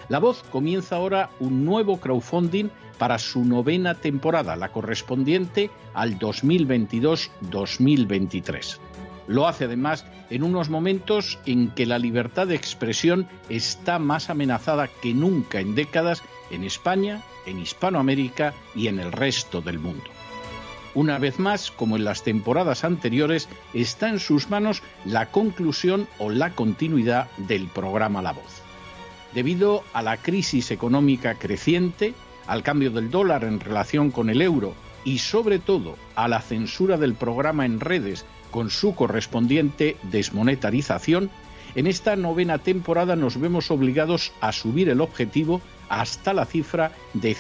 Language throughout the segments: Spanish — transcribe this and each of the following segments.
La Voz comienza ahora un nuevo crowdfunding para su 9ª temporada, la correspondiente al 2022-2023. Lo hace además en unos momentos en que la libertad de expresión está más amenazada que nunca en décadas en España, en Hispanoamérica y en el resto del mundo. Una vez más, como en las temporadas anteriores, está en sus manos la conclusión o la continuidad del programa La Voz. Debido a la crisis económica creciente, al cambio del dólar en relación con el euro y sobre todo a la censura del programa en redes con su correspondiente desmonetarización, en esta 9ª temporada nos vemos obligados a subir el objetivo hasta la cifra de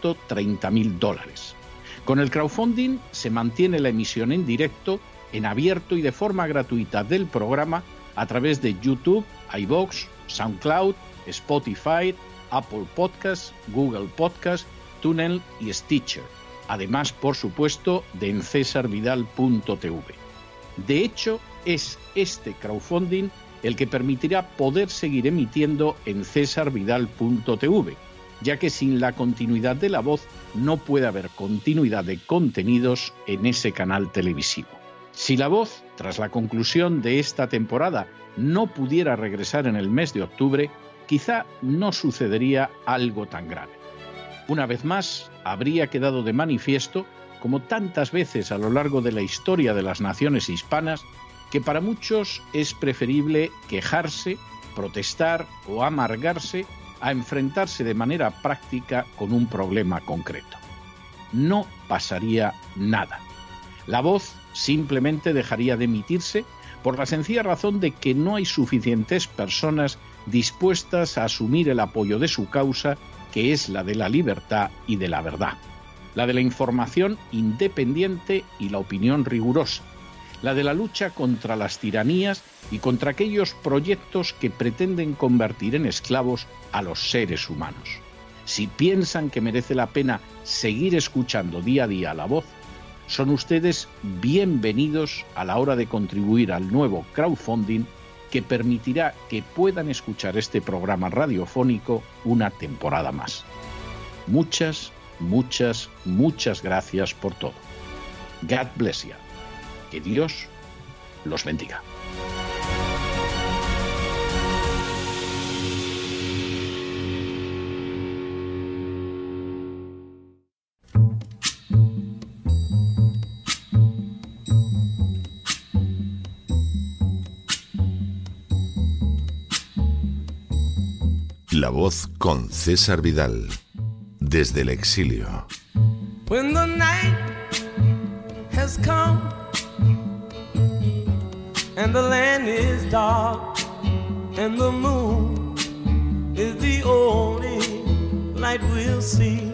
$130.000. Con el crowdfunding se mantiene la emisión en directo, en abierto y de forma gratuita del programa a través de YouTube, iVoox, SoundCloud, Spotify, Apple Podcasts, Google Podcasts, TuneIn y Stitcher. Además, por supuesto, de en cesarvidal.tv. De hecho, es este crowdfunding el que permitirá poder seguir emitiendo en cesarvidal.tv, ya que sin la continuidad de La Voz no puede haber continuidad de contenidos en ese canal televisivo. Si La Voz, tras la conclusión de esta temporada, no pudiera regresar en el mes de octubre, quizá no sucedería algo tan grave. Una vez más, habría quedado de manifiesto, como tantas veces a lo largo de la historia de las naciones hispanas, que para muchos es preferible quejarse, protestar o amargarse a enfrentarse de manera práctica con un problema concreto. No pasaría nada. La Voz simplemente dejaría de emitirse por la sencilla razón de que no hay suficientes personas dispuestas a asumir el apoyo de su causa, que es la de la libertad y de la verdad, la de la información independiente y la opinión rigurosa, la de la lucha contra las tiranías y contra aquellos proyectos que pretenden convertir en esclavos a los seres humanos. Si piensan que merece la pena seguir escuchando día a día La Voz, son ustedes bienvenidos a la hora de contribuir al nuevo crowdfunding que permitirá que puedan escuchar este programa radiofónico una temporada más. Muchas gracias por todo. God bless you. Que Dios los bendiga. La Voz con César Vidal, desde el exilio. When the night has come and the land is dark and the moon is the only light we'll see.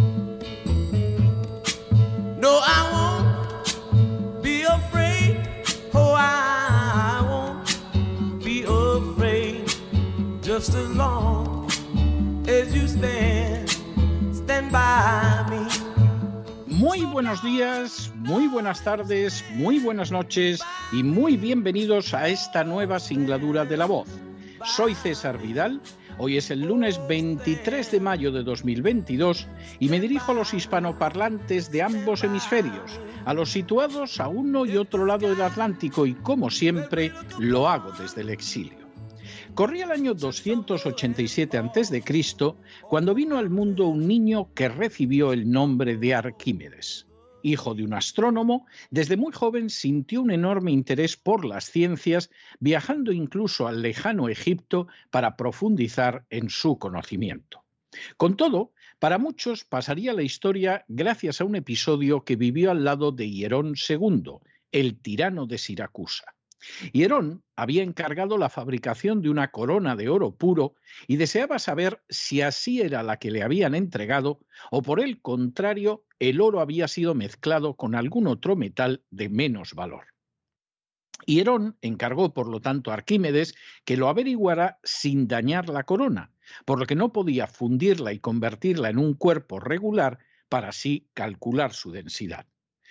No, I won't be afraid. Oh, I won't be afraid. Just as long as you stand by me. Muy buenos días, muy buenas tardes, muy buenas noches y muy bienvenidos a esta nueva singladura de La Voz. Soy César Vidal, hoy es el lunes 23 de mayo de 2022 y me dirijo a los hispanoparlantes de ambos hemisferios, a los situados a uno y otro lado del Atlántico y, como siempre, lo hago desde el exilio. Corría el año 287 a.C., cuando vino al mundo un niño que recibió el nombre de Arquímedes. Hijo de un astrónomo, desde muy joven sintió un enorme interés por las ciencias, viajando incluso al lejano Egipto para profundizar en su conocimiento. Con todo, para muchos pasaría la historia gracias a un episodio que vivió al lado de Hierón II, el tirano de Siracusa. Hierón había encargado la fabricación de una corona de oro puro y deseaba saber si así era la que le habían entregado o, por el contrario, el oro había sido mezclado con algún otro metal de menos valor. Hierón encargó, por lo tanto, a Arquímedes que lo averiguara sin dañar la corona, por lo que no podía fundirla y convertirla en un cuerpo regular para así calcular su densidad.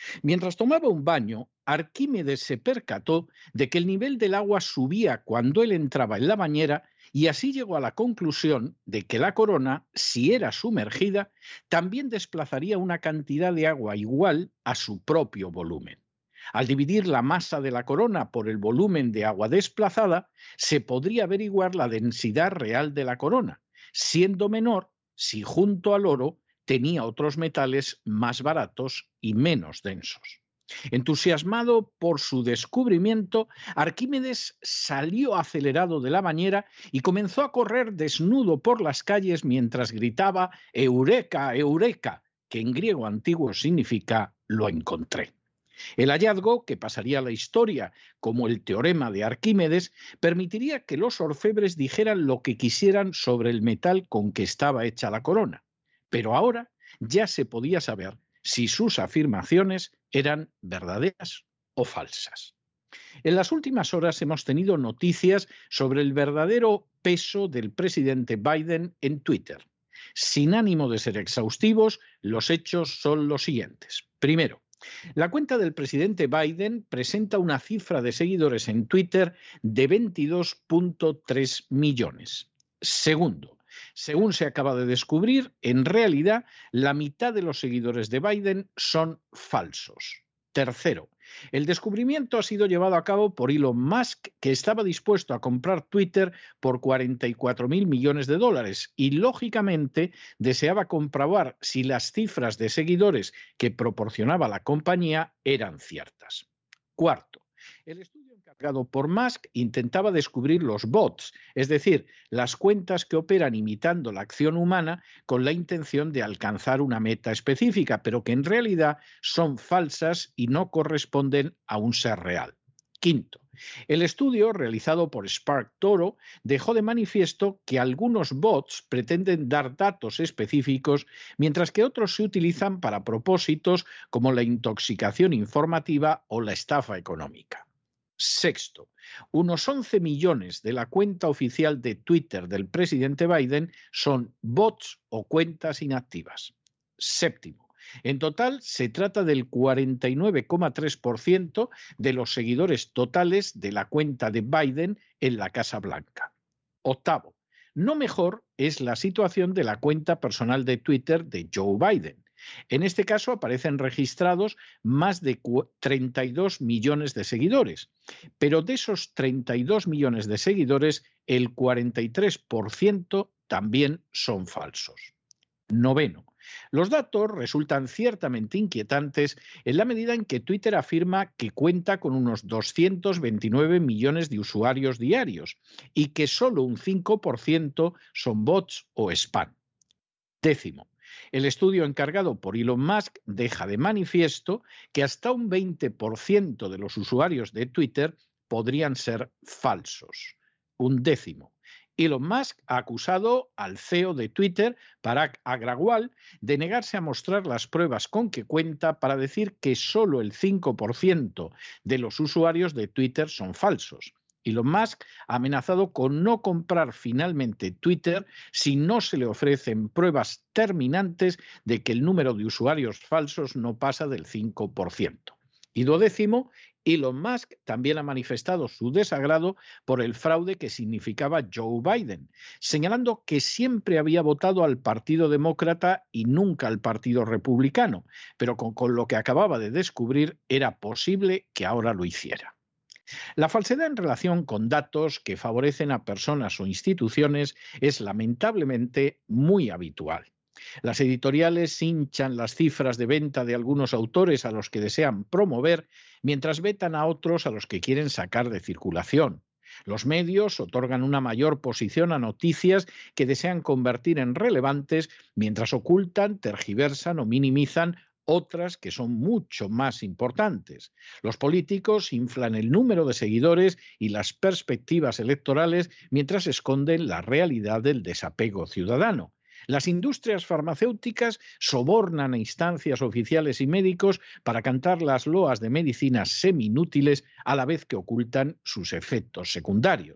Mientras tomaba un baño, Arquímedes se percató de que el nivel del agua subía cuando él entraba en la bañera y así llegó a la conclusión de que la corona, si era sumergida, también desplazaría una cantidad de agua igual a su propio volumen. Al dividir la masa de la corona por el volumen de agua desplazada, se podría averiguar la densidad real de la corona, siendo menor si junto al oro tenía otros metales más baratos y menos densos. Entusiasmado por su descubrimiento, Arquímedes salió acelerado de la bañera y comenzó a correr desnudo por las calles mientras gritaba «Eureka, Eureka», que en griego antiguo significa «lo encontré». El hallazgo, que pasaría a la historia como el teorema de Arquímedes, permitiría que los orfebres dijeran lo que quisieran sobre el metal con que estaba hecha la corona. Pero ahora ya se podía saber si sus afirmaciones eran verdaderas o falsas. En las últimas horas hemos tenido noticias sobre el verdadero peso del presidente Biden en Twitter. Sin ánimo de ser exhaustivos, los hechos son los siguientes. Primero, la cuenta del presidente Biden presenta una cifra de seguidores en Twitter de 22.3 millones. Segundo, según se acaba de descubrir, en realidad la mitad de los seguidores de Biden son falsos. Tercero, el descubrimiento ha sido llevado a cabo por Elon Musk, que estaba dispuesto a comprar Twitter por $44.000 millones y, lógicamente, deseaba comprobar si las cifras de seguidores que proporcionaba la compañía eran ciertas. Cuarto, el estudio encargado por Musk intentaba descubrir los bots, es decir, las cuentas que operan imitando la acción humana con la intención de alcanzar una meta específica, pero que en realidad son falsas y no corresponden a un ser real. Quinto, el estudio realizado por SparkToro dejó de manifiesto que algunos bots pretenden dar datos específicos, mientras que otros se utilizan para propósitos como la intoxicación informativa o la estafa económica. Sexto, unos 11 millones de la cuenta oficial de Twitter del presidente Biden son bots o cuentas inactivas. Séptimo, en total se trata del 49,3% de los seguidores totales de la cuenta de Biden en la Casa Blanca. Octavo, no mejor es la situación de la cuenta personal de Twitter de Joe Biden. En este caso aparecen registrados más de 32 millones de seguidores, pero de esos 32 millones de seguidores, el 43% también son falsos. Noveno, los datos resultan ciertamente inquietantes en la medida en que Twitter afirma que cuenta con unos 229 millones de usuarios diarios y que solo un 5% son bots o spam. Décimo, el estudio encargado por Elon Musk deja de manifiesto que hasta un 20% de los usuarios de Twitter podrían ser falsos. Un décimo, Elon Musk ha acusado al CEO de Twitter, Parag Agrawal, de negarse a mostrar las pruebas con que cuenta para decir que solo el 5% de los usuarios de Twitter son falsos. Elon Musk ha amenazado con no comprar finalmente Twitter si no se le ofrecen pruebas terminantes de que el número de usuarios falsos no pasa del 5%. Y duodécimo, Elon Musk también ha manifestado su desagrado por el fraude que significaba Joe Biden, señalando que siempre había votado al Partido Demócrata y nunca al Partido Republicano, pero con lo que acababa de descubrir era posible que ahora lo hiciera. La falsedad en relación con datos que favorecen a personas o instituciones es lamentablemente muy habitual. Las editoriales hinchan las cifras de venta de algunos autores a los que desean promover, mientras vetan a otros a los que quieren sacar de circulación. Los medios otorgan una mayor posición a noticias que desean convertir en relevantes, mientras ocultan, tergiversan o minimizan otras que son mucho más importantes. Los políticos inflan el número de seguidores y las perspectivas electorales mientras esconden la realidad del desapego ciudadano. Las industrias farmacéuticas sobornan a instancias oficiales y médicos para cantar las loas de medicinas semi-inútiles a la vez que ocultan sus efectos secundarios.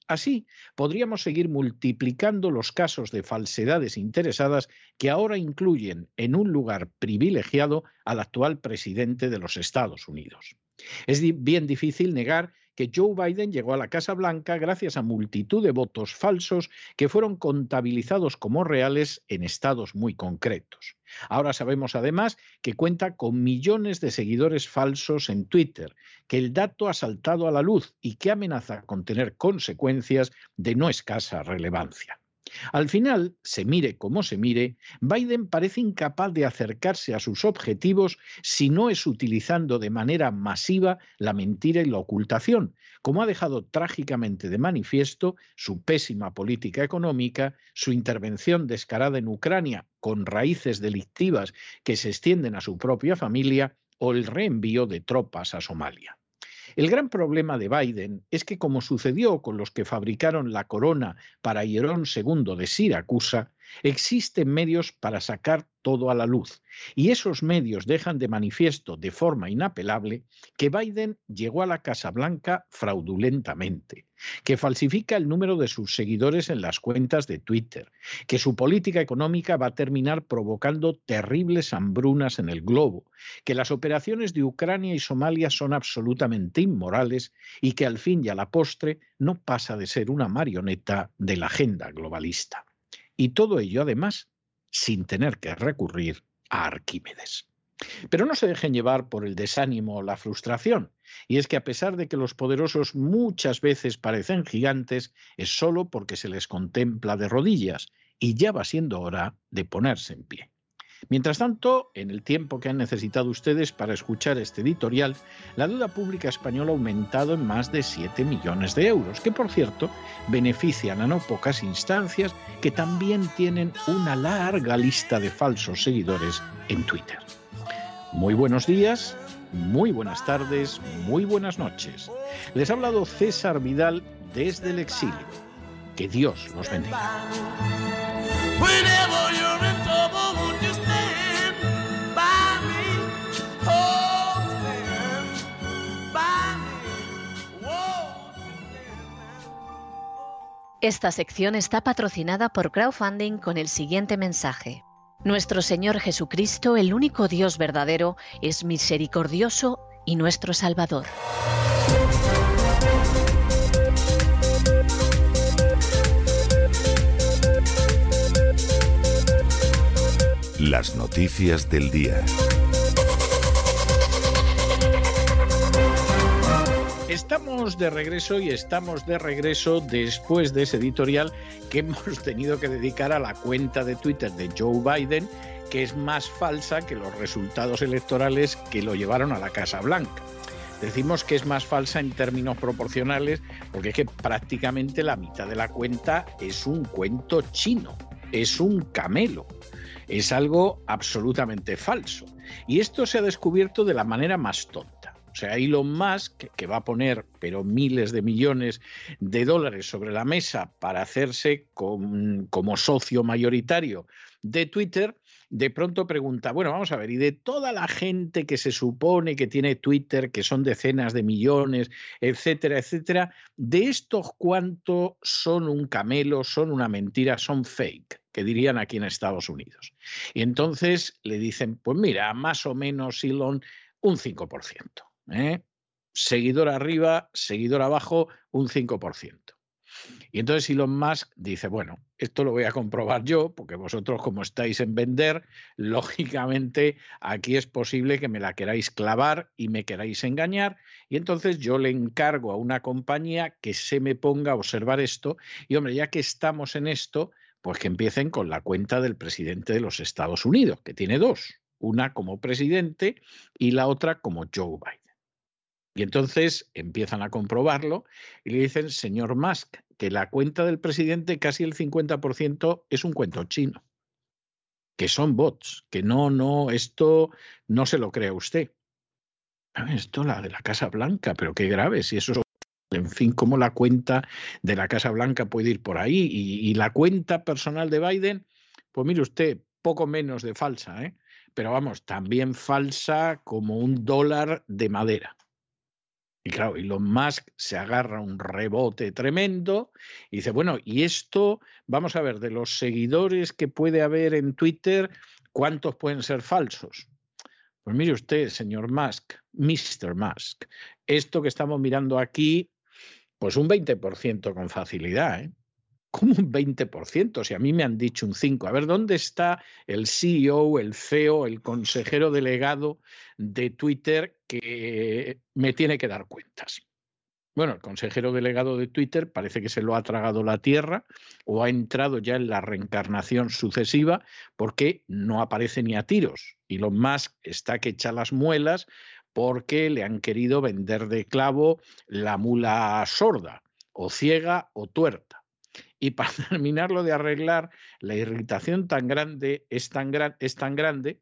Así, podríamos seguir multiplicando los casos de falsedades interesadas que ahora incluyen en un lugar privilegiado al actual presidente de los Estados Unidos. Es bien difícil negar que Joe Biden llegó a la Casa Blanca gracias a multitud de votos falsos que fueron contabilizados como reales en estados muy concretos. Ahora sabemos además que cuenta con millones de seguidores falsos en Twitter, que el dato ha saltado a la luz y que amenaza con tener consecuencias de no escasa relevancia. Al final, se mire como se mire, Biden parece incapaz de acercarse a sus objetivos si no es utilizando de manera masiva la mentira y la ocultación, como ha dejado trágicamente de manifiesto su pésima política económica, su intervención descarada en Ucrania con raíces delictivas que se extienden a su propia familia o el reenvío de tropas a Somalia. El gran problema de Biden es que, como sucedió con los que fabricaron la corona para Hierón II de Siracusa, existen medios para sacar todo a la luz, y esos medios dejan de manifiesto de forma inapelable que Biden llegó a la Casa Blanca fraudulentamente, que falsifica el número de sus seguidores en las cuentas de Twitter, que su política económica va a terminar provocando terribles hambrunas en el globo, que las operaciones de Ucrania y Somalia son absolutamente inmorales y que al fin y a la postre no pasa de ser una marioneta de la agenda globalista. Y todo ello, además, sin tener que recurrir a Arquímedes. Pero no se dejen llevar por el desánimo o la frustración. Y es que a pesar de que los poderosos muchas veces parecen gigantes, es solo porque se les contempla de rodillas y ya va siendo hora de ponerse en pie. Mientras tanto, en el tiempo que han necesitado ustedes para escuchar este editorial, la deuda pública española ha aumentado en más de 7 millones de euros, que por cierto benefician a no pocas instancias que también tienen una larga lista de falsos seguidores en Twitter. Muy buenos días, muy buenas tardes, muy buenas noches. Les ha hablado César Vidal desde el exilio. Que Dios los bendiga. Esta sección está patrocinada por crowdfunding con el siguiente mensaje. Nuestro Señor Jesucristo, el único Dios verdadero, es misericordioso y nuestro Salvador. Las noticias del día. Estamos de regreso después de ese editorial que hemos tenido que dedicar a la cuenta de Twitter de Joe Biden, que es más falsa que los resultados electorales que lo llevaron a la Casa Blanca. Decimos que es más falsa en términos proporcionales porque es que prácticamente la mitad de la cuenta es un cuento chino, es un camelo. Es algo absolutamente falso. Y esto se ha descubierto de la manera más tonta. O sea, Elon Musk, que va a poner pero miles de millones de dólares sobre la mesa para hacerse como socio mayoritario de Twitter, de pronto pregunta, bueno, vamos a ver, y de toda la gente que se supone que tiene Twitter, que son decenas de millones, etcétera, etcétera, ¿de estos cuántos son un camelo, son una mentira, son fake? Que dirían aquí en Estados Unidos. Y entonces le dicen, pues mira, más o menos, Elon, un 5%. Seguidor arriba, seguidor abajo, un 5%. Y entonces Elon Musk dice, bueno, esto lo voy a comprobar yo, porque vosotros como estáis en vender, lógicamente aquí es posible que me la queráis clavar y me queráis engañar, y entonces yo le encargo a una compañía que se me ponga a observar esto, y hombre, ya que estamos en esto, pues que empiecen con la cuenta del presidente de los Estados Unidos, que tiene dos, una como presidente y la otra como Joe Biden. Y entonces empiezan a comprobarlo y le dicen, señor Musk, que la cuenta del presidente casi el 50% es un cuento chino, que son bots, que no, esto no se lo crea usted. Esto la de la Casa Blanca, pero qué grave, si eso, en fin, cómo la cuenta de la Casa Blanca puede ir por ahí. Y la cuenta personal de Biden, pues mire usted, poco menos de falsa, pero vamos, también falsa como un dólar de madera. Y claro, Elon Musk se agarra un rebote tremendo y dice, bueno, y esto, vamos a ver, de los seguidores que puede haber en Twitter, ¿cuántos pueden ser falsos? Pues mire usted, señor Musk, Mr. Musk, esto que estamos mirando aquí, pues un 20% con facilidad, ¿eh? ¿Cómo un 20%? Si a mí me han dicho un 5%. A ver, ¿dónde está el CEO, el CEO, el consejero delegado de Twitter que me tiene que dar cuentas? Bueno, el consejero delegado de Twitter parece que se lo ha tragado la tierra o ha entrado ya en la reencarnación sucesiva porque no aparece ni a tiros. Elon Musk está que echa las muelas porque le han querido vender de clavo la mula sorda, o ciega o tuerta. Y para terminarlo de arreglar, la irritación tan grande es tan grande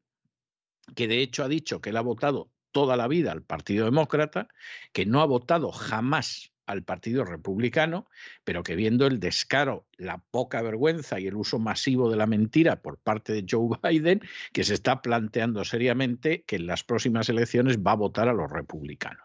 que de hecho ha dicho que él ha votado toda la vida al Partido Demócrata, que no ha votado jamás al Partido Republicano, pero que viendo el descaro, la poca vergüenza y el uso masivo de la mentira por parte de Joe Biden, que se está planteando seriamente que en las próximas elecciones va a votar a los republicanos.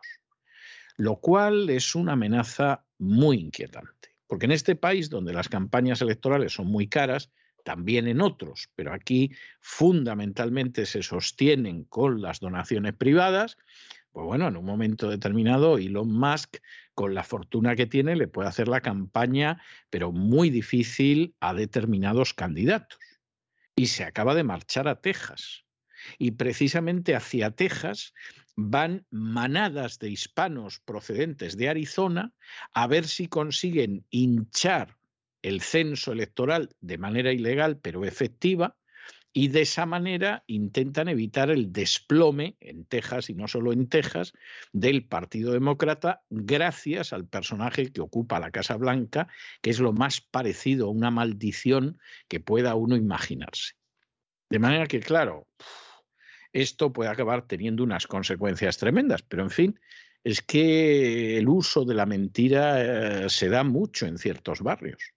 Lo cual es una amenaza muy inquietante. Porque en este país, donde las campañas electorales son muy caras, también en otros, pero aquí fundamentalmente se sostienen con las donaciones privadas, pues bueno, en un momento determinado Elon Musk, con la fortuna que tiene, le puede hacer la campaña, pero muy difícil a determinados candidatos. Y se acaba de marchar a Texas. Y precisamente hacia Texas van manadas de hispanos procedentes de Arizona a ver si consiguen hinchar el censo electoral de manera ilegal pero efectiva, y de esa manera intentan evitar el desplome en Texas, y no solo en Texas, del Partido Demócrata gracias al personaje que ocupa la Casa Blanca, que es lo más parecido a una maldición que pueda uno imaginarse. De manera que, claro, esto puede acabar teniendo unas consecuencias tremendas, pero en fin, es que el uso de la mentira se da mucho en ciertos barrios.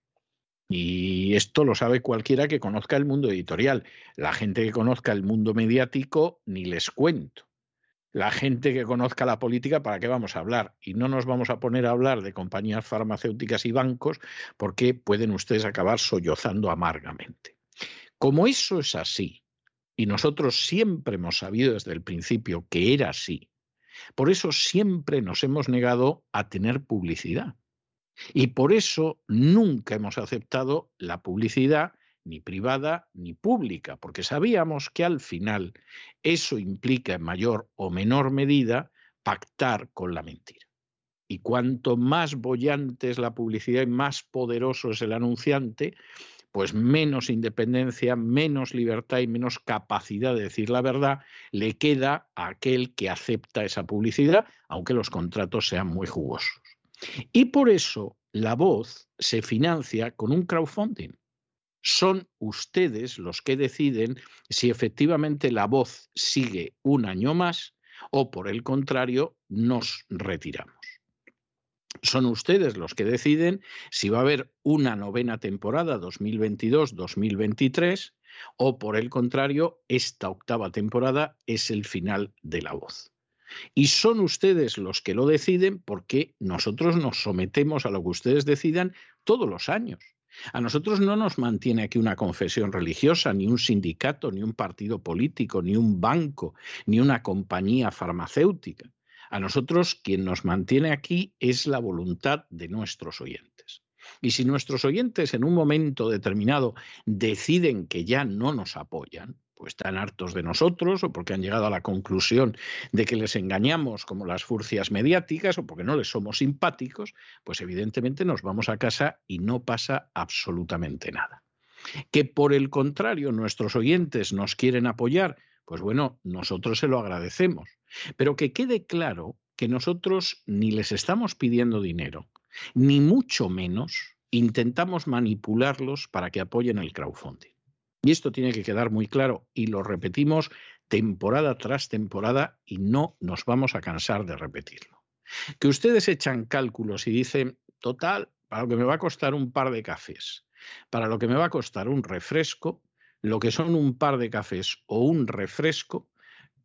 Y esto lo sabe cualquiera que conozca el mundo editorial. La gente que conozca el mundo mediático, ni les cuento. La gente que conozca la política, ¿para qué vamos a hablar? Y no nos vamos a poner a hablar de compañías farmacéuticas y bancos porque pueden ustedes acabar sollozando amargamente. Como eso es así, y nosotros siempre hemos sabido desde el principio que era así, por eso siempre nos hemos negado a tener publicidad. Y por eso nunca hemos aceptado la publicidad ni privada ni pública, porque sabíamos que al final eso implica en mayor o menor medida pactar con la mentira. Y cuanto más boyante es la publicidad y más poderoso es el anunciante, pues menos independencia, menos libertad y menos capacidad de decir la verdad le queda a aquel que acepta esa publicidad, aunque los contratos sean muy jugosos. Y por eso La Voz se financia con un crowdfunding. Son ustedes los que deciden si efectivamente La Voz sigue un año más o, por el contrario, nos retiramos. Son ustedes los que deciden si va a haber una novena temporada 2022-2023 o, por el contrario, esta octava temporada es el final de La Voz. Y son ustedes los que lo deciden porque nosotros nos sometemos a lo que ustedes decidan todos los años. A nosotros no nos mantiene aquí una confesión religiosa, ni un sindicato, ni un partido político, ni un banco, ni una compañía farmacéutica. A nosotros quien nos mantiene aquí es la voluntad de nuestros oyentes. Y si nuestros oyentes en un momento determinado deciden que ya no nos apoyan, pues están hartos de nosotros o porque han llegado a la conclusión de que les engañamos como las furcias mediáticas o porque no les somos simpáticos, pues evidentemente nos vamos a casa y no pasa absolutamente nada. Que por el contrario nuestros oyentes nos quieren apoyar, pues bueno, nosotros se lo agradecemos. Pero que quede claro que nosotros ni les estamos pidiendo dinero, ni mucho menos intentamos manipularlos para que apoyen el crowdfunding. Y esto tiene que quedar muy claro y lo repetimos temporada tras temporada y no nos vamos a cansar de repetirlo. Que ustedes echan cálculos y dicen, total, para lo que me va a costar un par de cafés, para lo que me va a costar un refresco, lo que son un par de cafés o un refresco,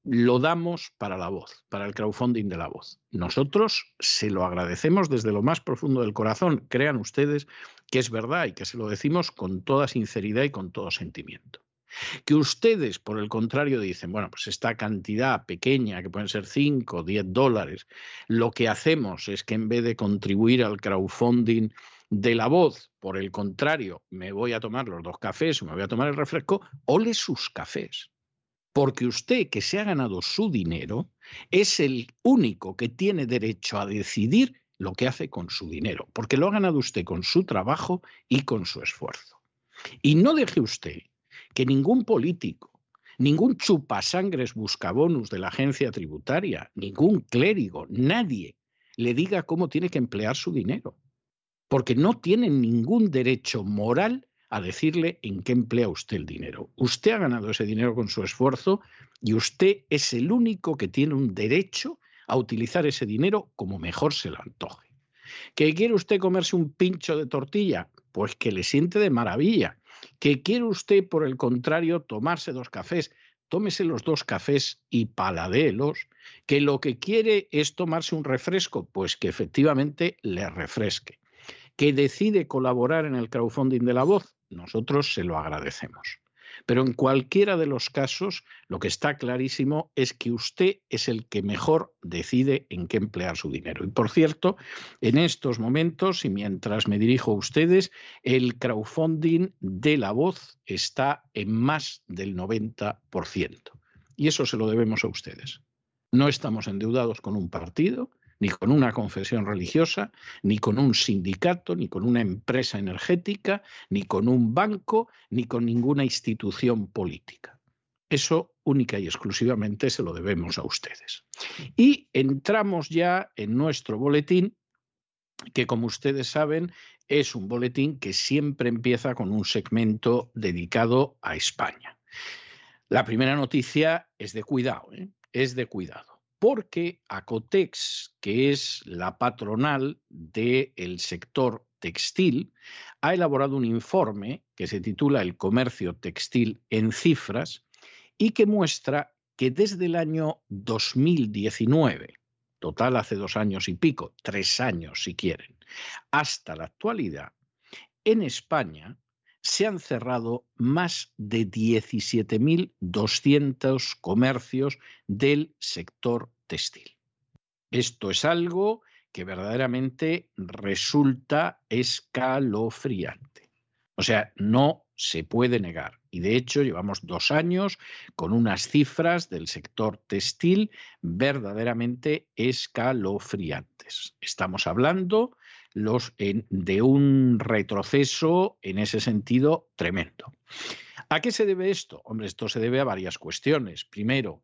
lo damos para La Voz, para el crowdfunding de La Voz. Nosotros se lo agradecemos desde lo más profundo del corazón. Crean ustedes que es verdad y que se lo decimos con toda sinceridad y con todo sentimiento. Que ustedes, por el contrario, dicen, bueno, pues esta cantidad pequeña, que pueden ser 5 o 10 dólares, lo que hacemos es que en vez de contribuir al crowdfunding de La Voz, por el contrario, me voy a tomar los 2 cafés o me voy a tomar el refresco, ole sus cafés. Porque usted, que se ha ganado su dinero, es el único que tiene derecho a decidir lo que hace con su dinero, porque lo ha ganado usted con su trabajo y con su esfuerzo. Y no deje usted que ningún político, ningún chupasangres buscabonus de la agencia tributaria, ningún clérigo, nadie le diga cómo tiene que emplear su dinero, porque no tienen ningún derecho moral a decirle en qué emplea usted el dinero. Usted ha ganado ese dinero con su esfuerzo y usted es el único que tiene un derecho a utilizar ese dinero como mejor se le antoje. ¿Que quiere usted comerse un pincho de tortilla? Pues que le siente de maravilla. ¿Que quiere usted, por el contrario, tomarse 2 cafés? Tómese los 2 cafés y paladéelos. ¿Que lo que quiere es tomarse un refresco? Pues que efectivamente le refresque. ¿Que decide colaborar en el crowdfunding de La Voz? Nosotros se lo agradecemos. Pero en cualquiera de los casos, lo que está clarísimo es que usted es el que mejor decide en qué emplear su dinero. Y por cierto, en estos momentos, y mientras me dirijo a ustedes, el crowdfunding de La Voz está en más del 90%. Y eso se lo debemos a ustedes. No estamos endeudados con un partido, ni con una confesión religiosa, ni con un sindicato, ni con una empresa energética, ni con un banco, ni con ninguna institución política. Eso única y exclusivamente se lo debemos a ustedes. Y entramos ya en nuestro boletín, que como ustedes saben es un boletín que siempre empieza con un segmento dedicado a España. La primera noticia es de cuidado, es de cuidado. Porque Acotex, que es la patronal del sector textil, ha elaborado un informe que se titula El comercio textil en cifras y que muestra que desde el año 2019, total hace 2 años y pico, 3 años si quieren, hasta la actualidad, en España se han cerrado más de 17.200 comercios del sector textil. Esto es algo que verdaderamente resulta escalofriante. O sea, no se puede negar. Y de hecho llevamos 2 años con unas cifras del sector textil verdaderamente escalofriantes. Estamos hablando de un retroceso en ese sentido tremendo. ¿A qué se debe esto? Hombre, esto se debe a varias cuestiones. Primero,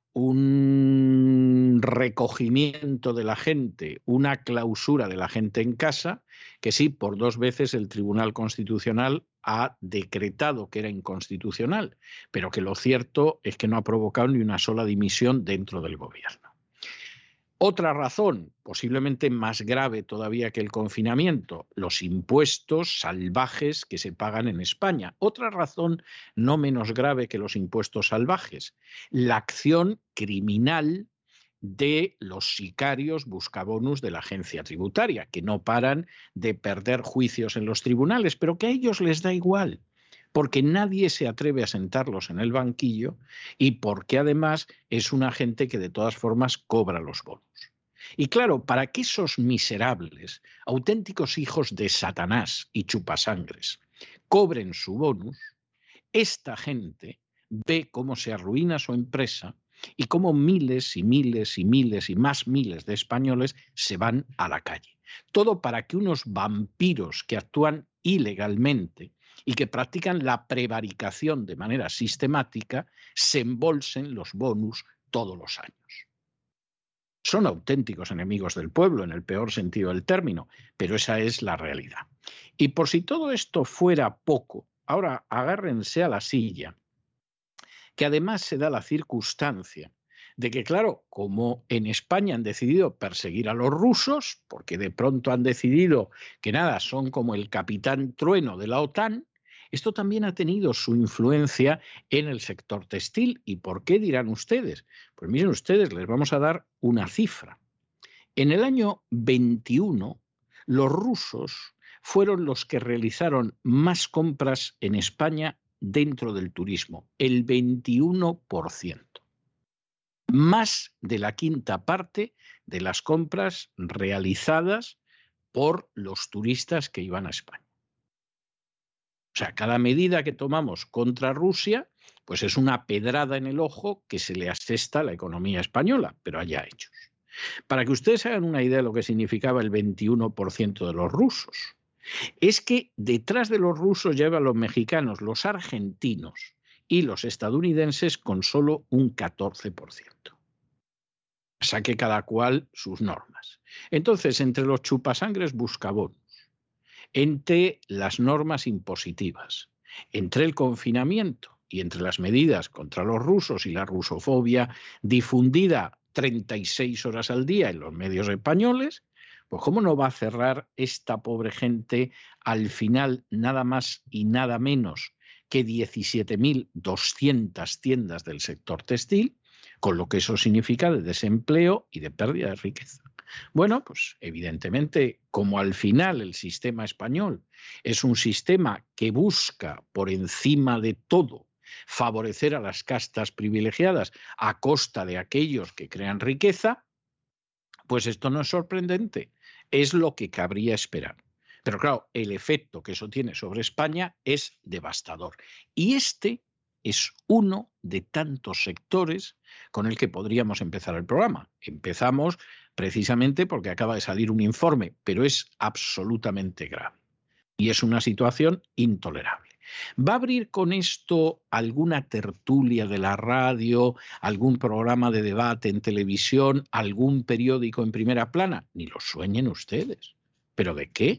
un recogimiento de la gente, una clausura de la gente en casa, que sí, por 2 veces el Tribunal Constitucional ha decretado que era inconstitucional, pero que lo cierto es que no ha provocado ni una sola dimisión dentro del gobierno. Otra razón, posiblemente más grave todavía que el confinamiento, los impuestos salvajes que se pagan en España. Otra razón no menos grave que los impuestos salvajes, la acción criminal de los sicarios buscabonus de la agencia tributaria, que no paran de perder juicios en los tribunales, pero que a ellos les da igual, porque nadie se atreve a sentarlos en el banquillo y porque además es una gente que de todas formas cobra los bonos. Y claro, para que esos miserables, auténticos hijos de Satanás y chupasangres, cobren su bonus, esta gente ve cómo se arruina su empresa y cómo miles y miles y miles y más miles de españoles se van a la calle. Todo para que unos vampiros que actúan ilegalmente y que practican la prevaricación de manera sistemática se embolsen los bonus todos los años. Son auténticos enemigos del pueblo, en el peor sentido del término, pero esa es la realidad. Y por si todo esto fuera poco, ahora agárrense a la silla, que además se da la circunstancia de que, claro, como en España han decidido perseguir a los rusos, porque de pronto han decidido que nada, son como el capitán trueno de la OTAN, Esto también ha tenido su influencia en el sector textil. ¿Y por qué, dirán ustedes? Pues miren ustedes, les vamos a dar una cifra. En el año 21, los rusos fueron los que realizaron más compras en España dentro del turismo, el 21%. Más de la quinta parte de las compras realizadas por los turistas que iban a España. O sea, cada medida que tomamos contra Rusia, pues es una pedrada en el ojo que se le asesta a la economía española, pero haya hechos. Para que ustedes hagan una idea de lo que significaba el 21% de los rusos, es que detrás de los rusos llevan los mexicanos, los argentinos y los estadounidenses con solo un 14%. Saque cada cual sus normas. Entonces, entre los chupasangres buscabonos, entre las normas impositivas, entre el confinamiento y entre las medidas contra los rusos y la rusofobia difundida 36 horas al día en los medios españoles, pues ¿cómo no va a cerrar esta pobre gente al final nada más y nada menos que 17.200 tiendas del sector textil, con lo que eso significa de desempleo y de pérdida de riqueza? Bueno, pues evidentemente, como al final el sistema español es un sistema que busca por encima de todo favorecer a las castas privilegiadas a costa de aquellos que crean riqueza, pues esto no es sorprendente, es lo que cabría esperar. Pero claro, el efecto que eso tiene sobre España es devastador. Y este es uno de tantos sectores con el que podríamos empezar el programa. Empezamos precisamente porque acaba de salir un informe, pero es absolutamente grave. Y es una situación intolerable. ¿Va a abrir con esto alguna tertulia de la radio, algún programa de debate en televisión, algún periódico en primera plana? Ni lo sueñen ustedes. ¿Pero de qué?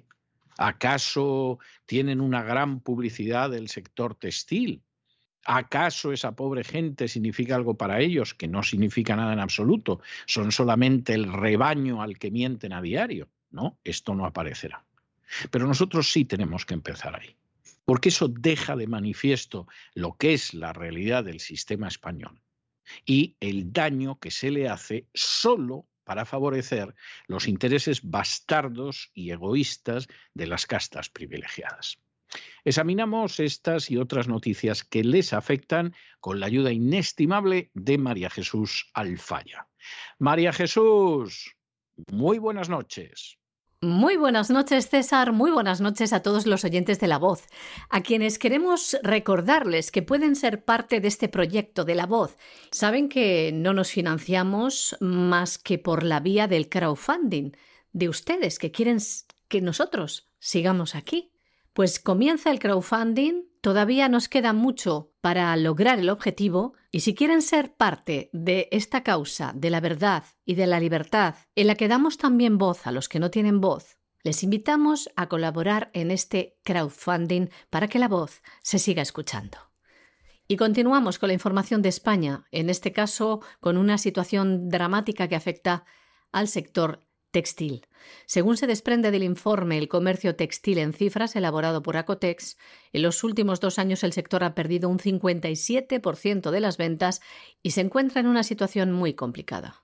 ¿Acaso tienen una gran publicidad del sector textil? ¿Acaso esa pobre gente significa algo para ellos? Que no significa nada en absoluto. Son solamente el rebaño al que mienten a diario. No, esto no aparecerá. Pero nosotros sí tenemos que empezar ahí, porque eso deja de manifiesto lo que es la realidad del sistema español y el daño que se le hace solo para favorecer los intereses bastardos y egoístas de las castas privilegiadas. Examinamos estas y otras noticias que les afectan con la ayuda inestimable de María Jesús Alfaya. María Jesús, muy buenas noches. Muy buenas noches, César. Muy buenas noches a todos los oyentes de La Voz, a quienes queremos recordarles que pueden ser parte de este proyecto de La Voz. Saben que no nos financiamos más que por la vía del crowdfunding, de ustedes que quieren que nosotros sigamos aquí. Pues comienza el crowdfunding, todavía nos queda mucho para lograr el objetivo y si quieren ser parte de esta causa de la verdad y de la libertad, en la que damos también voz a los que no tienen voz, les invitamos a colaborar en este crowdfunding para que la voz se siga escuchando. Y continuamos con la información de España, en este caso con una situación dramática que afecta al sector textil. Según se desprende del informe El comercio textil en cifras elaborado por Acotex, en los últimos 2 años el sector ha perdido un 57% de las ventas y se encuentra en una situación muy complicada.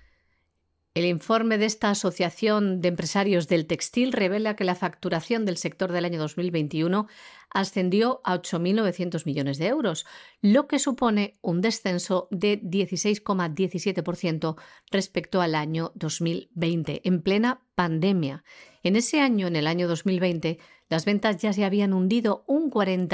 El informe de esta Asociación de Empresarios del Textil revela que la facturación del sector del año 2021 ascendió a 8.900 millones de euros, lo que supone un descenso de 16,17% respecto al año 2020, en plena pandemia. En ese año, en el año 2020, las ventas ya se habían hundido un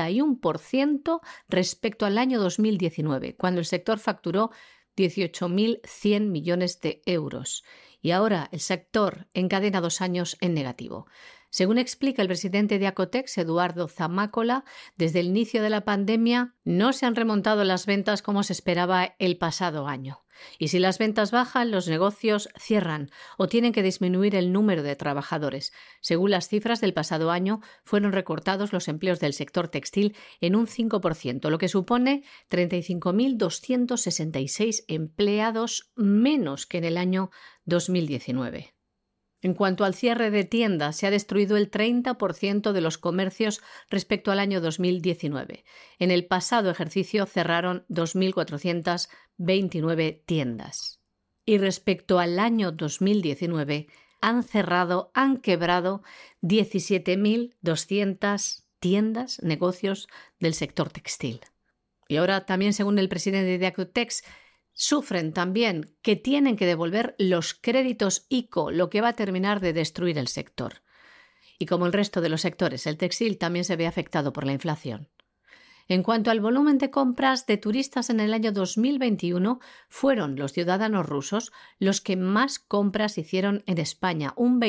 41% respecto al año 2019, cuando el sector facturó 18.100 millones de euros. Y ahora el sector encadena 2 años en negativo. Según explica el presidente de Acotex, Eduardo Zamácola, desde el inicio de la pandemia no se han remontado las ventas como se esperaba el pasado año. Y si las ventas bajan, los negocios cierran o tienen que disminuir el número de trabajadores. Según las cifras del pasado año, fueron recortados los empleos del sector textil en un 5%, lo que supone 35.266 empleados menos que en el año 2019. En cuanto al cierre de tiendas, se ha destruido el 30% de los comercios respecto al año 2019. En el pasado ejercicio cerraron 2.429 tiendas. Y respecto al año 2019, han quebrado 17.200 tiendas, negocios del sector textil. Y ahora también, según el presidente de Acutex, sufren también que tienen que devolver los créditos ICO, lo que va a terminar de destruir el sector. Y como el resto de los sectores, el textil también se ve afectado por la inflación. En cuanto al volumen de compras de turistas en el año 2021, fueron los ciudadanos rusos los que más compras hicieron en España, un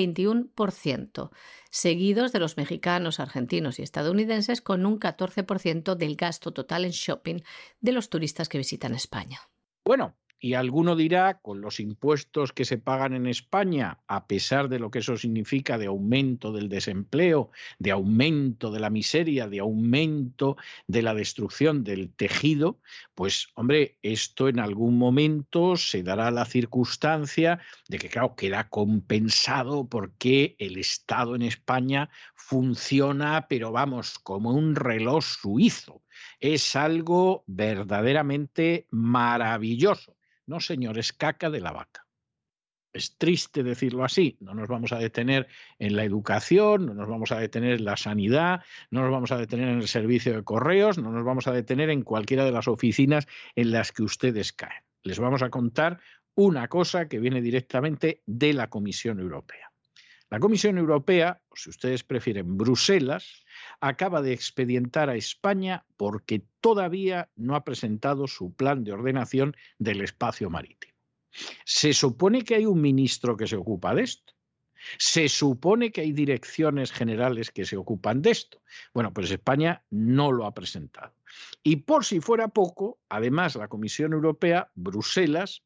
21%, seguidos de los mexicanos, argentinos y estadounidenses con un 14% del gasto total en shopping de los turistas que visitan España. Bueno, y alguno dirá, con los impuestos que se pagan en España, a pesar de lo que eso significa de aumento del desempleo, de aumento de la miseria, de aumento de la destrucción del tejido, pues hombre, esto en algún momento se dará la circunstancia de que, claro, queda compensado porque el Estado en España funciona, pero vamos, como un reloj suizo. Es algo verdaderamente maravilloso. No, señor, es caca de la vaca. Es triste decirlo así. No nos vamos a detener en la educación, no nos vamos a detener en la sanidad, no nos vamos a detener en el servicio de correos, no nos vamos a detener en cualquiera de las oficinas en las que ustedes caen. Les vamos a contar una cosa que viene directamente de la Comisión Europea. La Comisión Europea, o si ustedes prefieren Bruselas, acaba de expedientar a España porque todavía no ha presentado su plan de ordenación del espacio marítimo. Se supone que hay un ministro que se ocupa de esto. Se supone que hay direcciones generales que se ocupan de esto. Bueno, pues España no lo ha presentado. Y por si fuera poco, además la Comisión Europea, Bruselas,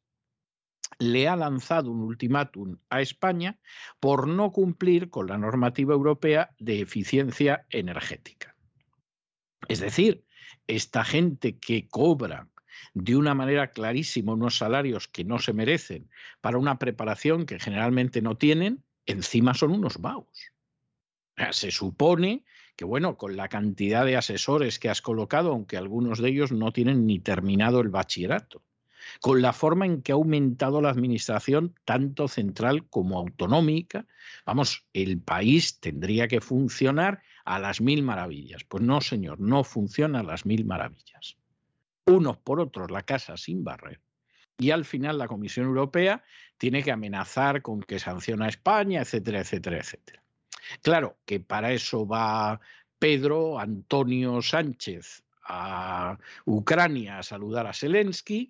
le ha lanzado un ultimátum a España por no cumplir con la normativa europea de eficiencia energética. Es decir, esta gente que cobra de una manera clarísima unos salarios que no se merecen para una preparación que generalmente no tienen, encima son unos vagos. Se supone que, bueno, con la cantidad de asesores que has colocado, aunque algunos de ellos no tienen ni terminado el bachillerato, con la forma en que ha aumentado la administración tanto central como autonómica, vamos, el país tendría que funcionar a las mil maravillas. Pues no, señor, no funciona a las mil maravillas. Unos por otros, la casa sin barrer. Y al final la Comisión Europea tiene que amenazar con que sanciona a España, etcétera, etcétera, etcétera. Claro que para eso va Pedro Antonio Sánchez a Ucrania a saludar a Zelensky,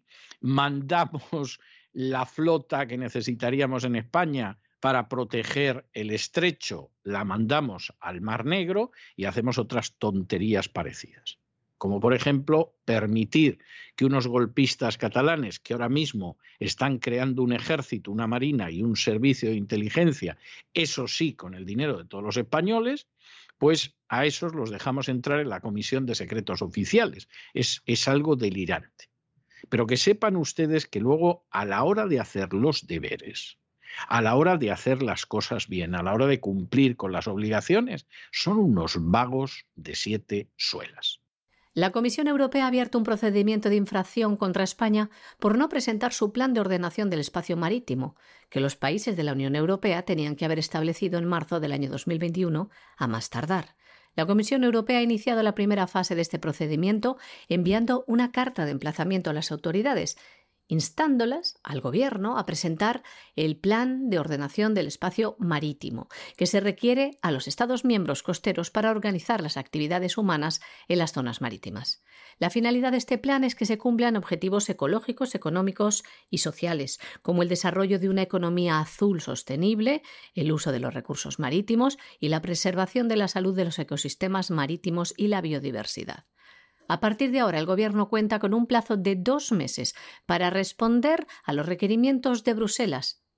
mandamos la flota que necesitaríamos en España para proteger el estrecho, la mandamos al Mar Negro y hacemos otras tonterías parecidas. Como por ejemplo permitir que unos golpistas catalanes que ahora mismo están creando un ejército, una marina y un servicio de inteligencia, eso sí con el dinero de todos los españoles, pues a esos los dejamos entrar en la Comisión de Secretos Oficiales. Es algo delirante. Pero que sepan ustedes que luego a la hora de hacer los deberes, a la hora de hacer las cosas bien, a la hora de cumplir con las obligaciones, son unos vagos de 7 suelas. La Comisión Europea ha abierto un procedimiento de infracción contra España por no presentar su plan de ordenación del espacio marítimo, que los países de la Unión Europea tenían que haber establecido en marzo del año 2021, a más tardar. La Comisión Europea ha iniciado la primera fase de este procedimiento enviando una carta de emplazamiento a las autoridades, instándolas al Gobierno a presentar el plan de ordenación del espacio marítimo, que se requiere a los Estados miembros costeros para organizar las actividades humanas en las zonas marítimas. La finalidad de este plan es que se cumplan objetivos ecológicos, económicos y sociales, como el desarrollo de una economía azul sostenible, el uso de los recursos marítimos y la preservación de la salud de los ecosistemas marítimos y la biodiversidad. A partir de ahora, el Gobierno cuenta con un plazo de 2 meses para responder a los requerimientos de Bruselas.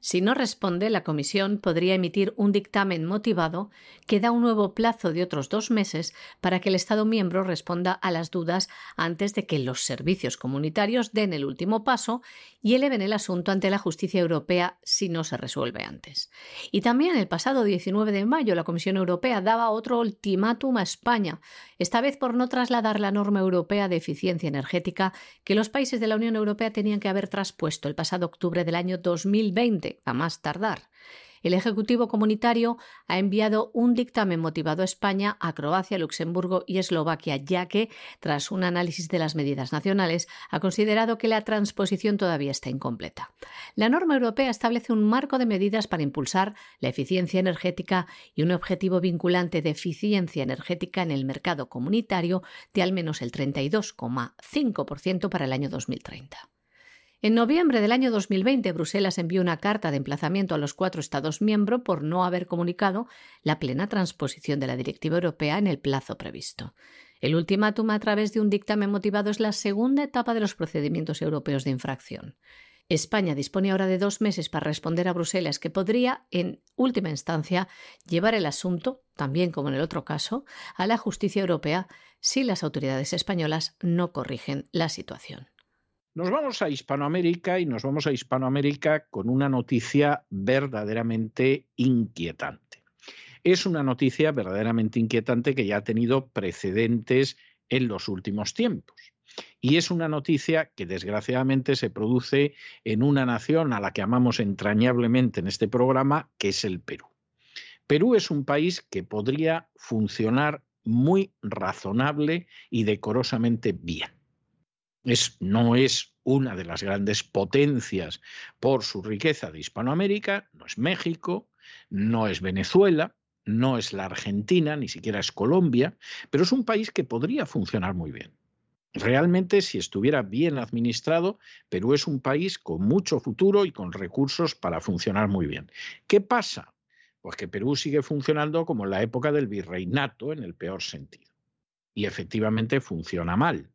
Si no responde, la Comisión podría emitir un dictamen motivado que da un nuevo plazo de otros 2 meses para que el Estado miembro responda a las dudas antes de que los servicios comunitarios den el último paso y eleven el asunto ante la justicia europea si no se resuelve antes. Y también el pasado 19 de mayo la Comisión Europea daba otro ultimátum a España, esta vez por no trasladar la norma europea de eficiencia energética que los países de la Unión Europea tenían que haber traspuesto el pasado octubre del año 2020. A más tardar. El Ejecutivo Comunitario ha enviado un dictamen motivado a España, a Croacia, Luxemburgo y Eslovaquia, ya que, tras un análisis de las medidas nacionales, ha considerado que la transposición todavía está incompleta. La norma europea establece un marco de medidas para impulsar la eficiencia energética y un objetivo vinculante de eficiencia energética en el mercado comunitario de al menos el 32,5% para el año 2030. En noviembre del año 2020, Bruselas envió una carta de emplazamiento a los 4 Estados miembros por no haber comunicado la plena transposición de la Directiva Europea en el plazo previsto. El ultimátum a través de un dictamen motivado es la segunda etapa de los procedimientos europeos de infracción. España dispone ahora de 2 meses para responder a Bruselas, que podría, en última instancia, llevar el asunto, también como en el otro caso, a la justicia europea si las autoridades españolas no corrigen la situación. Nos vamos a Hispanoamérica y nos vamos a Hispanoamérica con una noticia verdaderamente inquietante. Es una noticia verdaderamente inquietante que ya ha tenido precedentes en los últimos tiempos. Y es una noticia que desgraciadamente se produce en una nación a la que amamos entrañablemente en este programa, que es el Perú. Perú es un país que podría funcionar muy razonable y decorosamente bien. No es una de las grandes potencias por su riqueza de Hispanoamérica, no es México, no es Venezuela, no es la Argentina, ni siquiera es Colombia, pero es un país que podría funcionar muy bien. Realmente, si estuviera bien administrado, Perú es un país con mucho futuro y con recursos para funcionar muy bien. ¿Qué pasa? Pues que Perú sigue funcionando como en la época del virreinato, en el peor sentido. Y efectivamente funciona mal.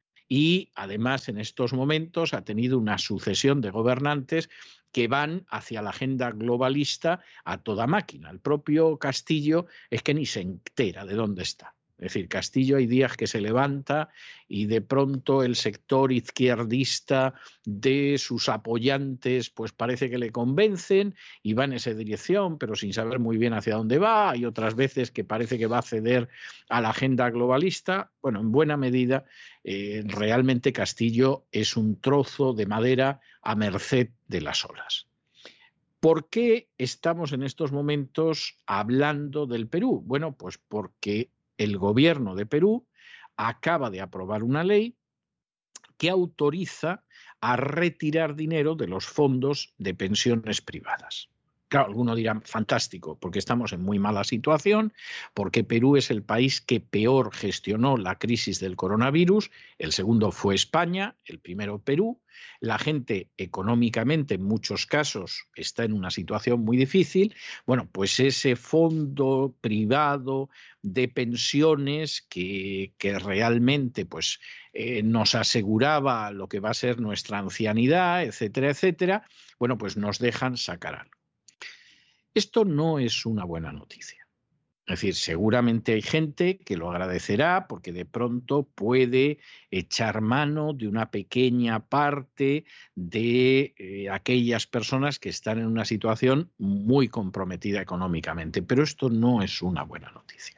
Y además en estos momentos ha tenido una sucesión de gobernantes que van hacia la agenda globalista a toda máquina. El propio Castillo es que ni se entera de dónde está. Es decir, Castillo hay días que se levanta y de pronto el sector izquierdista de sus apoyantes pues parece que le convencen y va en esa dirección, pero sin saber muy bien hacia dónde va. Hay otras veces que parece que va a ceder a la agenda globalista. Bueno, en buena medida, realmente Castillo es un trozo de madera a merced de las olas. ¿Por qué estamos en estos momentos hablando del Perú? Bueno, pues porque el gobierno de Perú acaba de aprobar una ley que autoriza a retirar dinero de los fondos de pensiones privadas. Claro, algunos dirán, fantástico, porque estamos en muy mala situación, porque Perú es el país que peor gestionó la crisis del coronavirus, el segundo fue España, el primero Perú. La gente económicamente en muchos casos está en una situación muy difícil. Bueno, pues ese fondo privado de pensiones que realmente pues, nos aseguraba lo que va a ser nuestra ancianidad, etcétera, etcétera, bueno, pues nos dejan sacar algo. Esto no es una buena noticia. Es decir, seguramente hay gente que lo agradecerá porque de pronto puede echar mano de una pequeña parte de aquellas personas que están en una situación muy comprometida económicamente. Pero esto no es una buena noticia.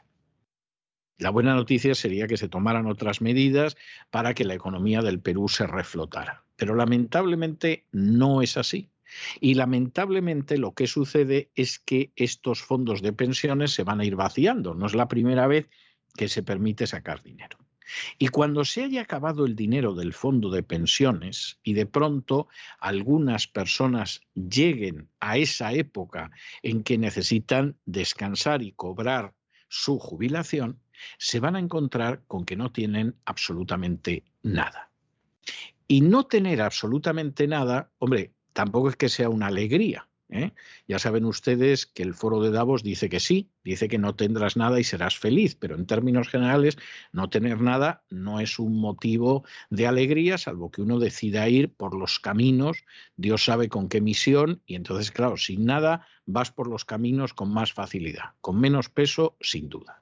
La buena noticia sería que se tomaran otras medidas para que la economía del Perú se reflotara. Pero lamentablemente no es así. Y lamentablemente lo que sucede es que estos fondos de pensiones se van a ir vaciando. No es la primera vez que se permite sacar dinero. Y cuando se haya acabado el dinero del fondo de pensiones y de pronto algunas personas lleguen a esa época en que necesitan descansar y cobrar su jubilación, se van a encontrar con que no tienen absolutamente nada. Y no tener absolutamente nada, hombre, tampoco es que sea una alegría, ¿eh? Ya saben ustedes que el foro de Davos dice que sí, dice que no tendrás nada y serás feliz, pero en términos generales no tener nada no es un motivo de alegría, salvo que uno decida ir por los caminos, Dios sabe con qué misión, y entonces, claro, sin nada vas por los caminos con más facilidad, con menos peso, sin duda.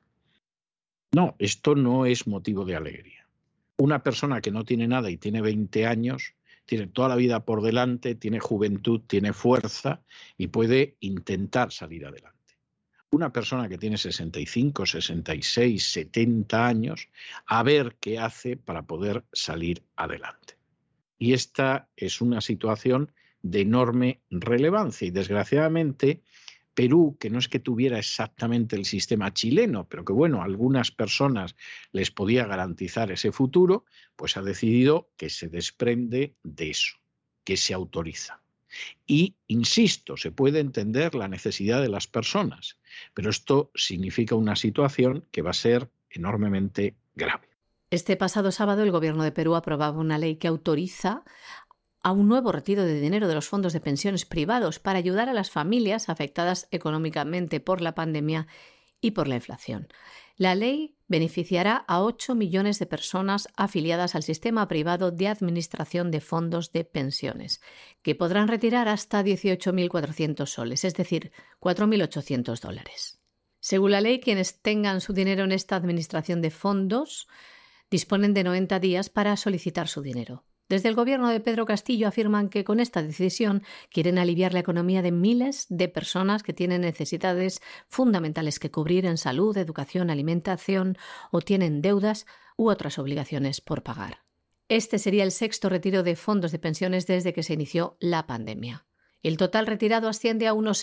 No, esto no es motivo de alegría. Una persona que no tiene nada y tiene 20 años, tiene toda la vida por delante, tiene juventud, tiene fuerza y puede intentar salir adelante. Una persona que tiene 65, 66, 70 años, a ver qué hace para poder salir adelante. Y esta es una situación de enorme relevancia y desgraciadamente Perú, que no es que tuviera exactamente el sistema chileno, pero que bueno, a algunas personas les podía garantizar ese futuro, pues ha decidido que se desprende de eso, que se autoriza. Y, insisto, se puede entender la necesidad de las personas, pero esto significa una situación que va a ser enormemente grave. Este pasado sábado el Gobierno de Perú aprobaba una ley que autoriza a un nuevo retiro de dinero de los fondos de pensiones privados para ayudar a las familias afectadas económicamente por la pandemia y por la inflación. La ley beneficiará a 8 millones de personas afiliadas al sistema privado de administración de fondos de pensiones, que podrán retirar hasta 18.400 soles, es decir, 4.800 dólares. Según la ley, quienes tengan su dinero en esta administración de fondos disponen de 90 días para solicitar su dinero. Desde el gobierno de Pedro Castillo afirman que con esta decisión quieren aliviar la economía de miles de personas que tienen necesidades fundamentales que cubrir en salud, educación, alimentación o tienen deudas u otras obligaciones por pagar. Este sería el 6º retiro de fondos de pensiones desde que se inició la pandemia. El total retirado asciende a unos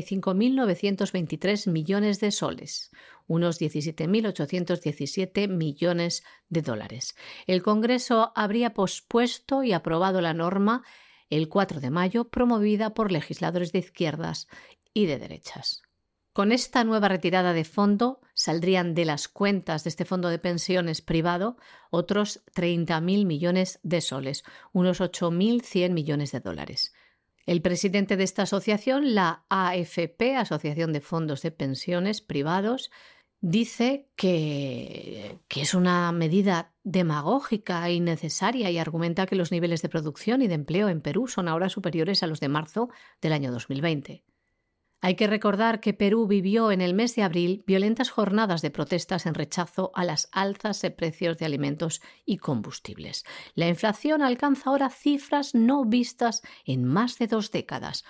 65.923 millones de soles, unos 17.817 millones de dólares. El Congreso habría pospuesto y aprobado la norma el 4 de mayo, promovida por legisladores de izquierdas y de derechas. Con esta nueva retirada de fondo saldrían de las cuentas de este fondo de pensiones privado otros 30.000 millones de soles, unos 8.100 millones de dólares. El presidente de esta asociación, la AFP, Asociación de Fondos de Pensiones Privados, dice que es una medida demagógica e innecesaria y argumenta que los niveles de producción y de empleo en Perú son ahora superiores a los de marzo del año 2020. Hay que recordar que Perú vivió en el mes de abril violentas jornadas de protestas en rechazo a las alzas de precios de alimentos y combustibles. La inflación alcanza ahora cifras no vistas en más de 2 décadas,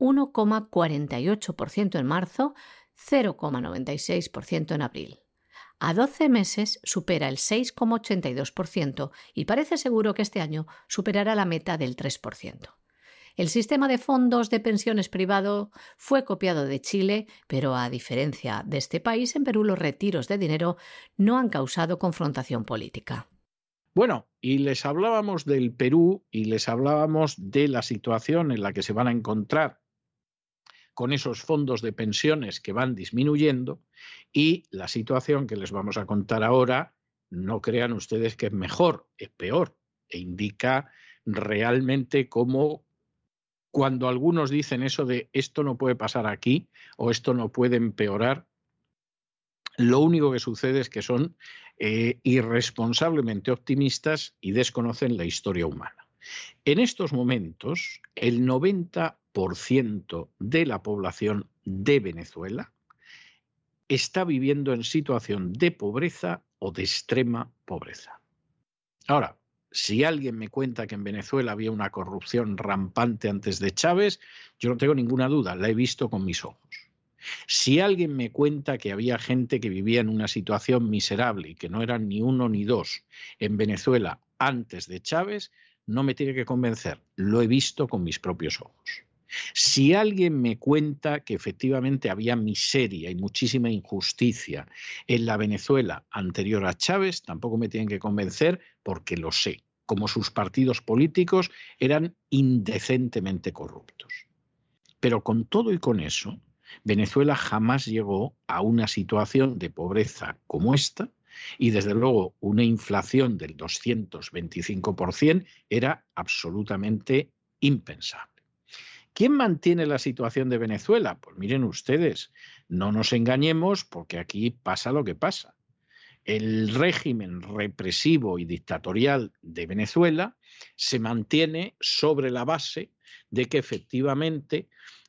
1,48% en marzo, 0,96% en abril. A 12 meses supera el 6,82% y parece seguro que este año superará la meta del 3%. El sistema de fondos de pensiones privado fue copiado de Chile, pero a diferencia de este país, en Perú los retiros de dinero no han causado confrontación política. Bueno, y les hablábamos del Perú y les hablábamos de la situación en la que se van a encontrar con esos fondos de pensiones que van disminuyendo y la situación que les vamos a contar ahora, no crean ustedes que es mejor, es peor e indica realmente cómo cuando algunos dicen eso de esto no puede pasar aquí o esto no puede empeorar, lo único que sucede es que son irresponsablemente optimistas y desconocen la historia humana. En estos momentos, el 90% de la población de Venezuela está viviendo en situación de pobreza o de extrema pobreza. Ahora, si alguien me cuenta que en Venezuela había una corrupción rampante antes de Chávez, yo no tengo ninguna duda, la he visto con mis ojos. Si alguien me cuenta que había gente que vivía en una situación miserable y que no eran ni uno ni dos en Venezuela antes de Chávez, no me tiene que convencer, lo he visto con mis propios ojos. Si alguien me cuenta que efectivamente había miseria y muchísima injusticia en la Venezuela anterior a Chávez, tampoco me tienen que convencer porque lo sé, como sus partidos políticos eran indecentemente corruptos. Pero con todo y con eso, Venezuela jamás llegó a una situación de pobreza como esta y desde luego una inflación del 225% era absolutamente impensable. ¿Quién mantiene la situación de Venezuela? Pues miren ustedes, no nos engañemos porque aquí pasa lo que pasa. El régimen represivo y dictatorial de Venezuela se mantiene sobre la base de que efectivamente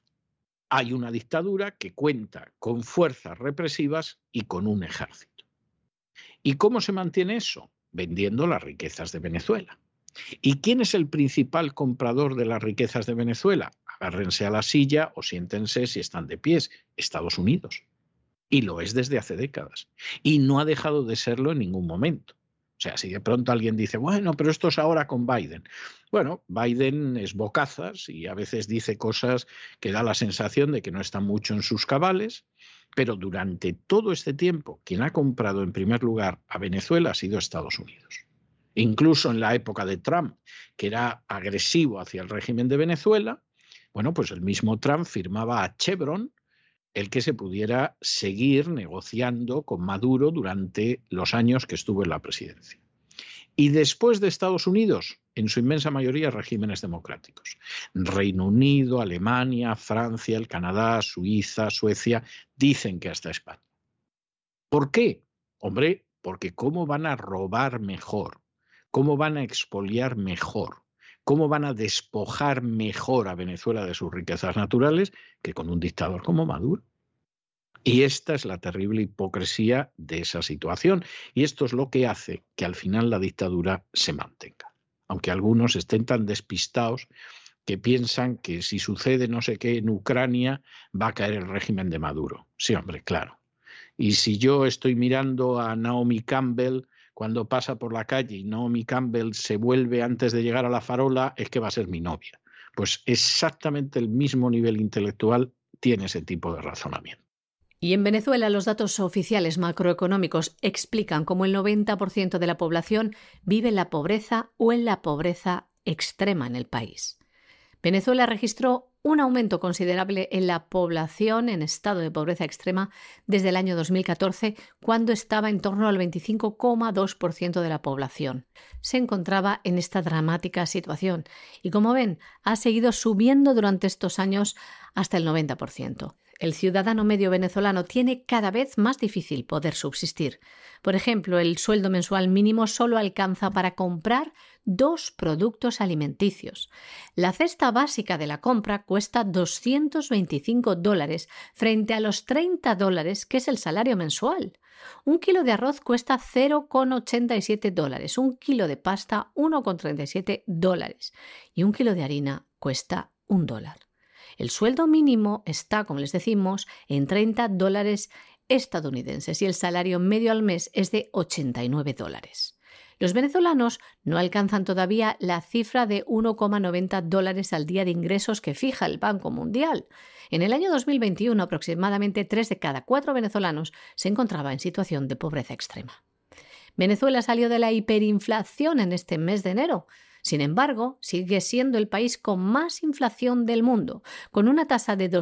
hay una dictadura que cuenta con fuerzas represivas y con un ejército. ¿Y cómo se mantiene eso? Vendiendo las riquezas de Venezuela. ¿Y quién es el principal comprador de las riquezas de Venezuela? Agárrense a la silla o siéntense si están de pies. Estados Unidos. Y lo es desde hace décadas. Y no ha dejado de serlo en ningún momento. O sea, si de pronto alguien dice, bueno, pero esto es ahora con Biden. Bueno, Biden es bocazas y a veces dice cosas que da la sensación de que no está mucho en sus cabales, pero durante todo este tiempo quien ha comprado en primer lugar a Venezuela ha sido Estados Unidos. Incluso en la época de Trump, que era agresivo hacia el régimen de Venezuela, bueno, pues el mismo Trump firmaba a Chevron el que se pudiera seguir negociando con Maduro durante los años que estuvo en la presidencia. Y después de Estados Unidos, en su inmensa mayoría regímenes democráticos. Reino Unido, Alemania, Francia, el Canadá, Suiza, Suecia, dicen que hasta España. ¿Por qué? Hombre, porque ¿cómo van a robar mejor? ¿Cómo van a expoliar mejor? ¿Cómo van a despojar mejor a Venezuela de sus riquezas naturales que con un dictador como Maduro? Y esta es la terrible hipocresía de esa situación. Y esto es lo que hace que al final la dictadura se mantenga. Aunque algunos estén tan despistados que piensan que si sucede no sé qué en Ucrania va a caer el régimen de Maduro. Sí, hombre, claro. Y si yo estoy mirando a Naomi Campbell cuando pasa por la calle y Naomi Campbell se vuelve antes de llegar a la farola, es que va a ser mi novia. Pues exactamente el mismo nivel intelectual tiene ese tipo de razonamiento. Y en Venezuela los datos oficiales macroeconómicos explican cómo el 90% de la población vive en la pobreza o en la pobreza extrema en el país. Venezuela registró un aumento considerable en la población en estado de pobreza extrema desde el año 2014, cuando estaba en torno al 25,2% de la población. Se encontraba en esta dramática situación y, como ven, ha seguido subiendo durante estos años hasta el 90%. El ciudadano medio venezolano tiene cada vez más difícil poder subsistir. Por ejemplo, el sueldo mensual mínimo solo alcanza para comprar 2 productos alimenticios. La cesta básica de la compra cuesta $225 frente a los $30 que es el salario mensual. Un kilo de arroz cuesta $0,87, un kilo de pasta $1,37 y un kilo de harina cuesta $1. El sueldo mínimo está, como les decimos, en $30 estadounidenses y el salario medio al mes es de $89. Los venezolanos no alcanzan todavía la cifra de $1,90 al día de ingresos que fija el Banco Mundial. En el año 2021, aproximadamente 3 de cada 4 venezolanos se encontraba en situación de pobreza extrema. Venezuela salió de la hiperinflación en este mes de enero. Sin embargo, sigue siendo el país con más inflación del mundo, con una tasa de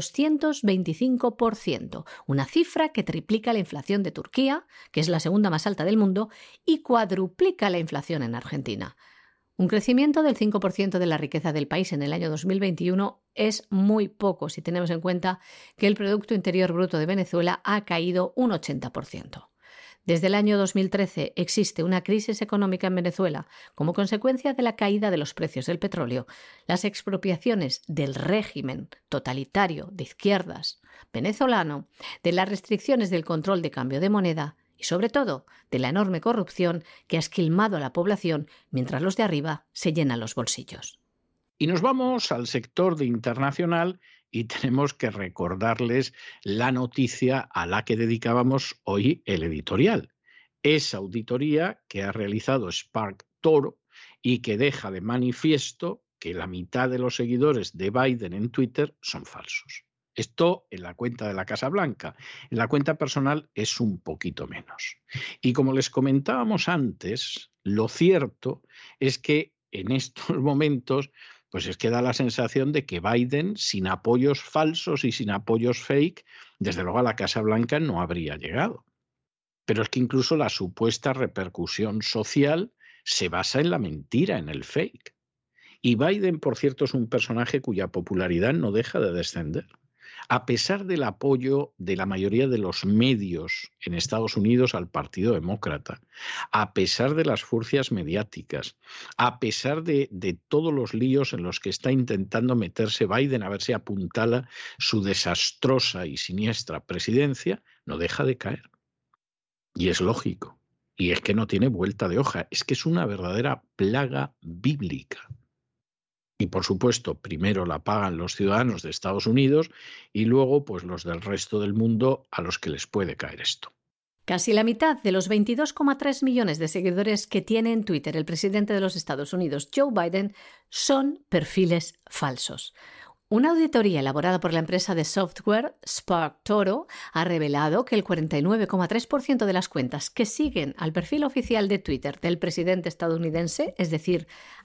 225%, una cifra que triplica la inflación de Turquía, que es la segunda más alta del mundo, y cuadruplica la inflación en Argentina. Un crecimiento del 5% de la riqueza del país en el año 2021 es muy poco si tenemos en cuenta que el Producto Interior Bruto de Venezuela ha caído un 80%. Desde el año 2013 existe una crisis económica en Venezuela como consecuencia de la caída de los precios del petróleo, las expropiaciones del régimen totalitario de izquierdas venezolano, de las restricciones del control de cambio de moneda y, sobre todo, de la enorme corrupción que ha esquilmado a la población mientras los de arriba se llenan los bolsillos. Y nos vamos al sector de internacional y tenemos que recordarles la noticia a la que dedicábamos hoy el editorial. Esa auditoría que ha realizado Spark Toro y que deja de manifiesto que la mitad de los seguidores de Biden en Twitter son falsos. Esto en la cuenta de la Casa Blanca. En la cuenta personal es un poquito menos. Y como les comentábamos antes, lo cierto es que en estos momentos pues es que da la sensación de que Biden, sin apoyos falsos y sin apoyos fake, desde luego a la Casa Blanca no habría llegado. Pero es que incluso la supuesta repercusión social se basa en la mentira, en el fake. Y Biden, por cierto, es un personaje cuya popularidad no deja de descender. A pesar del apoyo de la mayoría de los medios en Estados Unidos al Partido Demócrata, a pesar de las furcias mediáticas, a pesar de todos los líos en los que está intentando meterse Biden a ver si apuntala su desastrosa y siniestra presidencia, no deja de caer. Y es lógico. Y es que no tiene vuelta de hoja. Es que es una verdadera plaga bíblica. Y por supuesto, primero la pagan los ciudadanos de Estados Unidos y luego pues los del resto del mundo a los que les puede caer esto. Casi la mitad de los 22,3 millones de seguidores que tiene en Twitter el presidente de los Estados Unidos, Joe Biden, son perfiles falsos. Una auditoría elaborada por la empresa de software SparkToro ha revelado que el 49,3% de las cuentas que siguen al perfil oficial de Twitter del presidente estadounidense, es decir,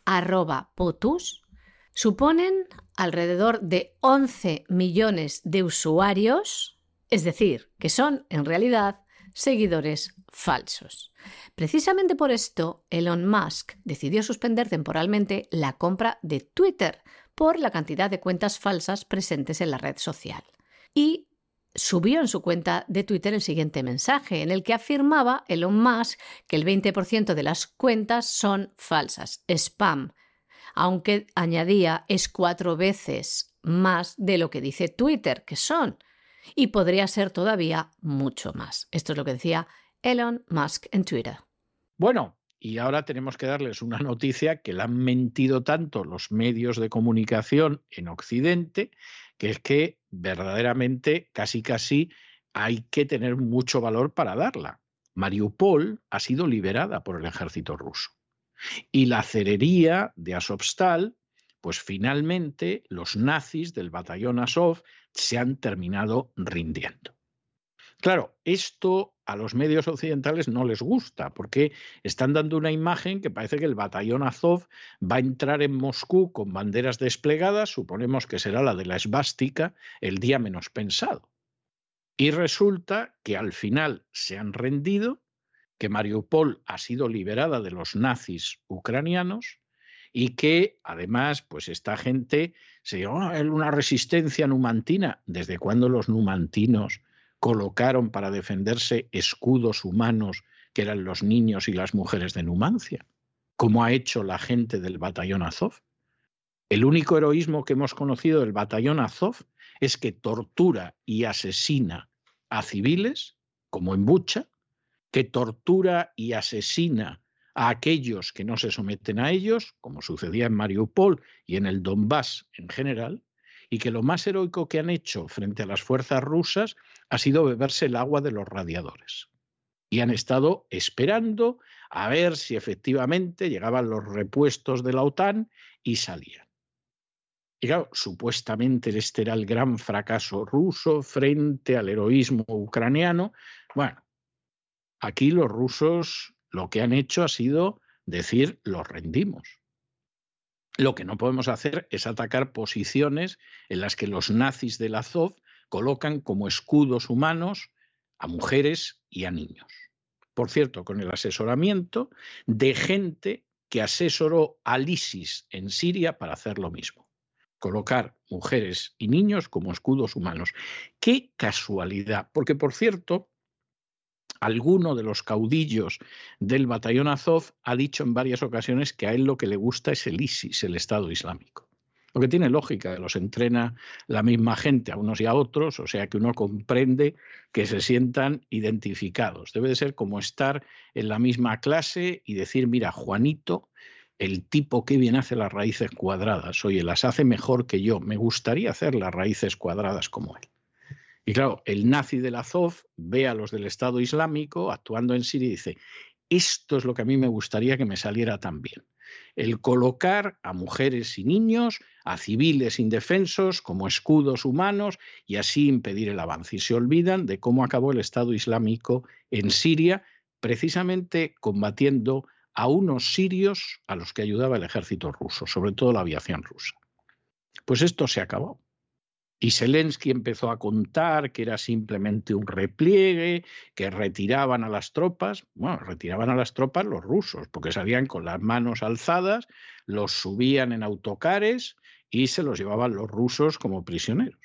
@POTUS, suponen alrededor de 11 millones de usuarios, es decir, que son en realidad seguidores falsos. Precisamente por esto, Elon Musk decidió suspender temporalmente la compra de Twitter por la cantidad de cuentas falsas presentes en la red social. Y subió en su cuenta de Twitter el siguiente mensaje, en el que afirmaba Elon Musk que el 20% de las cuentas son falsas, spam, aunque añadía es 4 veces más de lo que dice Twitter, que son, y podría ser todavía mucho más. Esto es lo que decía Elon Musk en Twitter. Bueno, y ahora tenemos que darles una noticia que le han mentido tanto los medios de comunicación en Occidente, que es que verdaderamente casi hay que tener mucho valor para darla. Mariupol ha sido liberada por el ejército ruso. Y la cerería de Azovstal, pues finalmente los nazis del batallón Azov se han terminado rindiendo. Claro, esto a los medios occidentales no les gusta porque están dando una imagen que parece que el batallón Azov va a entrar en Moscú con banderas desplegadas, suponemos que será la de la esvástica, el día menos pensado. Y resulta que al final se han rendido, que Mariupol ha sido liberada de los nazis ucranianos y que además pues esta gente se dijo, es una resistencia numantina. ¿Desde cuándo los numantinos colocaron para defenderse escudos humanos que eran los niños y las mujeres de Numancia? ¿Cómo ha hecho la gente del batallón Azov? El único heroísmo que hemos conocido del batallón Azov es que tortura y asesina a civiles, como en Bucha, que tortura y asesina a aquellos que no se someten a ellos, como sucedía en Mariupol y en el Donbass en general, y que lo más heroico que han hecho frente a las fuerzas rusas ha sido beberse el agua de los radiadores. Y han estado esperando a ver si efectivamente llegaban los repuestos de la OTAN y salían. Y claro, supuestamente este era el gran fracaso ruso frente al heroísmo ucraniano. Bueno, aquí los rusos lo que han hecho ha sido decir, los rendimos. Lo que no podemos hacer es atacar posiciones en las que los nazis del Azov colocan como escudos humanos a mujeres y a niños. Por cierto, con el asesoramiento de gente que asesoró al ISIS en Siria para hacer lo mismo. Colocar mujeres y niños como escudos humanos. ¡Qué casualidad! Porque, por cierto, alguno de los caudillos del batallón Azov ha dicho en varias ocasiones que a él lo que le gusta es el ISIS, el Estado Islámico. Lo que tiene lógica, los entrena la misma gente a unos y a otros, o sea que uno comprende que se sientan identificados. Debe de ser como estar en la misma clase y decir, mira, Juanito, el tipo que bien hace las raíces cuadradas, oye, las hace mejor que yo, me gustaría hacer las raíces cuadradas como él. Y claro, el nazi del Azov ve a los del Estado Islámico actuando en Siria y dice, esto es lo que a mí me gustaría que me saliera también. El colocar a mujeres y niños, a civiles indefensos como escudos humanos y así impedir el avance. Y se olvidan de cómo acabó el Estado Islámico en Siria, precisamente combatiendo a unos sirios a los que ayudaba el ejército ruso, sobre todo la aviación rusa. Pues esto se acabó. Y Zelensky empezó a contar que era simplemente un repliegue, que retiraban a las tropas. Bueno, retiraban a las tropas los rusos, porque salían con las manos alzadas, los subían en autocares y se los llevaban los rusos como prisioneros.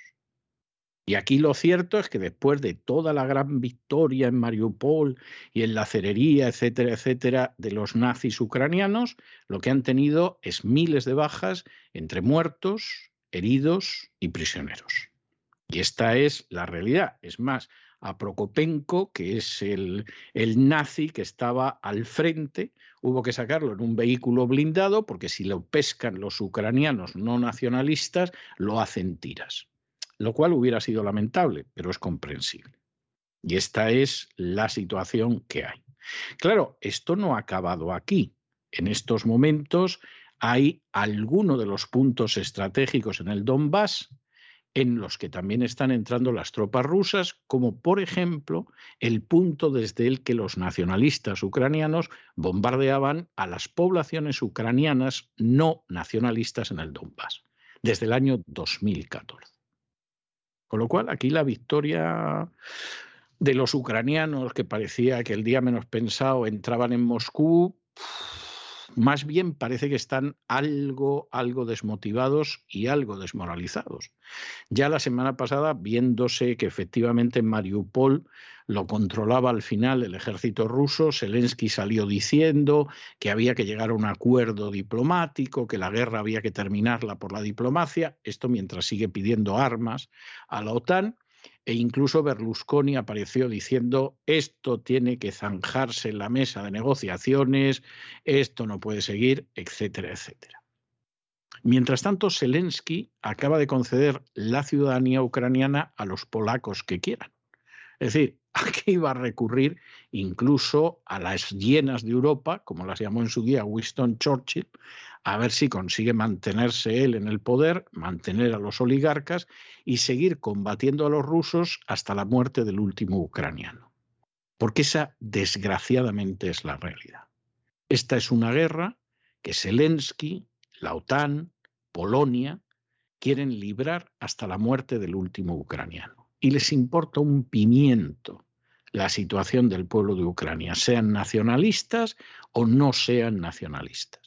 Y aquí lo cierto es que después de toda la gran victoria en Mariupol y en la acerería, etcétera, etcétera, de los nazis ucranianos, lo que han tenido es miles de bajas entre muertos, heridos y prisioneros. Y esta es la realidad. Es más, a Prokopenko, que es el nazi que estaba al frente, hubo que sacarlo en un vehículo blindado porque si lo pescan los ucranianos no nacionalistas, lo hacen tiras. Lo cual hubiera sido lamentable, pero es comprensible. Y esta es la situación que hay. Claro, esto no ha acabado aquí. En estos momentos hay algunos de los puntos estratégicos en el Donbass en los que también están entrando las tropas rusas, como por ejemplo el punto desde el que los nacionalistas ucranianos bombardeaban a las poblaciones ucranianas no nacionalistas en el Donbass, desde el año 2014. Con lo cual, aquí la victoria de los ucranianos, que parecía que el día menos pensado entraban en Moscú, más bien parece que están algo desmotivados y algo desmoralizados. Ya la semana pasada, viéndose que efectivamente en Mariupol lo controlaba al final el ejército ruso, Zelensky salió diciendo que había que llegar a un acuerdo diplomático, que la guerra había que terminarla por la diplomacia, esto mientras sigue pidiendo armas a la OTAN. E incluso Berlusconi apareció diciendo esto tiene que zanjarse en la mesa de negociaciones, esto no puede seguir, etcétera, etcétera. Mientras tanto, Zelensky acaba de conceder la ciudadanía ucraniana a los polacos que quieran. Es decir, aquí va a recurrir incluso a las hienas de Europa, como las llamó en su día Winston Churchill, a ver si consigue mantenerse él en el poder, mantener a los oligarcas y seguir combatiendo a los rusos hasta la muerte del último ucraniano. Porque esa, desgraciadamente, es la realidad. Esta es una guerra que Zelensky, la OTAN, Polonia, quieren librar hasta la muerte del último ucraniano. Y les importa un pimiento la situación del pueblo de Ucrania, sean nacionalistas o no sean nacionalistas.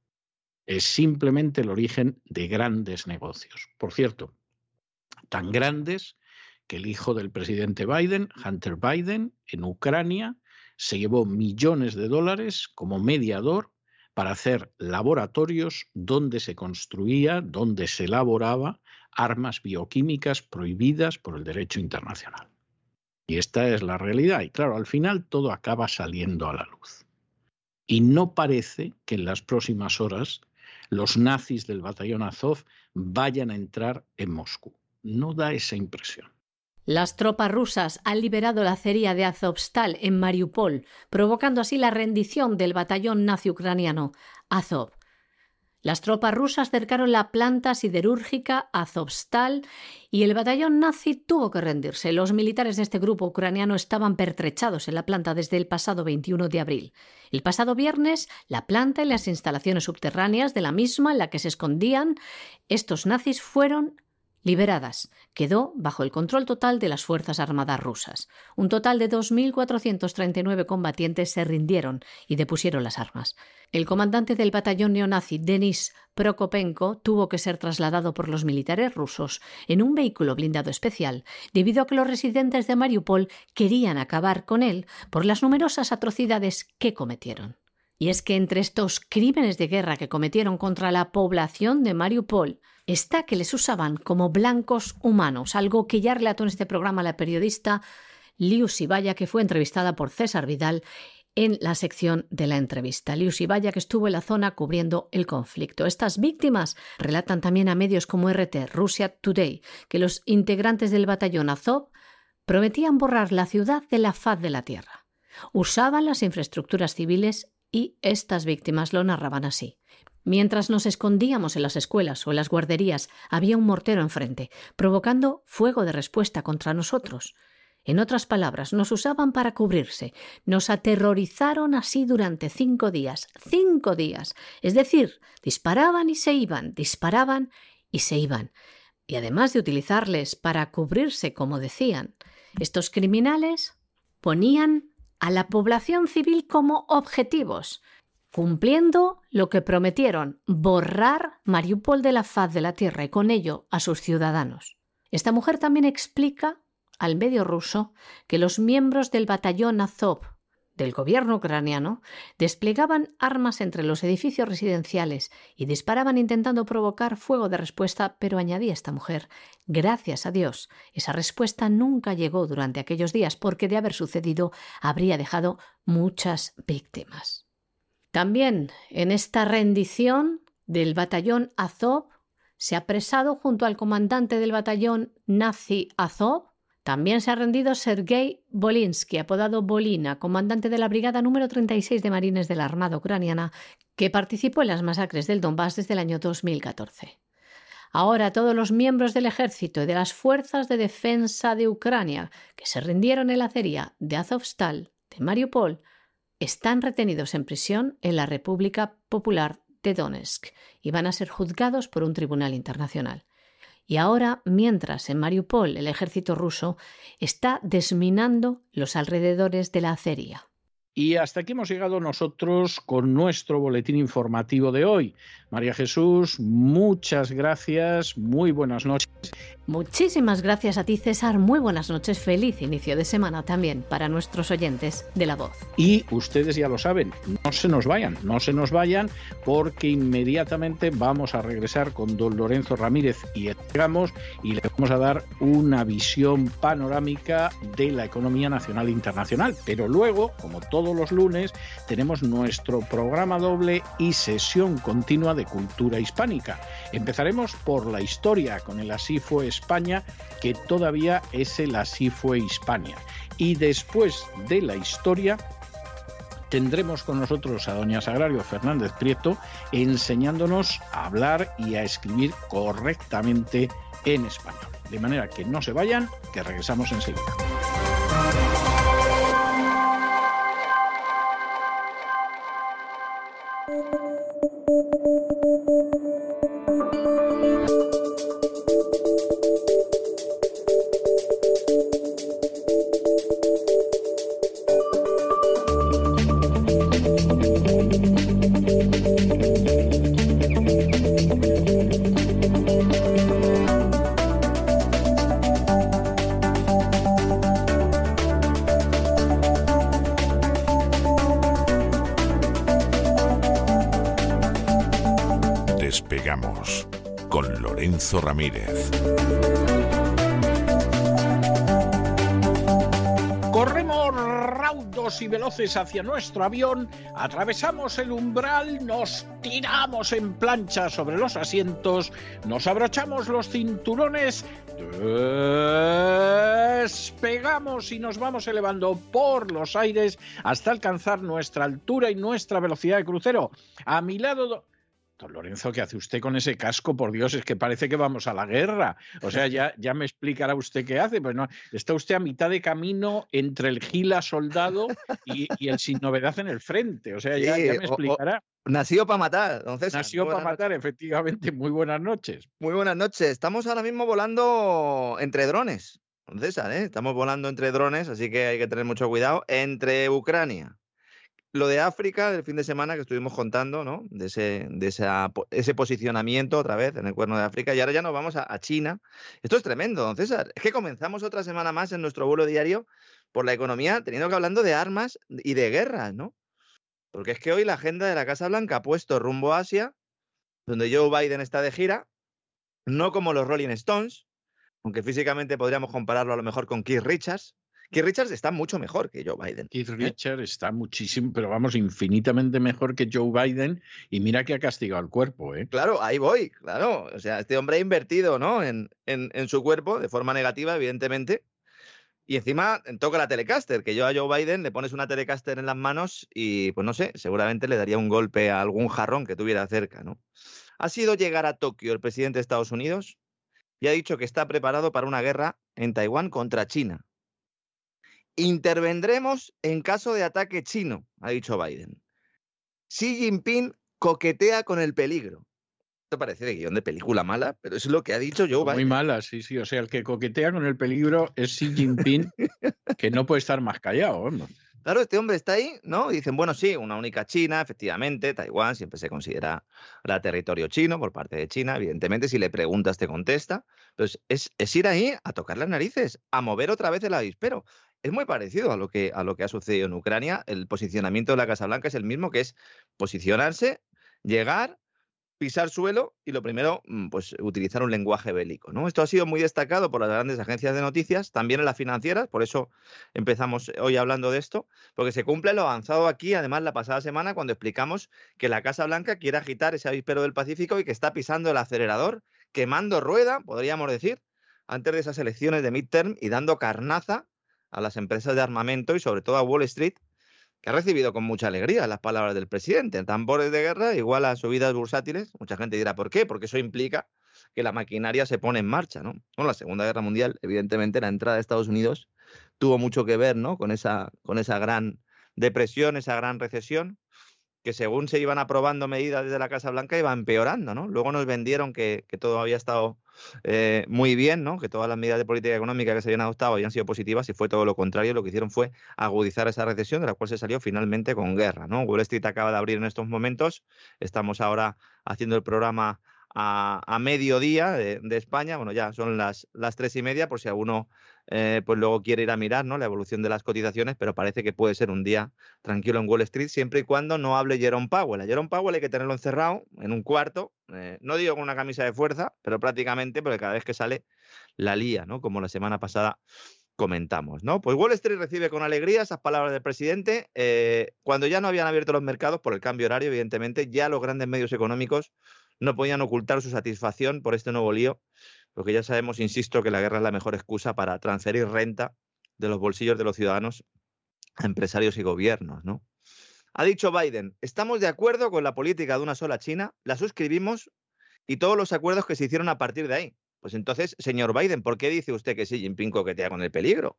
Es simplemente el origen de grandes negocios. Por cierto, tan grandes que el hijo del presidente Biden, Hunter Biden, en Ucrania, se llevó millones de dólares como mediador para hacer laboratorios donde se construía, donde se elaboraba armas bioquímicas prohibidas por el derecho internacional. Y esta es la realidad. Y claro, al final todo acaba saliendo a la luz. Y no parece que en las próximas horas los nazis del batallón Azov vayan a entrar en Moscú. No da esa impresión. Las tropas rusas han liberado la acería de Azovstal en Mariupol, provocando así la rendición del batallón nazi ucraniano Azov. Las tropas rusas cercaron la planta siderúrgica Azovstal y el batallón nazi tuvo que rendirse. Los militares de este grupo ucraniano estaban pertrechados en la planta desde el pasado 21 de abril. El pasado viernes, la planta y las instalaciones subterráneas de la misma en la que se escondían estos nazis fueron liberadas. Quedó bajo el control total de las Fuerzas Armadas rusas. Un total de 2.439 combatientes se rindieron y depusieron las armas. El comandante del batallón neonazi, Denis Prokopenko, tuvo que ser trasladado por los militares rusos en un vehículo blindado especial, debido a que los residentes de Mariupol querían acabar con él por las numerosas atrocidades que cometieron. Y es que entre estos crímenes de guerra que cometieron contra la población de Mariupol está que les usaban como blancos humanos, algo que ya relató en este programa la periodista Liu Sibaya, que fue entrevistada por César Vidal en la sección de la entrevista. Liu Sibaya, que estuvo en la zona cubriendo el conflicto. Estas víctimas relatan también a medios como RT, Russia Today, que los integrantes del batallón Azov prometían borrar la ciudad de la faz de la tierra. Usaban las infraestructuras civiles y estas víctimas lo narraban así. Mientras nos escondíamos en las escuelas o en las guarderías, había un mortero enfrente, provocando fuego de respuesta contra nosotros. En otras palabras, nos usaban para cubrirse. Nos aterrorizaron así durante 5 días. 5 días. Es decir, disparaban y se iban, disparaban y se iban. Y además de utilizarles para cubrirse, como decían, estos criminales ponían a la población civil como objetivos, cumpliendo lo que prometieron: borrar Mariupol de la faz de la tierra y con ello a sus ciudadanos. Esta mujer también explica al medio ruso que los miembros del batallón Azov del gobierno ucraniano desplegaban armas entre los edificios residenciales y disparaban intentando provocar fuego de respuesta, pero añadía esta mujer: gracias a Dios, esa respuesta nunca llegó durante aquellos días, porque de haber sucedido habría dejado muchas víctimas. También en esta rendición del batallón Azov se ha apresado junto al comandante del batallón nazi Azov. También se ha rendido Sergei Bolinsky, apodado Bolina, comandante de la brigada número 36 de Marines de la Armada Ucraniana, que participó en las masacres del Donbass desde el año 2014. Ahora todos los miembros del ejército y de las fuerzas de defensa de Ucrania que se rindieron en la acería de Azovstal, de Mariupol, están retenidos en prisión en la República Popular de Donetsk y van a ser juzgados por un tribunal internacional. Y ahora, mientras en Mariupol el ejército ruso está desminando los alrededores de la acería. Y hasta aquí hemos llegado nosotros con nuestro boletín informativo de hoy. María Jesús, muchas gracias, muy buenas noches. Muchísimas gracias a ti, César, muy buenas noches, feliz inicio de semana también para nuestros oyentes de La Voz. Y ustedes ya lo saben, no se nos vayan, porque inmediatamente vamos a regresar con don Lorenzo Ramírez y le vamos a dar una visión panorámica de la economía nacional e internacional. Pero luego, como todos los lunes, tenemos nuestro programa doble y sesión continua de cultura hispánica. Empezaremos por la historia con el Así fue España, que todavía es el Así fue Hispania. Y después de la historia tendremos con nosotros a doña Sagrario Fernández Prieto enseñándonos a hablar y a escribir correctamente en español. De manera que no se vayan, que regresamos enseguida. Despegamos con Lorenzo Ramírez. Corremos raudos y veloces hacia nuestro avión, atravesamos el umbral, nos tiramos en plancha sobre los asientos, nos abrochamos los cinturones, despegamos y nos vamos elevando por los aires hasta alcanzar nuestra altura y nuestra velocidad de crucero. A mi lado... Don Lorenzo, ¿qué hace usted con ese casco? Por Dios, es que parece que vamos a la guerra. O sea, ya me explicará usted qué hace. Pues no, está usted a mitad de camino entre el Gila soldado y el sin novedad en el frente. O sea, ya me explicará. Nacido para matar, don César. Nacido para matar, efectivamente. Muy buenas noches. Muy buenas noches. Estamos ahora mismo volando entre drones, don César, ¿eh? Estamos volando entre drones, así que hay que tener mucho cuidado. Entre Ucrania. Lo de África del fin de semana que estuvimos contando, ¿no? De ese posicionamiento otra vez en el Cuerno de África. Y ahora ya nos vamos a China. Esto es tremendo, don César. Es que comenzamos otra semana más en nuestro vuelo diario por la economía, teniendo que hablando de armas y de guerras, ¿no? Porque es que hoy la agenda de la Casa Blanca ha puesto rumbo a Asia, donde Joe Biden está de gira, no como los Rolling Stones, aunque físicamente podríamos compararlo a lo mejor con Keith Richards. Keith Richards está mucho mejor que Joe Biden. Keith Richards está muchísimo, pero vamos, infinitamente mejor que Joe Biden, y mira que ha castigado el cuerpo, ¿eh? Claro, ahí voy, claro. O sea, este hombre ha invertido, ¿no? En su cuerpo, de forma negativa, evidentemente. Y encima toca la Telecaster, que yo a Joe Biden le pones una Telecaster en las manos y, pues no sé, seguramente le daría un golpe a algún jarrón que tuviera cerca, ¿no? Ha sido llegar a Tokio el presidente de Estados Unidos y ha dicho que está preparado para una guerra en Taiwán contra China. Intervendremos en caso de ataque chino, ha dicho Biden. Xi Jinping coquetea con el peligro. Esto parece de guión de película mala, pero es lo que ha dicho Joe Muy Biden. mala, sí, sí. O sea, el que coquetea con el peligro es Xi Jinping, que no puede estar más callado, vamos. Claro, este hombre está ahí, ¿no? Y dicen, bueno, sí, una única China, efectivamente, Taiwán siempre se considera territorio chino por parte de China, evidentemente, si le preguntas te contesta, pero es ir ahí a tocar las narices, a mover otra vez el avispero. Es muy parecido a lo que ha sucedido en Ucrania. El posicionamiento de la Casa Blanca es el mismo, que es posicionarse, llegar, pisar suelo y lo primero, pues utilizar un lenguaje bélico, ¿no? Esto ha sido muy destacado por las grandes agencias de noticias, también en las financieras, por eso empezamos hoy hablando de esto, porque se cumple lo avanzado aquí, además la pasada semana, cuando explicamos que la Casa Blanca quiere agitar ese avispero del Pacífico y que está pisando el acelerador, quemando rueda, podríamos decir, antes de esas elecciones de midterm y dando carnaza a las empresas de armamento y sobre todo a Wall Street, que ha recibido con mucha alegría las palabras del presidente. Tambores de guerra igual a subidas bursátiles. Mucha gente dirá, ¿por qué? Porque eso implica que la maquinaria se pone en marcha, ¿no? Bueno, la Segunda Guerra Mundial, evidentemente, la entrada de Estados Unidos tuvo mucho que ver, ¿no? Con esa gran depresión, esa gran recesión, que según se iban aprobando medidas desde la Casa Blanca iba empeorando, ¿no? Luego nos vendieron que todo había estado muy bien, ¿no? Que todas las medidas de política económica que se habían adoptado habían sido positivas y fue todo lo contrario. Lo que hicieron fue agudizar esa recesión, de la cual se salió finalmente con guerra, ¿no? Wall Street acaba de abrir en estos momentos. Estamos ahora haciendo el programa a mediodía de España. Bueno, ya son las 3:30, por si alguno pues luego quiere ir a mirar, ¿no? La evolución de las cotizaciones, pero parece que puede ser un día tranquilo en Wall Street, siempre y cuando no hable Jerome Powell. A Jerome Powell hay que tenerlo encerrado en un cuarto, no digo con una camisa de fuerza, pero prácticamente, porque cada vez que sale la lía, ¿no? Como la semana pasada comentamos, ¿no? Pues Wall Street recibe con alegría esas palabras del presidente. Cuando ya no habían abierto los mercados por el cambio horario, evidentemente, ya los grandes medios económicos no podían ocultar su satisfacción por este nuevo lío, porque ya sabemos, insisto, que la guerra es la mejor excusa para transferir renta de los bolsillos de los ciudadanos a empresarios y gobiernos, ¿no? Ha dicho Biden, estamos de acuerdo con la política de una sola China, la suscribimos y todos los acuerdos que se hicieron a partir de ahí. Pues entonces, señor Biden, ¿por qué dice usted que Xi Jinping coquetea con el peligro?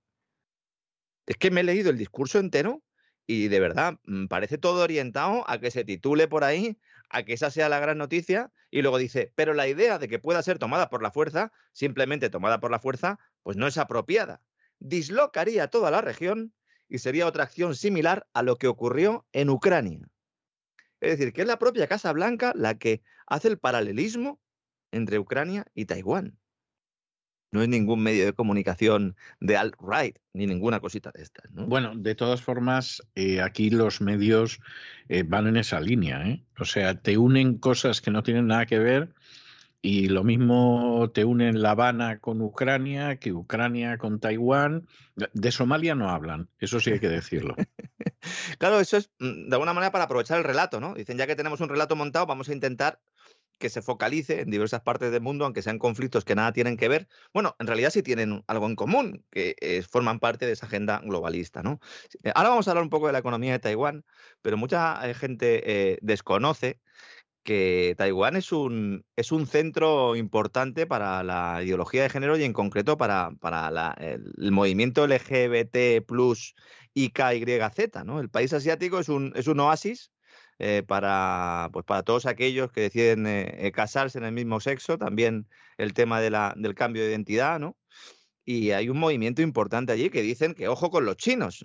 Es que me he leído el discurso entero y de verdad parece todo orientado a que se titule por ahí, a que esa sea la gran noticia, y luego dice, pero la idea de que pueda ser tomada por la fuerza, simplemente tomada por la fuerza, pues no es apropiada. Dislocaría toda la región y sería otra acción similar a lo que ocurrió en Ucrania. Es decir, que es la propia Casa Blanca la que hace el paralelismo entre Ucrania y Taiwán. No es ningún medio de comunicación de alt-right, ni ninguna cosita de estas, ¿no? Bueno, de todas formas, aquí los medios van en esa línea, ¿eh? O sea, te unen cosas que no tienen nada que ver y lo mismo te unen La Habana con Ucrania que Ucrania con Taiwán. De Somalia no hablan, eso sí hay que decirlo. Claro, eso es de alguna manera para aprovechar el relato, ¿no? Dicen, ya que tenemos un relato montado, vamos a intentar que se focalice en diversas partes del mundo, aunque sean conflictos que nada tienen que ver. Bueno, en realidad sí tienen algo en común, que forman parte de esa agenda globalista, ¿no? Ahora vamos a hablar un poco de la economía de Taiwán, pero mucha gente desconoce que Taiwán es un centro importante para la ideología de género y en concreto para el movimiento LGBT plus IKYZ, ¿no? El país asiático es un oasis para todos aquellos que deciden casarse en el mismo sexo, también el tema del cambio de identidad, ¿no? Y hay un movimiento importante allí que dicen que ojo con los chinos,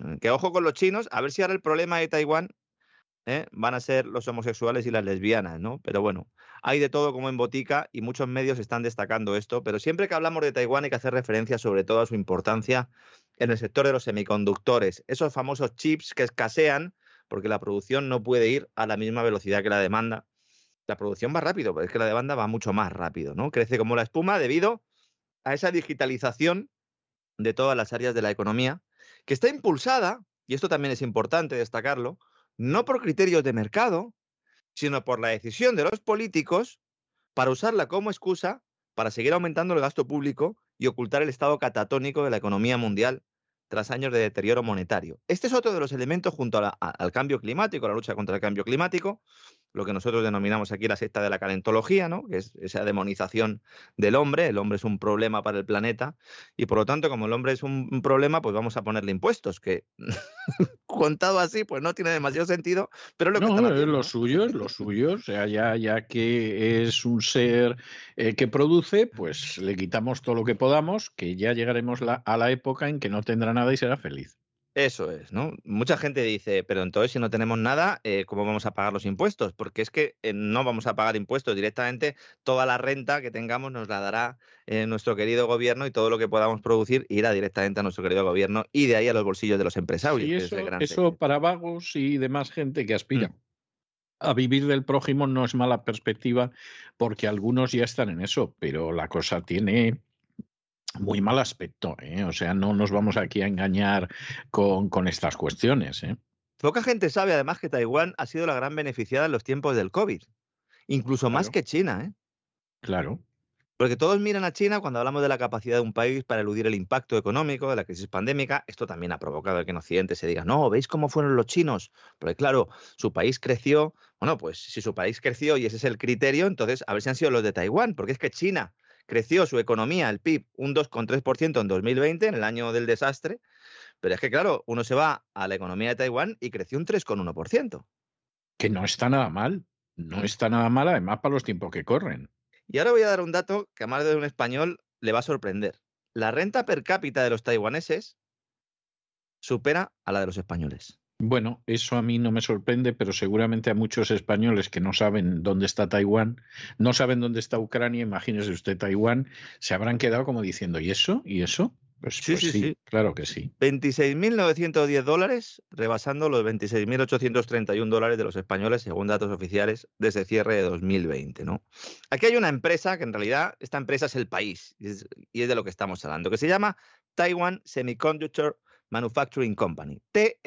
a ver si ahora el problema de Taiwán van a ser los homosexuales y las lesbianas, ¿no? Pero bueno, hay de todo como en botica y muchos medios están destacando esto, pero siempre que hablamos de Taiwán hay que hacer referencia sobre todo a su importancia en el sector de los semiconductores, esos famosos chips que escasean porque la producción no puede ir a la misma velocidad que la demanda. La producción va rápido, pero es que la demanda va mucho más rápido, ¿no? Crece como la espuma debido a esa digitalización de todas las áreas de la economía, que está impulsada, y esto también es importante destacarlo, no por criterios de mercado, sino por la decisión de los políticos para usarla como excusa para seguir aumentando el gasto público y ocultar el estado catatónico de la economía mundial tras años de deterioro monetario. Este es otro de los elementos junto al cambio climático, la lucha contra el cambio climático, lo que nosotros denominamos aquí la secta de la calentología, ¿no? Que es esa demonización del hombre. El hombre es un problema para el planeta y, por lo tanto, como el hombre es un problema, pues vamos a ponerle impuestos, que contado así, pues no tiene demasiado sentido, pero es lo que están haciendo, es lo ¿no? suyo, es lo suyo. O sea, ya que es un ser que produce, pues le quitamos todo lo que podamos, que ya llegaremos a la época en que no tendrá nada y será feliz. Eso es, ¿no? Mucha gente dice, pero entonces si no tenemos nada, ¿cómo vamos a pagar los impuestos? Porque es que no vamos a pagar impuestos directamente, toda la renta que tengamos nos la dará nuestro querido gobierno y todo lo que podamos producir irá directamente a nuestro querido gobierno y de ahí a los bolsillos de los empresarios. Y que es el gran eso secreto. para vagos y demás gente que aspira a vivir del prójimo no es mala perspectiva, porque algunos ya están en eso, pero la cosa tiene muy mal aspecto, ¿eh? O sea, no nos vamos aquí a engañar con estas cuestiones, ¿eh? Poca gente sabe además que Taiwán ha sido la gran beneficiada en los tiempos del COVID, incluso más Claro, que China, ¿eh? claro. Porque todos miran a China cuando hablamos de la capacidad de un país para eludir el impacto económico de la crisis pandémica. Esto también ha provocado que en Occidente se diga, no, ¿veis cómo fueron los chinos? Porque claro, su país creció. Bueno, pues si su país creció y ese es el criterio, entonces a ver si han sido los de Taiwán, porque es que China creció su economía, el PIB, un 2,3% en 2020, en el año del desastre, pero es que claro, uno se va a la economía de Taiwán y creció un 3,1%. Que no está nada mal, no está nada mal, además para los tiempos que corren. Y ahora voy a dar un dato que a más de un español le va a sorprender. La renta per cápita de los taiwaneses supera a la de los españoles. Bueno, eso a mí no me sorprende, pero seguramente a muchos españoles que no saben dónde está Taiwán, no saben dónde está Ucrania, imagínese usted Taiwán, se habrán quedado como diciendo, ¿y eso? ¿Y eso? Pues sí, claro que sí. 26.910 dólares, rebasando los 26.831 dólares de los españoles, según datos oficiales desde cierre de 2020, ¿no? Aquí hay una empresa que en realidad, esta empresa es el país, y es de lo que estamos hablando, que se llama Taiwan Semiconductor Manufacturing Company,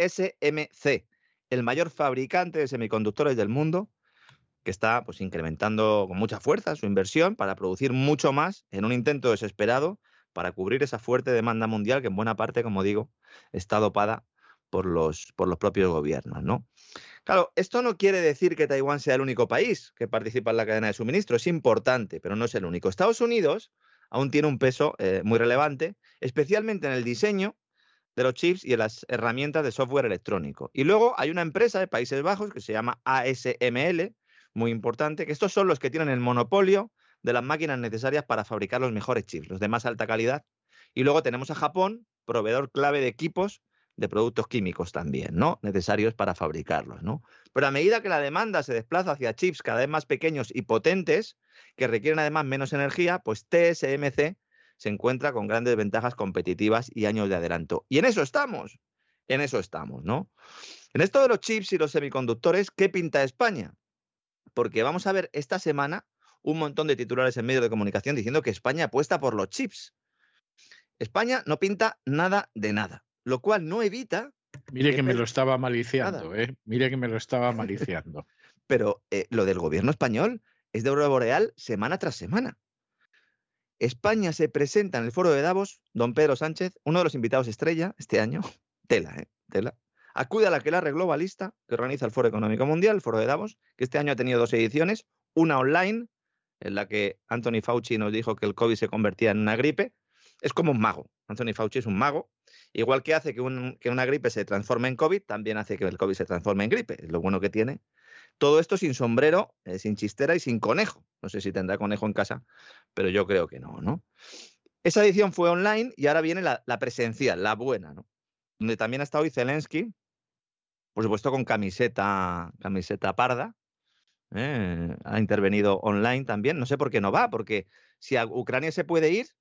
TSMC, el mayor fabricante de semiconductores del mundo, que está pues incrementando con mucha fuerza su inversión para producir mucho más en un intento desesperado para cubrir esa fuerte demanda mundial que en buena parte, como digo, está dopada por los propios gobiernos, ¿no? Claro, esto no quiere decir que Taiwán sea el único país que participa en la cadena de suministro, es importante, pero no es el único. Estados Unidos aún tiene un peso muy relevante, especialmente en el diseño de los chips y en las herramientas de software electrónico. Y luego hay una empresa de Países Bajos que se llama ASML, muy importante, que estos son los que tienen el monopolio de las máquinas necesarias para fabricar los mejores chips, los de más alta calidad. Y luego tenemos a Japón, proveedor clave de equipos de productos químicos también, ¿no? Necesarios para fabricarlos, ¿no? Pero a medida que la demanda se desplaza hacia chips cada vez más pequeños y potentes, que requieren además menos energía, pues TSMC se encuentra con grandes ventajas competitivas y años de adelanto. Y en eso estamos, ¿no? En esto de los chips y los semiconductores, ¿qué pinta España? Porque vamos a ver esta semana un montón de titulares en medios de comunicación diciendo que España apuesta por los chips. España no pinta nada de nada, lo cual no evita... Mire que me lo estaba maliciando, ¿eh? Mire que me lo estaba maliciando. Pero lo del gobierno español es de aurora boreal semana tras semana. España se presenta en el foro de Davos, don Pedro Sánchez, uno de los invitados estrella este año, tela, acude a la aquelarre globalista que organiza el Foro Económico Mundial, el foro de Davos, que este año ha tenido 2 ediciones, una online, en la que Anthony Fauci nos dijo que el COVID se convertía en una gripe. Es como un mago. Anthony Fauci es un mago. Igual que hace que una gripe se transforme en COVID, también hace que el COVID se transforme en gripe. Es lo bueno que tiene. Todo esto sin sombrero, sin chistera y sin conejo. No sé si tendrá conejo en casa, pero yo creo que no, ¿no? Esa edición fue online y ahora viene la presencial, la buena, ¿no? Donde también ha estado hoy Zelensky, por supuesto con camiseta parda. Ha intervenido online también. No sé por qué no va, porque si a Ucrania se puede ir,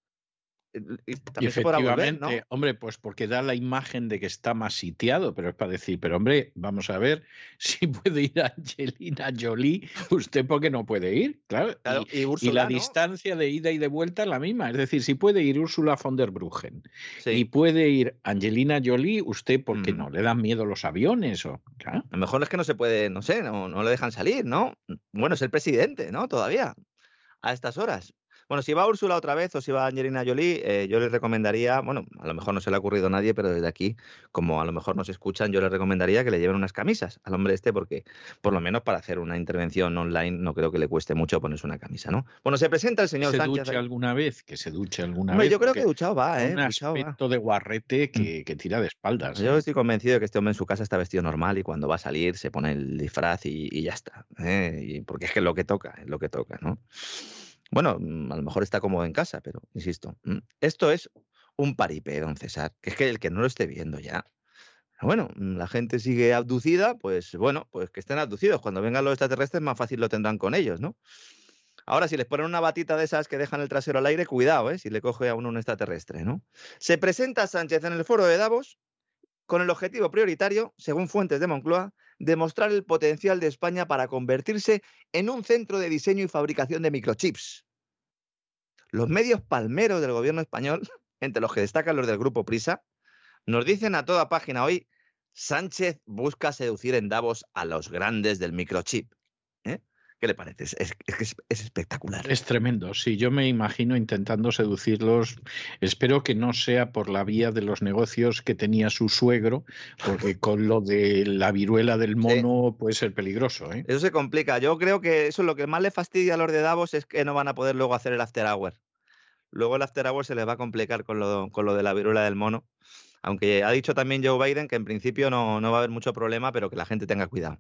también se podrá volver, ¿no? Hombre, pues porque da la imagen de que está más sitiado, pero es para decir, pero hombre, vamos a ver si puede ir Angelina Jolie, usted por qué no puede ir, claro. Y Úrsula, y la ¿no? distancia de ida y de vuelta es la misma, es decir, si puede ir Ursula von der Bruggen Sí. y puede ir Angelina Jolie, usted por qué no, ¿le dan miedo los aviones? Claro. A lo mejor es que no se puede, no sé, no le dejan salir, ¿no? Bueno, es el presidente, ¿no? Todavía, a estas horas. Bueno, si va Úrsula otra vez o si va Angelina Jolie, yo les recomendaría, bueno, a lo mejor no se le ha ocurrido a nadie, pero desde aquí, como a lo mejor nos escuchan, yo les recomendaría que le lleven unas camisas al hombre este, porque por lo menos para hacer una intervención online no creo que le cueste mucho ponerse una camisa, ¿no? Bueno, se presenta el señor ¿Se Sánchez. duche alguna vez? Que se duche alguna Hombre, vez. yo creo que porque duchado va, un duchado va. aspecto de guarrete que tira de espaldas. Yo estoy convencido de que este hombre en su casa está vestido normal y cuando va a salir se pone el disfraz y ya está. Porque es que es lo que toca, ¿no? Bueno, a lo mejor está cómodo en casa, pero insisto, esto es un paripé, don César, que es que el que no lo esté viendo ya. Bueno, la gente sigue abducida, pues bueno, pues que estén abducidos. Cuando vengan los extraterrestres más fácil lo tendrán con ellos, ¿no? Ahora, si les ponen una batita de esas que dejan el trasero al aire, cuidado, si le coge a uno un extraterrestre, ¿no? Se presenta Sánchez en el foro de Davos con el objetivo prioritario, según fuentes de Moncloa, demostrar el potencial de España para convertirse en un centro de diseño y fabricación de microchips. Los medios palmeros del gobierno español, entre los que destacan los del Grupo Prisa, nos dicen a toda página hoy: Sánchez busca seducir en Davos a los grandes del microchip. ¿Qué le parece? Es espectacular. Es tremendo. Sí, yo me imagino intentando seducirlos. Espero que no sea por la vía de los negocios que tenía su suegro, porque con lo de la viruela del mono puede ser peligroso, ¿eh? Eso se complica. Yo creo que eso es lo que más le fastidia a los de Davos, es que no van a poder luego hacer el after hour. Luego el after hour se les va a complicar con lo de la viruela del mono. Aunque ha dicho también Joe Biden que en principio no va a haber mucho problema, pero que la gente tenga cuidado,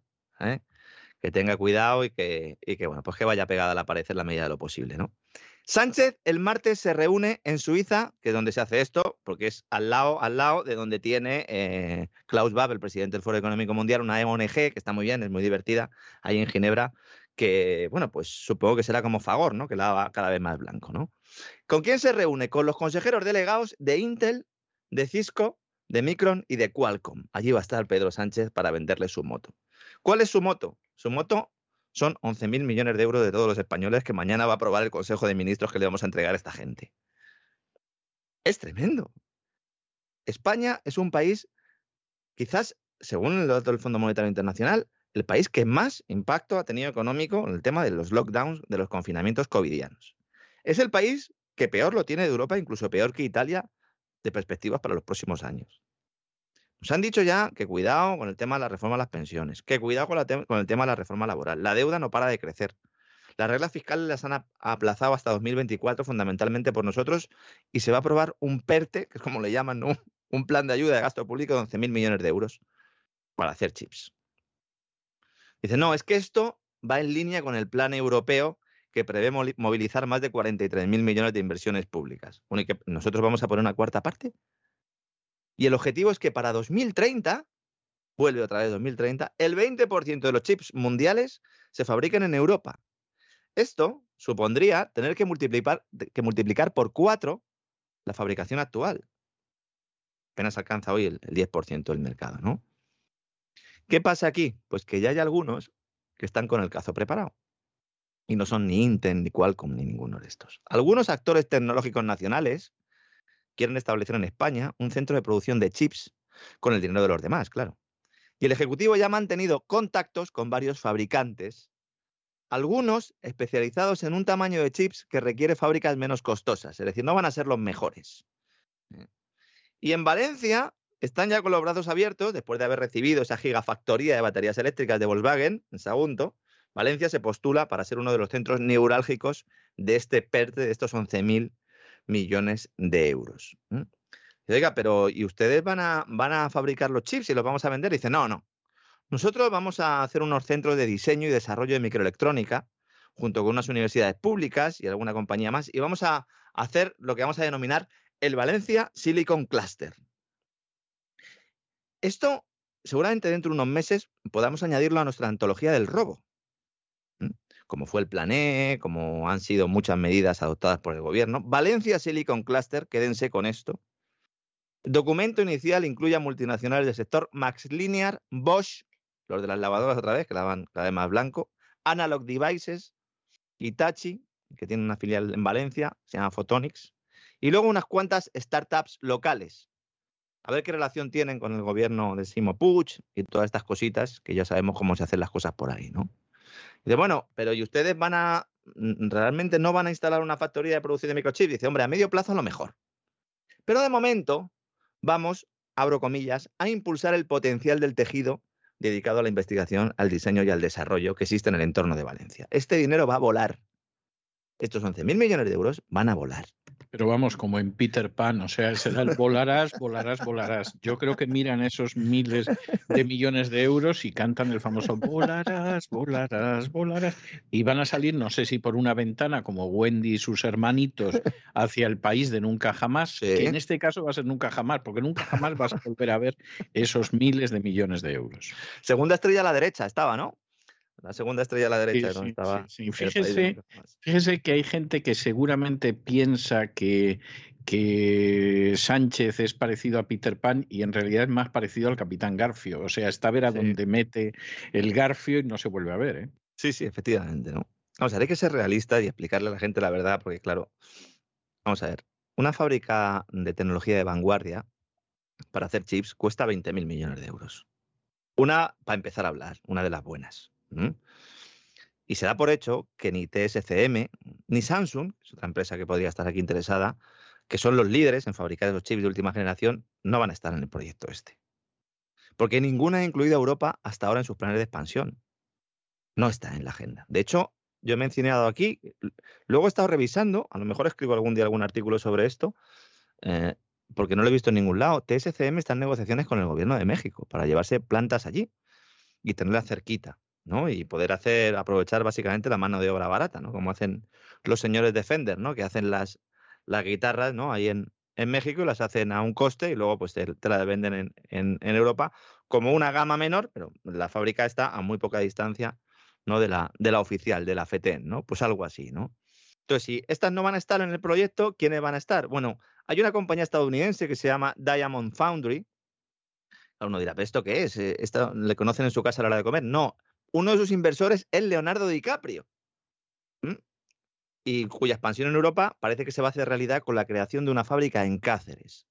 que tenga cuidado y que bueno, pues que vaya pegada a la pared en la medida de lo posible, ¿no? Sánchez el martes se reúne en Suiza, que es donde se hace esto, porque es al lado de donde tiene Klaus Schwab, el presidente del Foro Económico Mundial, una ONG que está muy bien, es muy divertida, ahí en Ginebra, que, bueno, pues supongo que será como Fagor, ¿no? Que la va cada vez más blanco, ¿no? ¿Con quién se reúne? Con los consejeros delegados de Intel, de Cisco, de Micron y de Qualcomm. Allí va a estar Pedro Sánchez para venderle su moto. ¿Cuál es su moto? Su moto son 11.000 millones de euros de todos los españoles que mañana va a aprobar el Consejo de Ministros que le vamos a entregar a esta gente. Es tremendo. España es un país, quizás, según el dato del Fondo Monetario Internacional, el país que más impacto ha tenido económico en el tema de los lockdowns, de los confinamientos covidianos. Es el país que peor lo tiene de Europa, incluso peor que Italia, de perspectivas para los próximos años. Nos han dicho ya que cuidado con el tema de la reforma de las pensiones, que cuidado con el tema de la reforma laboral. La deuda no para de crecer. Las reglas fiscales las han aplazado hasta 2024, fundamentalmente por nosotros, y se va a aprobar un PERTE, que es como le llaman, ¿no? Un plan de ayuda de gasto público de 11.000 millones de euros para hacer chips. Dice, no, es que esto va en línea con el plan europeo que prevé movilizar más de 43.000 millones de inversiones públicas. Bueno, ¿y que nosotros vamos a poner una cuarta parte? Y el objetivo es que para 2030, vuelve otra vez 2030, el 20% de los chips mundiales se fabriquen en Europa. Esto supondría tener que multiplicar por 4 la fabricación actual. Apenas alcanza hoy el 10% del mercado, ¿no? ¿Qué pasa aquí? Pues que ya hay algunos que están con el cazo preparado. Y no son ni Intel, ni Qualcomm, ni ninguno de estos. Algunos actores tecnológicos nacionales quieren establecer en España un centro de producción de chips con el dinero de los demás, claro. Y el Ejecutivo ya ha mantenido contactos con varios fabricantes, algunos especializados en un tamaño de chips que requiere fábricas menos costosas, es decir, no van a ser los mejores. Y en Valencia están ya con los brazos abiertos, después de haber recibido esa gigafactoría de baterías eléctricas de Volkswagen, en Sagunto. Valencia se postula para ser uno de los centros neurálgicos de este PERTE, de estos 11.000 millones de euros. Y oiga, pero ¿y ustedes van a fabricar los chips y los vamos a vender? Y dice, no. Nosotros vamos a hacer unos centros de diseño y desarrollo de microelectrónica junto con unas universidades públicas y alguna compañía más, y vamos a hacer lo que vamos a denominar el Valencia Silicon Cluster. Esto, seguramente dentro de unos meses, podamos añadirlo a nuestra antología del robo. Como fue el Plan E, como han sido muchas medidas adoptadas por el gobierno. Valencia Silicon Cluster, quédense con esto. El documento inicial incluye a multinacionales del sector MaxLinear, Bosch, los de las lavadoras otra vez, que lavan cada vez más blanco, Analog Devices, Hitachi, que tiene una filial en Valencia, se llama Photonics, y luego unas cuantas startups locales. A ver qué relación tienen con el gobierno de Ximo Puig y todas estas cositas, que ya sabemos cómo se hacen las cosas por ahí, ¿no? Dice, bueno, pero ¿y ustedes realmente no van a instalar una factoría de producción de microchips? Dice, hombre, a medio plazo a lo mejor. Pero de momento vamos, abro comillas, a impulsar el potencial del tejido dedicado a la investigación, al diseño y al desarrollo que existe en el entorno de Valencia. Este dinero va a volar. Estos 11.000 millones de euros van a volar. Pero vamos, como en Peter Pan, o sea, será el volarás, volarás, volarás. Yo creo que miran esos miles de millones de euros y cantan el famoso volarás, volarás, volarás. Y van a salir, no sé si por una ventana, como Wendy y sus hermanitos, hacia el país de nunca jamás, Sí. que en este caso va a ser nunca jamás, porque nunca jamás vas a volver a ver esos miles de millones de euros. Segunda estrella a la derecha estaba, ¿no? La segunda estrella a la derecha, Sí, donde sí, estaba. sí. el país de nunca jamás. Fíjese que hay gente que seguramente piensa que Sánchez es parecido a Peter Pan y en realidad es más parecido al Capitán Garfio. O sea, está a ver a Sí. dónde mete el Garfio y no se vuelve a ver, ¿eh? Sí, efectivamente, ¿no? Vamos a ver, hay que ser realistas y explicarle a la gente la verdad, porque claro, vamos a ver, una fábrica de tecnología de vanguardia para hacer chips cuesta 20.000 millones de euros. Una, para empezar a hablar, una de las buenas. Y se da por hecho que ni TSCM ni Samsung, que es otra empresa que podría estar aquí interesada, que son los líderes en fabricar esos chips de última generación, no van a estar en el proyecto este. Porque ninguna ha incluido a Europa hasta ahora en sus planes de expansión. No está en la agenda. De hecho, yo he mencionado aquí, luego he estado revisando, a lo mejor escribo algún día algún artículo sobre esto, porque no lo he visto en ningún lado. TSCM está en negociaciones con el gobierno de México para llevarse plantas allí y tenerlas cerquita, ¿no? Y poder aprovechar básicamente la mano de obra barata, ¿no? Como hacen los señores de Fender, ¿no? Que hacen las guitarras, ¿no? Ahí en México y las hacen a un coste y luego pues te las venden en Europa como una gama menor, pero la fábrica está a muy poca distancia, ¿no? de la oficial, de la FETEN, ¿no? Pues algo así, ¿no? Entonces, si estas no van a estar en el proyecto, ¿quiénes van a estar? Bueno, hay una compañía estadounidense que se llama Diamond Foundry. Uno dirá, ¿pero esto qué es? ¿Esto le conocen en su casa a la hora de comer? No, uno de sus inversores es Leonardo DiCaprio. Y cuya expansión en Europa parece que se va a hacer realidad con la creación de una fábrica en Cáceres.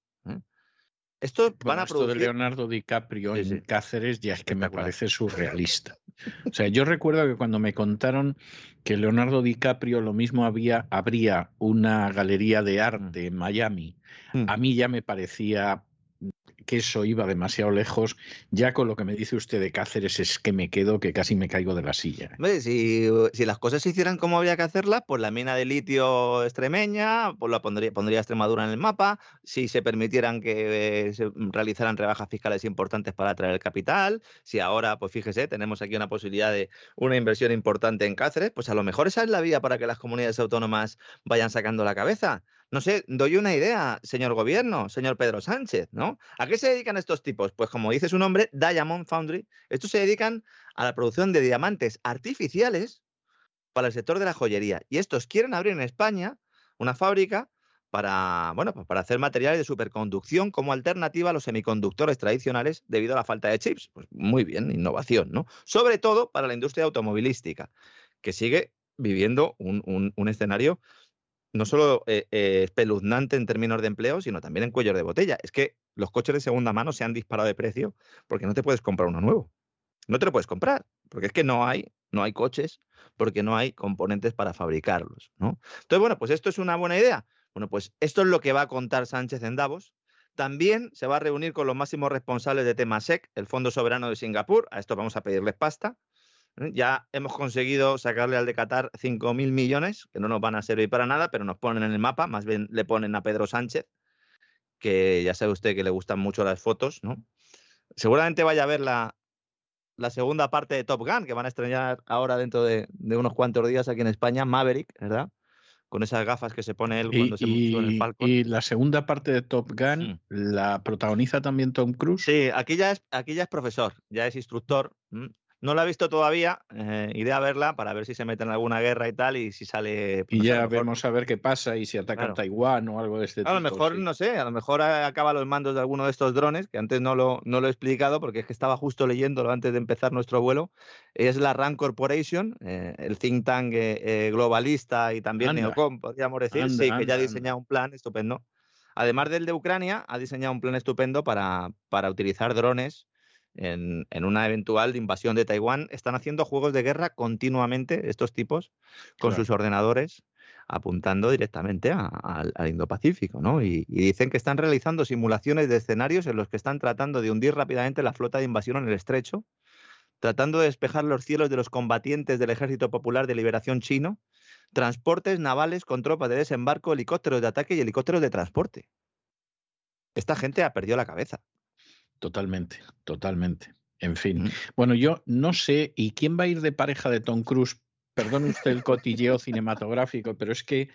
Estos van a producir... Esto de Leonardo DiCaprio en Cáceres ya es que me parece surrealista. O sea, yo recuerdo que cuando me contaron que Leonardo DiCaprio lo mismo habría una galería de arte en Miami, a mí ya me parecía que eso iba demasiado lejos. Ya con lo que me dice usted de Cáceres es que me quedo que casi me caigo de la silla. Si las cosas se hicieran como había que hacerlas, pues la mina de litio extremeña, pues la pondría Extremadura en el mapa. Si se permitieran que se realizaran rebajas fiscales importantes para atraer el capital, si ahora, pues fíjese, tenemos aquí una posibilidad de una inversión importante en Cáceres, pues a lo mejor esa es la vía para que las comunidades autónomas vayan sacando la cabeza. No sé, doy una idea, señor gobierno, señor Pedro Sánchez, ¿no? ¿A qué se dedican estos tipos? Pues como dice su nombre, Diamond Foundry. Estos se dedican a la producción de diamantes artificiales para el sector de la joyería. Y estos quieren abrir en España una fábrica para hacer materiales de superconducción como alternativa a los semiconductores tradicionales debido a la falta de chips. Pues muy bien, innovación, ¿no? Sobre todo para la industria automovilística, que sigue viviendo un escenario no solo espeluznante en términos de empleo, sino también en cuellos de botella. Es que los coches de segunda mano se han disparado de precio porque no te puedes comprar uno nuevo. No te lo puedes comprar, porque es que no hay coches, porque no hay componentes para fabricarlos, ¿no? Entonces, bueno, pues esto es una buena idea. Bueno, pues esto es lo que va a contar Sánchez en Davos. También se va a reunir con los máximos responsables de Temasek, el Fondo Soberano de Singapur. A esto vamos a pedirles pasta. Ya hemos conseguido sacarle al de Qatar 5.000 millones, que no nos van a servir para nada, pero nos ponen en el mapa, más bien le ponen a Pedro Sánchez, que ya sabe usted que le gustan mucho las fotos, ¿no? Seguramente vaya a ver la segunda parte de Top Gun, que van a estrenar ahora dentro de unos cuantos días aquí en España, Maverick, ¿verdad? Con esas gafas que se pone él cuando se puso en el Falcon. Y la segunda parte de Top Gun la protagoniza también Tom Cruise. Sí, aquí ya es profesor, ya es instructor. No la he visto todavía, iré a verla para ver si se mete en alguna guerra y tal y si sale... Y ya vemos a ver qué pasa y si atacan Taiwán o algo de este tipo. A lo mejor, no sé, a lo mejor acaba los mandos de alguno de estos drones, que antes no lo he explicado porque es que estaba justo leyéndolo antes de empezar nuestro vuelo. Es la RAND Corporation, el think tank globalista y también neocon, podríamos decir, que ya ha diseñado un plan estupendo. Además del de Ucrania, ha diseñado un plan estupendo para utilizar drones en una eventual invasión de Taiwán. Están haciendo juegos de guerra continuamente, estos tipos, con Claro. sus ordenadores, apuntando directamente al Indo-Pacífico, ¿no? Y dicen que están realizando simulaciones de escenarios en los que están tratando de hundir rápidamente la flota de invasión en el estrecho, tratando de despejar los cielos de los combatientes del Ejército Popular de Liberación chino, transportes navales con tropas de desembarco, helicópteros de ataque y helicópteros de transporte. Esta gente ha perdido la cabeza. Totalmente, totalmente. En fin. Mm. Bueno, yo no sé, ¿y quién va a ir de pareja de Tom Cruise? Perdone usted el cotilleo cinematográfico, pero es que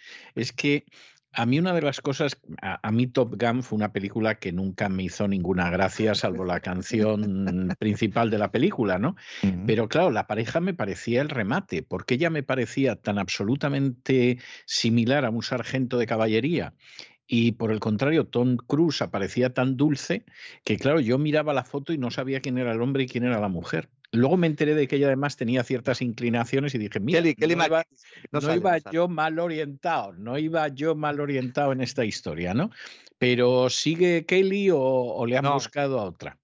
a mí una de las cosas, a mí Top Gun fue una película que nunca me hizo ninguna gracia, salvo la canción principal de la película, ¿no? Ujú. Pero claro, la pareja me parecía el remate, porque ella me parecía tan absolutamente similar a un sargento de caballería. Y por el contrario, Tom Cruise aparecía tan dulce que, claro, yo miraba la foto y no sabía quién era el hombre y quién era la mujer. Luego me enteré de que ella además tenía ciertas inclinaciones y dije, mira, Kelly no iba, McGillis, no no sale, iba no sale. yo mal orientado, no iba yo mal orientado en esta historia, ¿no? Pero ¿sigue Kelly o le han No. buscado a otra?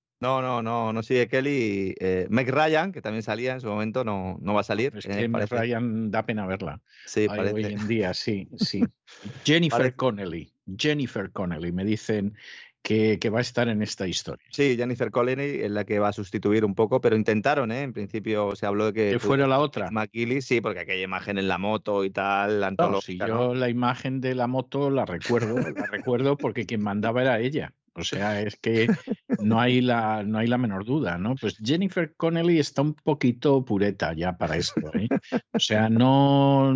No sigue Kelly. Meg Ryan, que también salía en su momento, no va a salir. Es que Meg parece. Ryan da pena verla. Sí, Ay, hoy parece. en día, sí, sí. Jennifer Parece. Connelly, me dicen que va a estar en esta historia. Sí, Jennifer Connelly es la que va a sustituir un poco, pero intentaron, ¿eh? En principio se habló de que ¿Que fuera la otra? McGillis, sí, porque aquella imagen en la moto y tal, la No, si antológica, yo ¿no? la imagen de la moto la recuerdo porque quien mandaba era ella. O sea, es que no hay la menor duda, ¿no? Pues Jennifer Connelly está un poquito pureta ya para esto, ¿eh? O sea, no.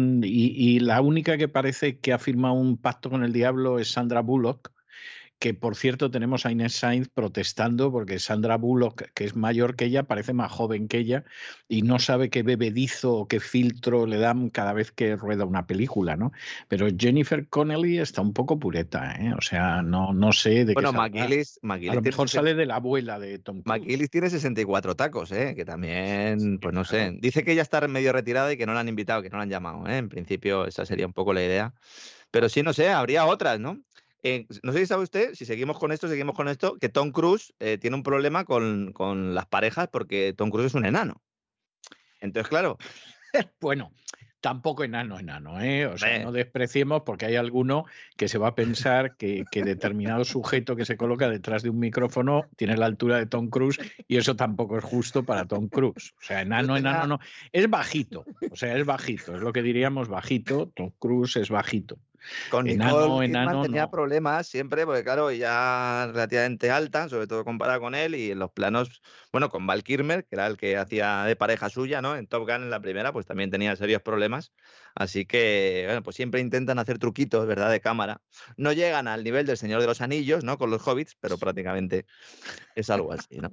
Y la única que parece que ha firmado un pacto con el diablo es Sandra Bullock, que por cierto tenemos a Inés Sainz protestando porque Sandra Bullock, que es mayor que ella, parece más joven que ella y no sabe qué bebedizo o qué filtro le dan cada vez que rueda una película, ¿no? Pero Jennifer Connelly está un poco pureta, ¿eh? O sea, no sé de qué Bueno, saldrá. McGillis A lo mejor sale de la abuela de Tom Cruise. McGillis tiene 64 tacos, ¿eh? Que también, Sí, pues no claro. sé. Dice que ella está medio retirada y que no la han invitado, que no la han llamado, ¿eh? En principio esa sería un poco la idea. Pero sí, no sé, habría otras, ¿no? No sé si sabe usted, si seguimos con esto, que Tom Cruise tiene un problema con las parejas porque Tom Cruise es un enano. Entonces, claro. Bueno, tampoco enano, ¿eh? O sea, Hombre. no despreciemos porque hay alguno que se va a pensar que determinado sujeto que se coloca detrás de un micrófono tiene la altura de Tom Cruise y eso tampoco es justo para Tom Cruise. O sea, enano no. Es bajito, o sea, es bajito, es lo que diríamos bajito. Tom Cruise es bajito. Con Nicole Kidman enano, tenía no. problemas siempre, porque claro, ella relativamente alta, sobre todo comparada con él, y en los planos, bueno, con Val Kilmer, que era el que hacía de pareja suya, ¿no? En Top Gun, en la primera, pues también tenía serios problemas. Así que, bueno, pues siempre intentan hacer truquitos, ¿verdad?, de cámara. No llegan al nivel del Señor de los Anillos, ¿no?, con los hobbits, pero prácticamente es algo así, ¿no?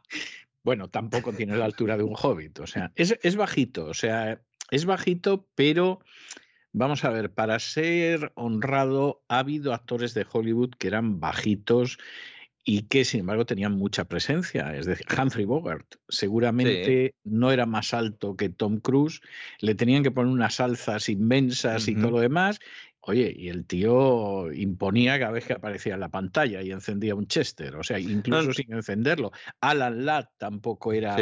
Bueno, tampoco tiene la altura de un hobbit, o sea, es bajito, o sea, es bajito, pero vamos a ver, para ser honrado, ha habido actores de Hollywood que eran bajitos y que, sin embargo, tenían mucha presencia. Es decir, Humphrey Bogart seguramente no era más alto que Tom Cruise, le tenían que poner unas alzas inmensas y todo lo demás. Oye, y el tío imponía cada vez que aparecía en la pantalla y encendía un Chester, o sea, incluso sin encenderlo. Alan Ladd tampoco era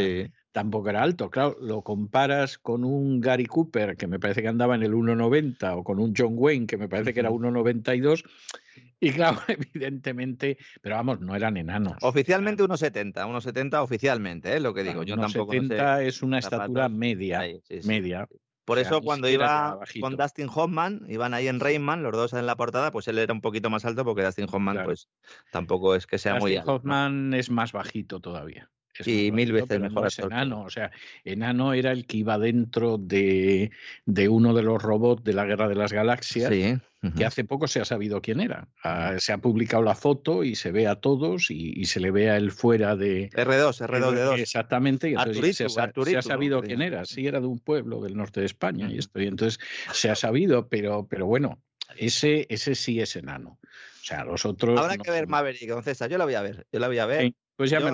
alto. Claro, lo comparas con un Gary Cooper, que me parece que andaba en el 1,90, o con un John Wayne, que me parece que era 1,92, y claro, evidentemente, pero vamos, no eran enanos. Oficialmente 1,70 oficialmente, es lo que digo. Yo tampoco sé. 1,70 es una estatura media. Ahí, sí. Media. Por eso cuando iba bajito. con Dustin Hoffman, iban ahí en Rain Man, los dos en la portada, pues él era un poquito más alto porque Dustin Hoffman pues tampoco es que sea muy alto. Dustin Hoffman es más bajito todavía. Y mil veces mejor no es enano. O sea, enano era el que iba dentro de uno de los robots de la Guerra de las Galaxias, que hace poco se ha sabido quién era. Se ha publicado la foto y se ve a todos y se le ve a él fuera de... R2D2. Exactamente, y entonces Arturito, se ha sabido ¿no? quién era. Sí, era de un pueblo del norte de España y entonces se ha sabido, pero bueno, ese sí es enano. O sea, los otros... Habrá que ver Maverick, don César. Yo la voy a ver. Sí, pues ya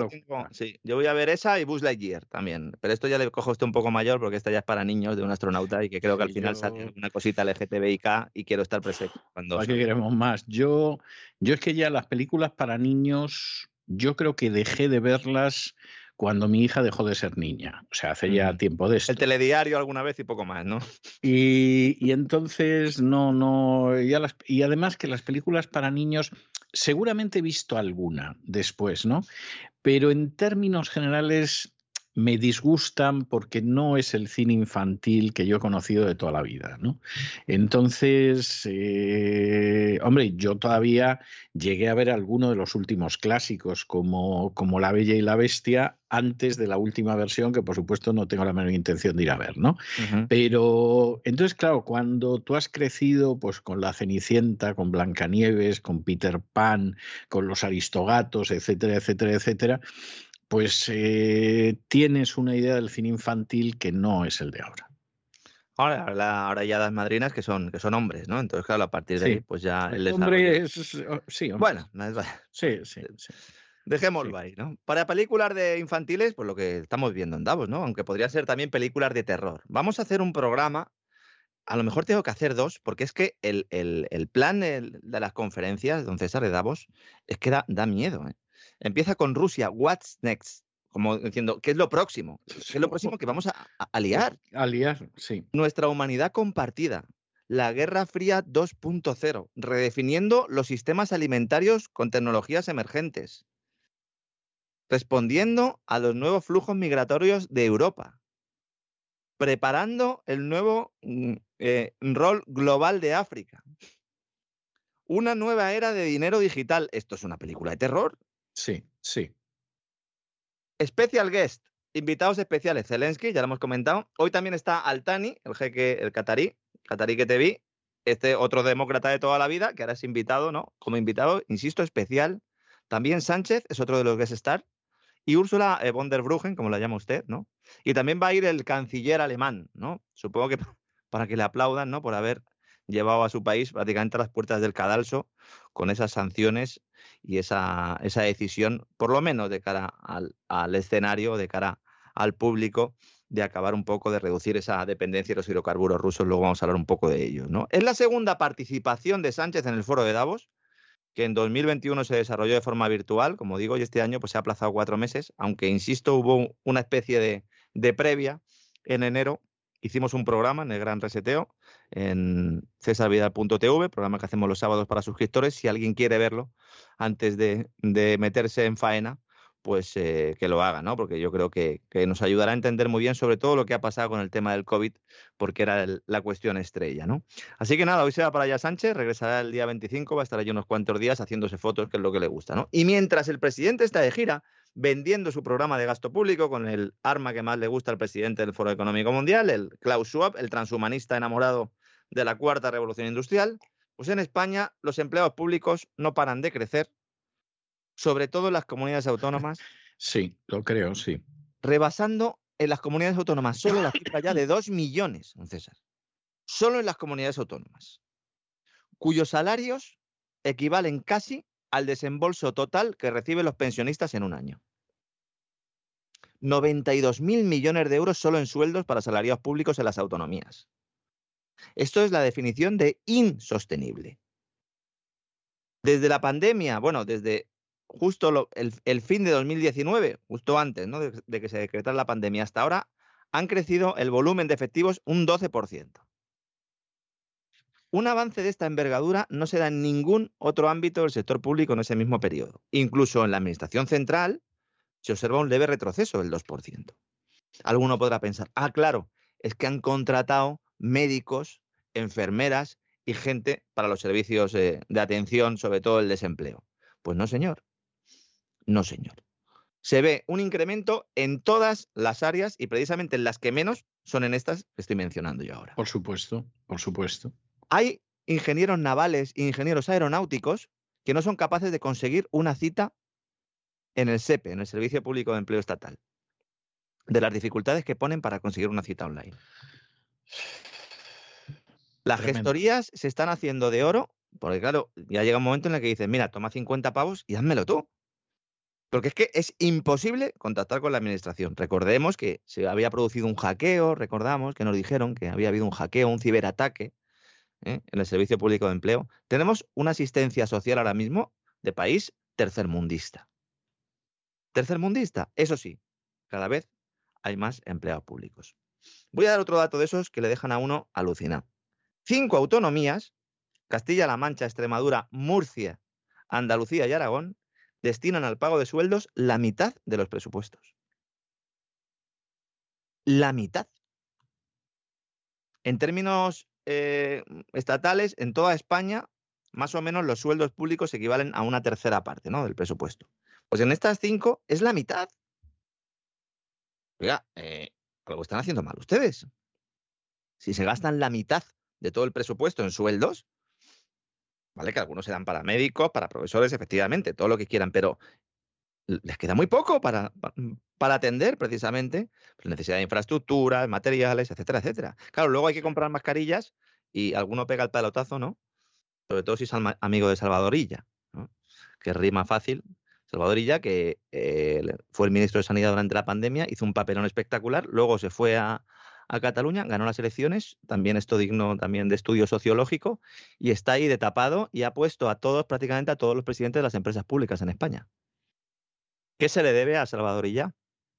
yo voy a ver esa y Buzz Lightyear también. Pero esto ya le cojo a usted un poco mayor porque esta ya es para niños de un astronauta y que creo que al final sale una cosita LGTBIK y quiero estar presente. ¿Para qué queremos más? Yo es que ya las películas para niños, yo creo que dejé de verlas cuando mi hija dejó de ser niña. O sea, hace ya tiempo de esto. El telediario alguna vez y poco más, ¿no? Y entonces y además que las películas para niños, seguramente he visto alguna después, ¿no? Pero en términos generales me disgustan porque no es el cine infantil que yo he conocido de toda la vida, ¿no? Entonces, hombre, yo todavía llegué a ver alguno de los últimos clásicos como La Bella y la Bestia antes de la última versión, que por supuesto no tengo la menor intención de ir a ver, ¿no? Pero entonces, claro, cuando tú has crecido pues con La Cenicienta, con Blancanieves, con Peter Pan, con los Aristogatos, etcétera, etcétera, etcétera, pues tienes una idea del cine infantil que no es el de ahora. Ahora ya las madrinas que son hombres, ¿no? Entonces, claro, a partir de ahí, pues ya el hombre desarrollo... sí, Bueno, sí. dejémoslo ahí, ¿no? Para películas de infantiles, pues lo que estamos viendo en Davos, ¿no? Aunque podría ser también películas de terror. Vamos a hacer un programa, a lo mejor tengo que hacer dos, porque es que el plan de las conferencias, don César, de Davos, es que da miedo, ¿eh? Empieza con Rusia, what's next? Como diciendo, ¿qué es lo próximo? ¿Qué es lo próximo que vamos a liar? A liar, sí. Nuestra humanidad compartida, la Guerra Fría 2.0, redefiniendo los sistemas alimentarios con tecnologías emergentes, respondiendo a los nuevos flujos migratorios de Europa, preparando el nuevo rol global de África, una nueva era de dinero digital. ¿Esto es una película de terror? Sí. Special guest, invitados especiales. Zelensky, ya lo hemos comentado. Hoy también está Al-Thani, el jeque, el catarí que te vi, otro demócrata de toda la vida, que ahora es invitado, ¿no? Como invitado, insisto, especial. También Sánchez es otro de los guest star. Y Ursula von der Bruggen, como la llama usted, ¿no? Y también va a ir el canciller alemán, ¿no? Supongo que para que le aplaudan, ¿no? Por haber llevado a su país prácticamente a las puertas del cadalso con esas sanciones y esa decisión, por lo menos de cara al escenario, de cara al público, de acabar un poco, de reducir esa dependencia de los hidrocarburos rusos. Luego vamos a hablar un poco de ellos, ¿no? Es la segunda participación de Sánchez en el foro de Davos, que en 2021 se desarrolló de forma virtual, como digo, y este año pues se ha aplazado 4 meses, aunque, insisto, hubo una especie de previa en enero. Hicimos un programa en el Gran Reseteo, en cesarvidal.tv, programa que hacemos los sábados para suscriptores. Si alguien quiere verlo antes de meterse en faena, pues que lo haga, ¿no? Porque yo creo que nos ayudará a entender muy bien sobre todo lo que ha pasado con el tema del COVID, porque era la cuestión estrella, ¿no? Así que nada, hoy se va para allá Sánchez, regresará el día 25, va a estar allí unos cuantos días haciéndose fotos, que es lo que le gusta, ¿no? Y mientras el presidente está de gira, vendiendo su programa de gasto público con el arma que más le gusta al presidente del Foro Económico Mundial, el Klaus Schwab, el transhumanista enamorado de la cuarta revolución industrial, pues en España los empleados públicos no paran de crecer, sobre todo en las comunidades autónomas. Sí, lo creo, sí. Rebasando en las comunidades autónomas solo la cifra ya de 2 millones, don César. Solo en las comunidades autónomas, cuyos salarios equivalen casi al desembolso total que reciben los pensionistas en un año. 92.000 millones de euros solo en sueldos para salariados públicos en las autonomías. Esto es la definición de insostenible. Desde la pandemia, bueno, desde justo el fin de 2019, justo antes, ¿no?, de que se decretara la pandemia hasta ahora, han crecido el volumen de efectivos un 12%. Un avance de esta envergadura no se da en ningún otro ámbito del sector público en ese mismo periodo. Incluso en la administración central se observa un leve retroceso del 2%. Alguno podrá pensar, claro, es que han contratado médicos, enfermeras y gente para los servicios de atención, sobre todo el desempleo. Pues no, señor. No, señor. Se ve un incremento en todas las áreas y precisamente en las que menos son en estas que estoy mencionando yo ahora. Por supuesto, por supuesto. Hay ingenieros navales e ingenieros aeronáuticos que no son capaces de conseguir una cita en el SEPE, en el Servicio Público de Empleo Estatal, de las dificultades que ponen para conseguir una cita online. Las Tremendo. gestorías se están haciendo de oro, porque claro, ya llega un momento en el que dices, mira, toma 50 pavos y házmelo tú. Porque es que es imposible contactar con la administración. Recordemos que se había producido un hackeo, recordamos que nos dijeron que había habido un hackeo, un ciberataque en el Servicio Público de Empleo. Tenemos una asistencia social ahora mismo de país tercermundista. Tercermundista, eso sí, cada vez hay más empleados públicos. Voy a dar otro dato de esos que le dejan a uno alucinado. 5 autonomías, Castilla-La Mancha, Extremadura, Murcia, Andalucía y Aragón, destinan al pago de sueldos la mitad de los presupuestos. La mitad. En términos estatales, en toda España, más o menos los sueldos públicos equivalen a una tercera parte, ¿no?, del presupuesto. Pues en estas 5 es la mitad. Oiga, algo están haciendo mal ustedes. Si se gastan la mitad de todo el presupuesto en sueldos, vale que algunos se dan para médicos, para profesores, efectivamente, todo lo que quieran, pero les queda muy poco para atender precisamente la necesidad de infraestructuras, materiales, etcétera, etcétera. Claro, luego hay que comprar mascarillas y alguno pega el pelotazo, ¿no? Sobre todo si es amigo de Salvador Illa, ¿no?, que rima fácil. Salvador Illa, que fue el ministro de Sanidad durante la pandemia, hizo un papelón espectacular, luego se fue a Cataluña, ganó las elecciones, también esto digno también de estudio sociológico, y está ahí de tapado y ha puesto a todos, prácticamente a todos los presidentes de las empresas públicas en España. ¿Qué se le debe a Salvador Illa?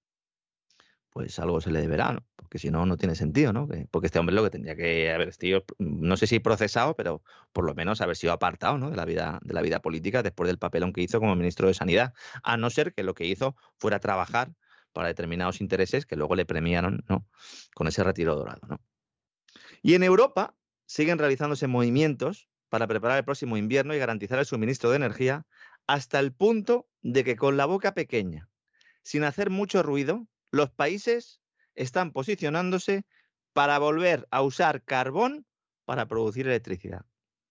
Pues algo se le deberá, ¿no? Porque si no, no tiene sentido, ¿no? Porque este hombre lo que tendría que haber sido, no sé si procesado, pero por lo menos haber sido apartado, ¿no?, de la vida política después del papelón que hizo como ministro de Sanidad, a no ser que lo que hizo fuera trabajar para determinados intereses que luego le premiaron, ¿no?, con ese retiro dorado, ¿no? Y en Europa siguen realizándose movimientos para preparar el próximo invierno y garantizar el suministro de energía, hasta el punto de que con la boca pequeña, sin hacer mucho ruido, los países están posicionándose para volver a usar carbón para producir electricidad.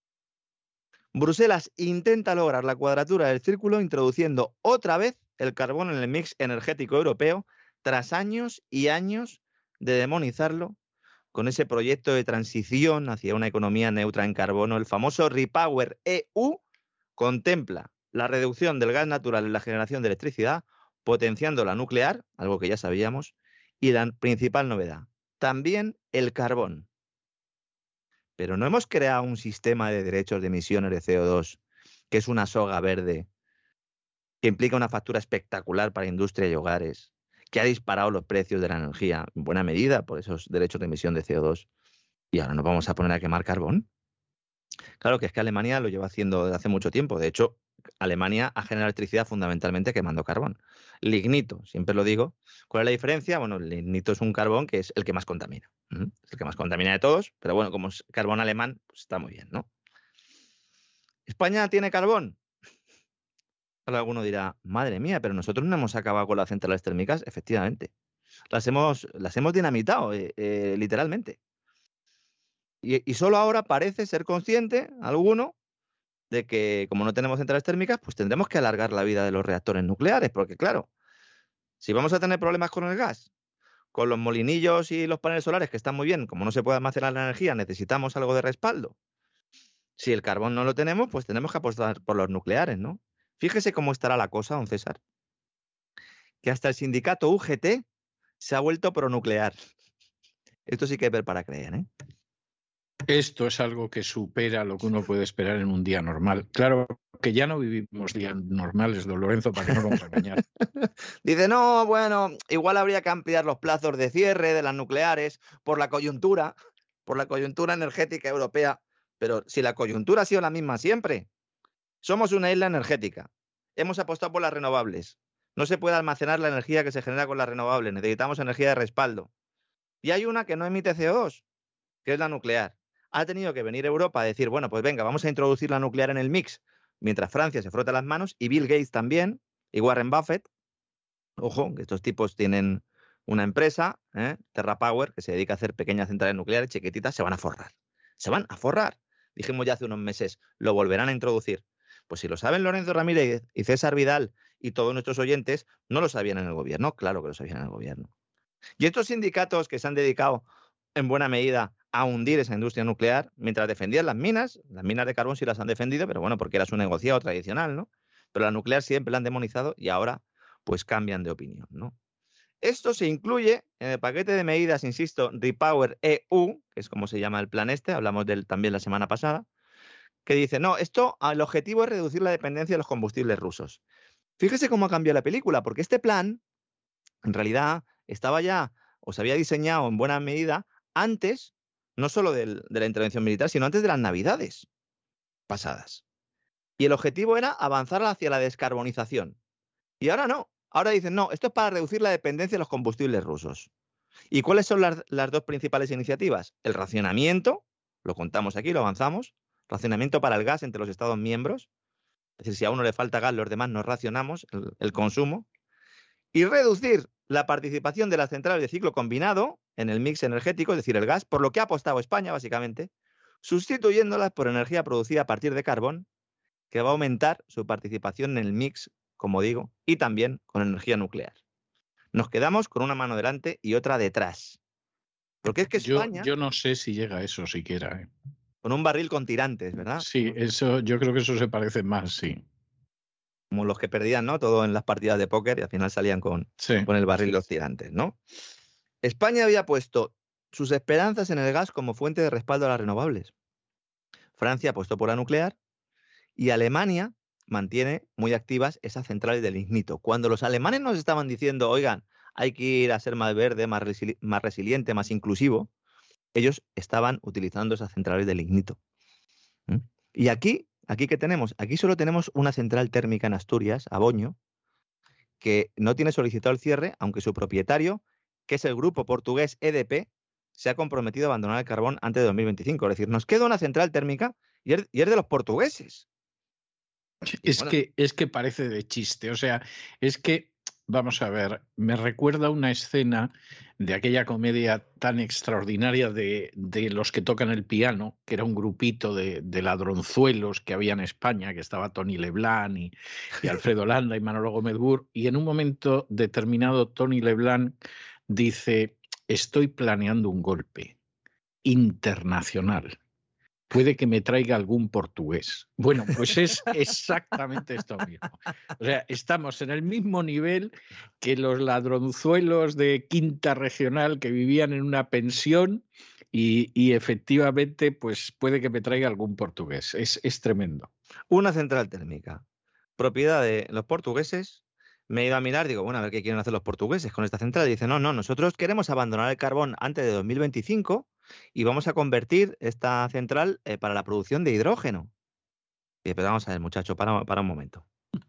Bruselas intenta lograr la cuadratura del círculo introduciendo otra vez el carbón en el mix energético europeo tras años y años de demonizarlo con ese proyecto de transición hacia una economía neutra en carbono. El famoso REPowerEU contempla la reducción del gas natural en la generación de electricidad, potenciando la nuclear, algo que ya sabíamos, y la principal novedad, también el carbón. Pero no hemos creado un sistema de derechos de emisiones de CO2, que es una soga verde, que implica una factura espectacular para industria y hogares, que ha disparado los precios de la energía, en buena medida por esos derechos de emisión de CO2. ¿Y ahora nos vamos a poner a quemar carbón? Claro que es que Alemania lo lleva haciendo desde hace mucho tiempo. De hecho, Alemania ha generado electricidad fundamentalmente quemando carbón. Lignito, siempre lo digo. ¿Cuál es la diferencia? Bueno, el lignito es un carbón que es el que más contamina. Es el que más contamina de todos, pero bueno, como es carbón alemán, pues está muy bien, ¿no? ¿España tiene carbón? Ahora alguno dirá, madre mía, pero nosotros no hemos acabado con las centrales térmicas. Efectivamente. Las hemos dinamitado, literalmente. Y solo ahora parece ser consciente alguno de que, como no tenemos centrales térmicas, pues tendremos que alargar la vida de los reactores nucleares, porque claro, si vamos a tener problemas con el gas, con los molinillos y los paneles solares, que están muy bien, como no se puede almacenar la energía, necesitamos algo de respaldo. Si el carbón no lo tenemos, pues tenemos que apostar por los nucleares, ¿no? Fíjese cómo estará la cosa, don César, que hasta el sindicato UGT se ha vuelto pronuclear. Esto sí que es ver para creer, ¿eh? Esto es algo que supera lo que uno puede esperar en un día normal. Claro que ya no vivimos días normales, don Lorenzo, para que no vamos a engañar. Dice, no, bueno, igual habría que ampliar los plazos de cierre de las nucleares por la coyuntura energética europea. Pero si la coyuntura ha sido la misma siempre, somos una isla energética. Hemos apostado por las renovables. No se puede almacenar la energía que se genera con las renovables. Necesitamos energía de respaldo. Y hay una que no emite CO2, que es la nuclear. Ha tenido que venir Europa a decir, bueno, pues venga, vamos a introducir la nuclear en el mix, mientras Francia se frota las manos, y Bill Gates también, y Warren Buffett. Ojo, que estos tipos tienen una empresa, TerraPower, que se dedica a hacer pequeñas centrales nucleares chiquititas, se van a forrar. Se van a forrar. Dijimos ya hace unos meses, lo volverán a introducir. Pues si lo saben Lorenzo Ramírez y César Vidal y todos nuestros oyentes, no lo sabían en el gobierno. Claro que lo sabían en el gobierno. Y estos sindicatos que se han dedicado en buena medida a hundir esa industria nuclear, mientras defendían las minas de carbón sí las han defendido, pero bueno, porque era su negociado tradicional, ¿no? Pero la nuclear siempre la han demonizado y ahora pues cambian de opinión, ¿no? Esto se incluye en el paquete de medidas, insisto, REPowerEU, que es como se llama el plan este, hablamos de él también la semana pasada, que dice, no, el objetivo es reducir la dependencia de los combustibles rusos. Fíjese cómo ha cambiado la película, porque este plan en realidad estaba ya, o se había diseñado en buena medida antes, no solo de la intervención militar, sino antes de las Navidades pasadas. Y el objetivo era avanzar hacia la descarbonización. Y ahora no. Ahora dicen, no, esto es para reducir la dependencia de los combustibles rusos. ¿Y cuáles son las dos principales iniciativas? El racionamiento, lo contamos aquí, lo avanzamos, racionamiento para el gas entre los Estados miembros. Es decir, si a uno le falta gas, los demás nos racionamos el consumo. Y reducir la participación de las centrales de ciclo combinado en el mix energético, es decir, el gas, por lo que ha apostado España, básicamente, sustituyéndolas por energía producida a partir de carbón, que va a aumentar su participación en el mix, como digo, y también con energía nuclear. Nos quedamos con una mano delante y otra detrás. Porque es que España... Yo no sé si llega a eso siquiera. Con un barril con tirantes, ¿verdad? Sí, yo creo que eso se parece más, sí. Como los que perdían, ¿no? Todo en las partidas de póker y al final salían con el barril y los tirantes, ¿no? España había puesto sus esperanzas en el gas como fuente de respaldo a las renovables. Francia apostó por la nuclear y Alemania mantiene muy activas esas centrales de lignito. Cuando los alemanes nos estaban diciendo, oigan, hay que ir a ser más verde, más resiliente, más inclusivo, ellos estaban utilizando esas centrales de lignito. Y aquí ¿qué tenemos? Aquí solo tenemos una central térmica en Asturias, Aboño, que no tiene solicitado el cierre, aunque su propietario, que es el grupo portugués EDP, se ha comprometido a abandonar el carbón antes de 2025. Es decir, nos queda una central térmica y es de los portugueses. Es que parece de chiste. O sea, es que, vamos a ver, me recuerda una escena de aquella comedia tan extraordinaria de los que tocan el piano, que era un grupito de ladronzuelos que había en España, que estaba Tony Leblanc y Alfredo Landa y Manolo Gómez Burr, y en un momento determinado Tony Leblanc dice, estoy planeando un golpe internacional. Puede que me traiga algún portugués. Bueno, pues es exactamente esto mismo. O sea, estamos en el mismo nivel que los ladronzuelos de Quinta Regional que vivían en una pensión y efectivamente, pues puede que me traiga algún portugués. Es tremendo. Una central térmica, propiedad de los portugueses. Me he ido a mirar, digo, bueno, a ver qué quieren hacer los portugueses con esta central. Y dicen, no, nosotros queremos abandonar el carbón antes de 2025 y vamos a convertir esta central para la producción de hidrógeno. Y pero vamos a ver, muchacho, para un momento.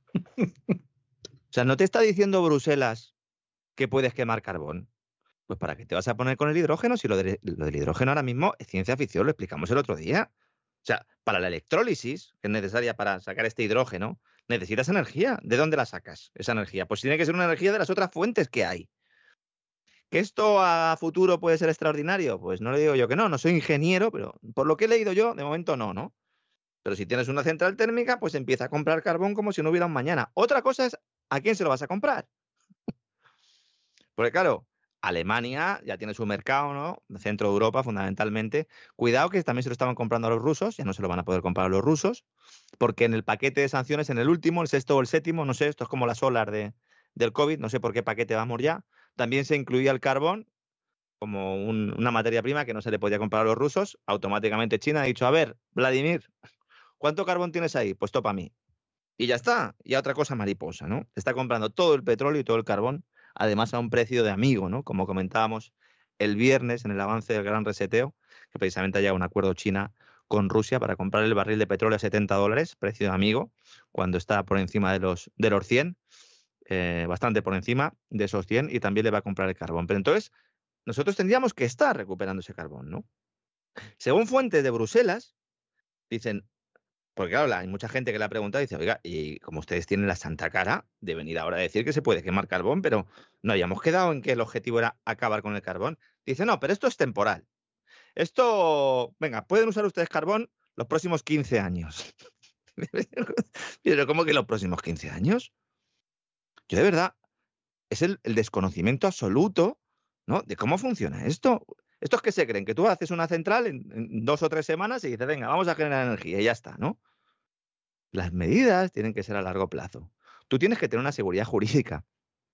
O sea, ¿no te está diciendo Bruselas que puedes quemar carbón? Pues ¿para qué te vas a poner con el hidrógeno si lo del hidrógeno ahora mismo es ciencia ficción? Lo explicamos el otro día. O sea, para la electrólisis, que es necesaria para sacar este hidrógeno, necesitas energía. ¿De dónde la sacas esa energía? Pues tiene que ser una energía de las otras fuentes que hay. ¿Que esto a futuro puede ser extraordinario? Pues no le digo yo que no soy ingeniero, pero por lo que he leído yo, de momento no. Pero si tienes una central térmica, pues empieza a comprar carbón como si no hubiera un mañana. Otra cosa es, ¿a quién se lo vas a comprar? Porque claro, Alemania ya tiene su mercado, ¿no? Centro de Europa, fundamentalmente. Cuidado que también se lo estaban comprando a los rusos, ya no se lo van a poder comprar a los rusos, porque en el paquete de sanciones, en el último, el sexto o el séptimo, no sé, esto es como la Solar del COVID, no sé por qué paquete vamos ya, también se incluía el carbón como una materia prima que no se le podía comprar a los rusos. Automáticamente China ha dicho, a ver, Vladimir, ¿cuánto carbón tienes ahí? Pues topa a mí. Y ya está, y a otra cosa mariposa, ¿no? Está comprando todo el petróleo y todo el carbón, además a un precio de amigo, ¿no? Como comentábamos el viernes en el avance del gran reseteo, que precisamente ha llegado un acuerdo China con Rusia para comprar el barril de petróleo a $70, precio de amigo, cuando está por encima de los 100, bastante por encima de esos 100, y también le va a comprar el carbón. Pero entonces, nosotros tendríamos que estar recuperando ese carbón, ¿no? Según fuentes de Bruselas, dicen, porque claro, hay mucha gente que le ha preguntado y dice, oiga, y como ustedes tienen la santa cara de venir ahora a decir que se puede quemar carbón, pero no habíamos quedado en que el objetivo era acabar con el carbón. Dice, no, pero esto es temporal. Esto, venga, pueden usar ustedes carbón los próximos 15 años. Pero ¿cómo que los próximos 15 años? Yo de verdad, es el desconocimiento absoluto, ¿no? De cómo funciona esto. Estos que se creen que tú haces una central en 2 o 3 semanas y dices, venga, vamos a generar energía y ya está, ¿no? Las medidas tienen que ser a largo plazo. Tú tienes que tener una seguridad jurídica.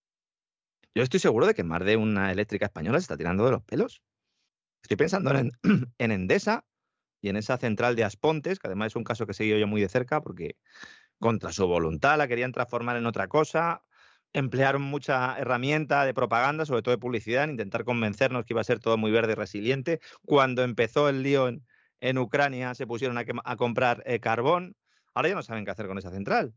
Yo estoy seguro de que más de una eléctrica española se está tirando de los pelos. Estoy pensando en Endesa y en esa central de Aspontes, que además es un caso que he seguido yo muy de cerca porque contra su voluntad la querían transformar en otra cosa. emplearon mucha herramienta de propaganda, sobre todo de publicidad, en intentar convencernos que iba a ser todo muy verde y resiliente. Cuando empezó el lío en Ucrania, se pusieron a comprar carbón. Ahora ya no saben qué hacer con esa central.